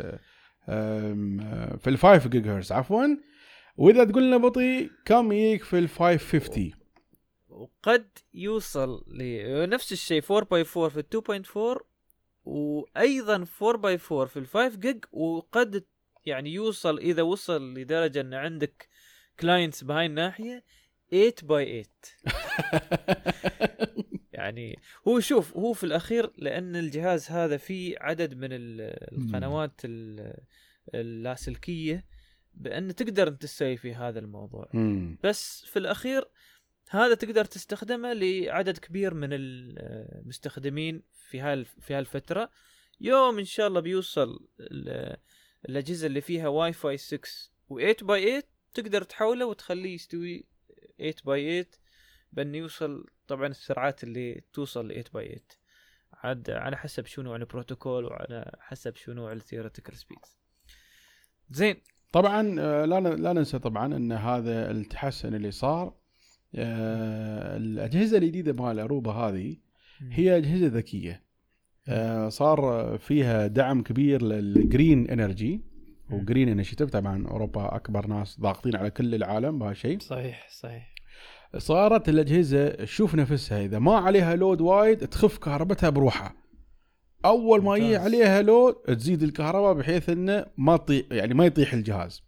في ال خمسة جيجا هرتز عفوا. واذا تقولنا بطيء كم يجيك في ال خمسمية وخمسين، وقد يوصل لنفس الشيء فور باي فور في ال تو نقطة فور وايضا فور باي فور في ال خمسة جيج، وقد يعني يوصل اذا وصل لدرجة ان عندك كلاينتس بهاي الناحية ثمانية باي ثمانية. يعني هو شوف هو في الاخير لان الجهاز هذا فيه عدد من القنوات اللاسلكية بان تقدر انت تسوي في هذا الموضوع، بس في الاخير هذا تقدر تستخدمه لعدد كبير من المستخدمين في هال في هالفترة. يوم ان شاء الله بيوصل الاجهزة اللي فيها واي فاي ستة و ثمانية باي ثمانية تقدر تحوله وتخليه يستوي ثمانية باي ثمانية، بأن يوصل طبعا السرعات اللي توصل ل ثمانية باي ثمانية عاد على حسب شو نوع البروتوكول وعلى حسب شو نوع الثيوريتيكال سبيد. زين. طبعا لا لا ننسى طبعا ان هذا التحسن اللي صار، الأجهزة الجديدة مال أوروبا هذه هي أجهزة ذكية. آه صار فيها دعم كبير للجرين انرجي وجرين انيشيتيف. طبعا اوروبا اكبر ناس ضاغطين على كل العالم بهالشيء. صحيح صحيح. صارت الاجهزه شوف نفسها اذا ما عليها لود وايد تخف كهربتها بروحها. اول ما يجي عليها لود تزيد الكهرباء بحيث انه ما يطيح يعني ما يطيح الجهاز.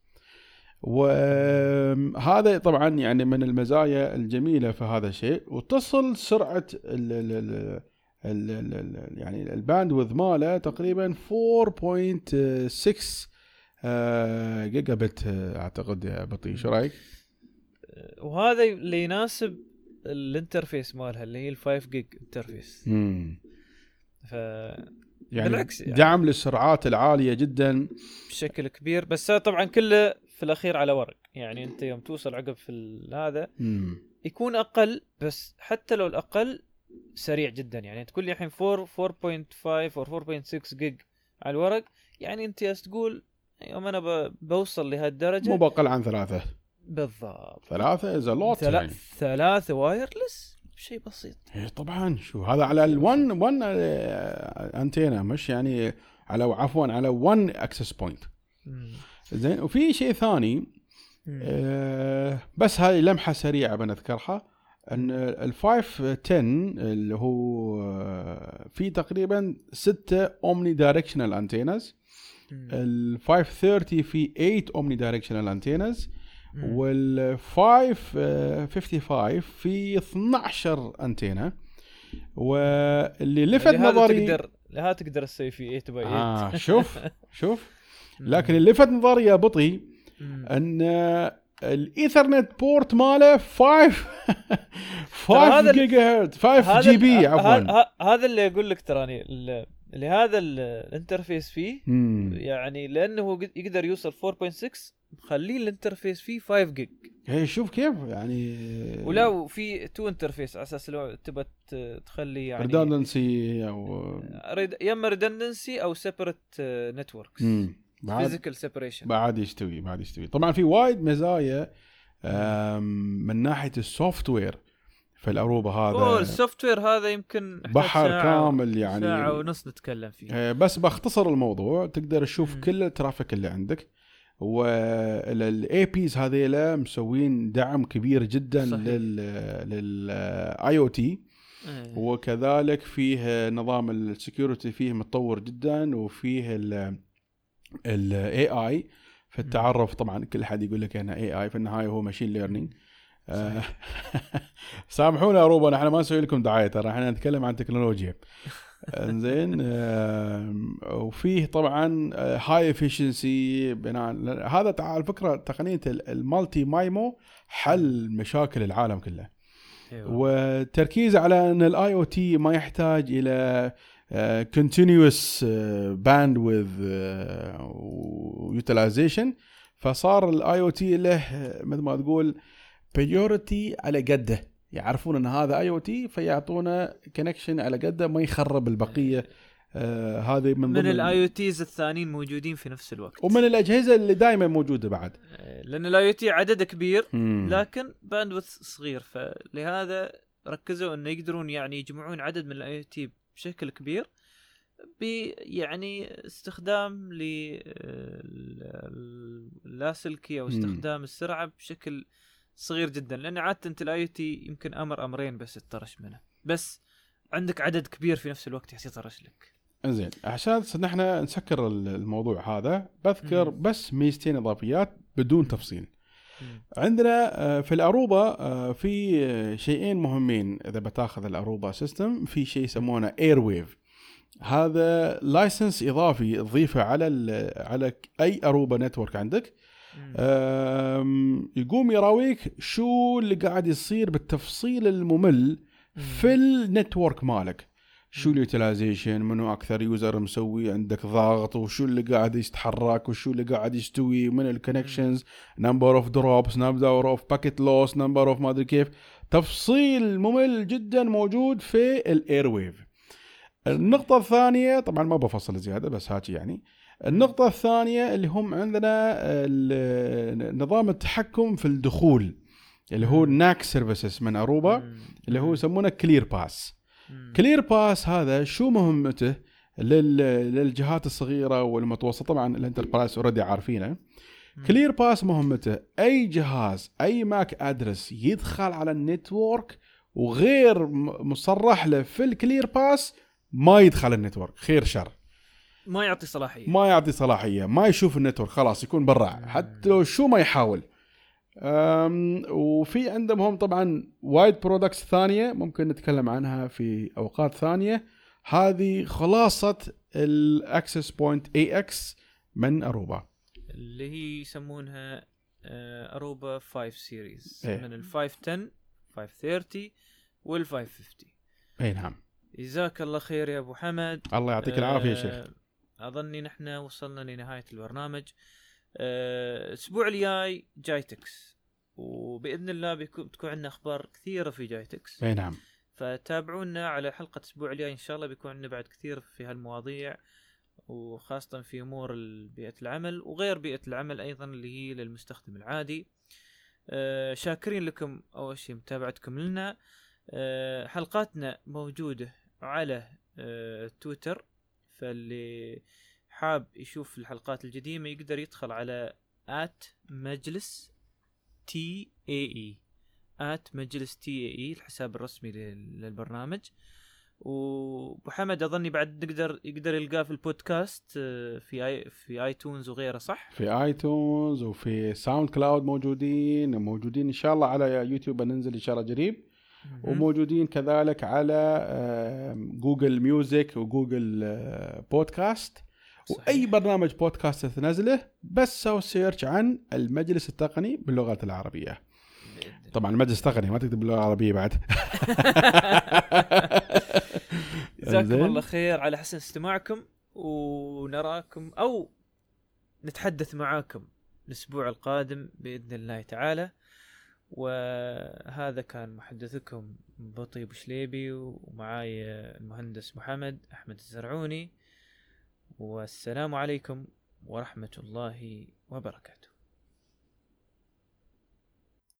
وهذا طبعا يعني من المزايا الجميله في هذا الشيء. وتصل سرعه ال ال ال ال ال يعني الباندويث ماله تقريبا أربعة فاصلة ستة جيجا بت اعتقد يا بطيء. شو رايك؟ وهذا اللي يناسب الانترفيس مالها اللي هي الفايف جيج انترفيس. امم ف يعني بالعكس يعني دعم للسرعات العاليه جدا بشكل كبير. بس طبعا كله في الاخير على ورق. يعني انت يوم توصل عقب في هذا مم. يكون اقل. بس حتى لو الاقل سريع جدا. يعني تقول لي الحين أربعة فاصلة خمسة او أربعة فاصلة ستة جيج على الورق. يعني انت تقول يوم انا بوصل لهالدرجه مو بقل عن ثلاثه. بالضبط. ثلاثه از لوت. ثلا... يعني. ثلاثه وايرلس شيء بسيط. إيه طبعا. شو هذا على الون ون انتينا مش يعني على عفوا على ون اكسس بوينت. زين. وفي شيء ثاني آه بس هاي لمحه سريعه بنذكرها ان الفايف تن اللي هو في تقريبا ستة اومني دايركشنال انتينز. الفايف ثيرتي في ثمانية اومني دايركشنال انتينز. والفايف خمسة وخمسين في اثناشر انتينا. واللي لفت نظري تقدر لها تقدر تسوي في ثمانية باي ثمانية. آه شوف شوف لكن اللي لفت نظري يا بطي ان الايثرنت بورت ماله خمسة خمسة جيجا هرتز خمسة جي بي عفوا. هذا اللي اقول لك تراني اللي هذا الانترفيس فيه مم. يعني لانه يقدر يوصل أربعة فاصلة ستة مخليه الانترفيس فيه خمسة جيج. هي شوف كيف يعني. ولا في تو انترفيس على اساس لو تبى تخلي يعني ريدندنسي او يا اما ريدندنسي او سيبريت نتوركس فيزيكال سيبريشن بعد يستوي بعد يستوي. طبعا في وايد مزايا من ناحيه السوفت وير في الأروبا هذا. اوه السوفت وير هذا يمكن بحر كامل يعني ساعة ونص نتكلم فيه. بس باختصر الموضوع تقدر تشوف م. كل الترافيك اللي عندك. والاي بيز هذيلا مسوين دعم كبير جدا لل للاي او تي. وكذلك فيه نظام السكيورتي فيه متطور جدا. وفيه الاي اي في التعرف. طبعا كل حد يقول لك انا اي اي في النهايه هو ماشين ليرنينج. آه سامحونا روبا احنا ما نسوي لكم دعايه ترى احنا نتكلم عن تكنولوجيا. زين. آه وفيه طبعا هاي افيشنسي بناء هذا. على فكره تقنيه المالتي مايمو حل مشاكل العالم كله. والتركيز على ان الاي او تي ما يحتاج الى uh, continuous uh, bandwidth uh, utilization. فصار الاي او تي له مثل ما تقول بيورتي على قده. يعرفون ان هذا اي او تي فيعطونا كونكشن على قده ما يخرب البقيه. آه هذه من من الاي او تيز الثانيين موجودين في نفس الوقت. ومن الاجهزه اللي دائما موجوده بعد. لان الاي او تي عدد كبير مم. لكن باندويث صغير. فلهذا ركزوا انه يقدرون يعني يجمعون عدد من الاي او تي بشكل كبير ب يعني استخدام اللاسلكي او استخدام السرعه بشكل صغير جدا. لان عاده انت الاي او تي يمكن امر امرين بس تطرش منه. بس عندك عدد كبير في نفس الوقت يطرش لك. انزين عشان نحن نسكر الموضوع هذا بذكر مم. بس ميزتين اضافيات بدون تفصيل. مم. عندنا في الأروبا في شيئين مهمين اذا بتاخذ الأروبا سيستم. في شيء يسمونه اير ويف. هذا لايسنس اضافي تضيفه على على اي أروبا نتورك عندك. يقوم يراويك شو اللي قاعد يصير بالتفصيل الممل في النتورك مالك. شو اليوتيلايزيشن منو اكثر يوزر مسوي عندك ضغط وشو اللي قاعد يتحرك وشو اللي قاعد يستوي من الكونكشنز نمبر اوف دروبس نمبر اوف باكيت لوس نمبر اوف ما ادري كيف. تفصيل ممل جدا موجود في الاير ويف. النقطه الثانيه طبعا ما بفصل زياده بس هاتي يعني. النقطه الثانيه اللي هم عندنا نظام التحكم في الدخول اللي هو ناك سيرفيسز من أروبا اللي هو يسمونه كلير باس. كلير باس هذا شو مهمته؟ لل... للجهات الصغيره والمتوسطه. طبعا الانتربرايز اوريدي عارفينه. كلير باس مهمته اي جهاز اي ماك ادرس يدخل على النتورك وغير مصرح له في الكلير باس ما يدخل النتورك، خير شر، ما يعطي صلاحيه ما يعطي صلاحيه، ما يشوف النتورك، خلاص يكون برا حتى لو شو ما يحاول. وفي عندهم هم طبعا وايد برودكتس ثانيه ممكن نتكلم عنها في اوقات ثانيه. هذه خلاصه الاكسس بوينت اي اكس من اروبا اللي هي يسمونها اروبا خمسة سيريز إيه. من ال خمسمية وعشرة خمسمية وثلاثين وال خمسمية وخمسين. اي نعم. جزاك الله خير يا ابو حمد، الله يعطيك أه العافيه يا شيخ. اظني نحن وصلنا لنهايه البرنامج. الاسبوع أه الجاي جايتكس، وباذن الله بيكون تكون عندنا اخبار كثيره في جايتكس. اي نعم. فتابعونا على حلقه الاسبوع الجاي ان شاء الله، بيكون عندنا بعد كثير في هالمواضيع، وخاصة في أمور بيئة العمل وغير بيئة العمل أيضا اللي هي للمستخدم العادي. أه شاكرين لكم أول شيء متابعتكم لنا. أه حلقاتنا موجودة على أه تويتر، فاللي حاب يشوف الحلقات القديمة يقدر يدخل على آت مجلس تي اي اي آت مجلس تي اي اي الحساب الرسمي للبرنامج. ومحمد اظني بعد نقدر يقدر يلقاه في البودكاست في آي في ايتونز وغيره، صح؟ في ايتونز وفي ساوند كلاود موجودين، موجودين ان شاء الله على يوتيوب ننزل ان شاء الله قريب، وموجودين كذلك على جوجل ميوزك وجوجل بودكاست. صحيح. واي برنامج بودكاست تنزله بس سوي سيرش عن المجلس التقني باللغة العربية. طبعا المجلس التقني ما تكتب باللغة العربية بعد. جزاكم الله خير على حسن استماعكم، ونراكم أو نتحدث معاكم الأسبوع القادم بإذن الله تعالى. وهذا كان محدثكم بطي بشليبي، ومعاي المهندس محمد أحمد الزرعوني، والسلام عليكم ورحمة الله وبركاته.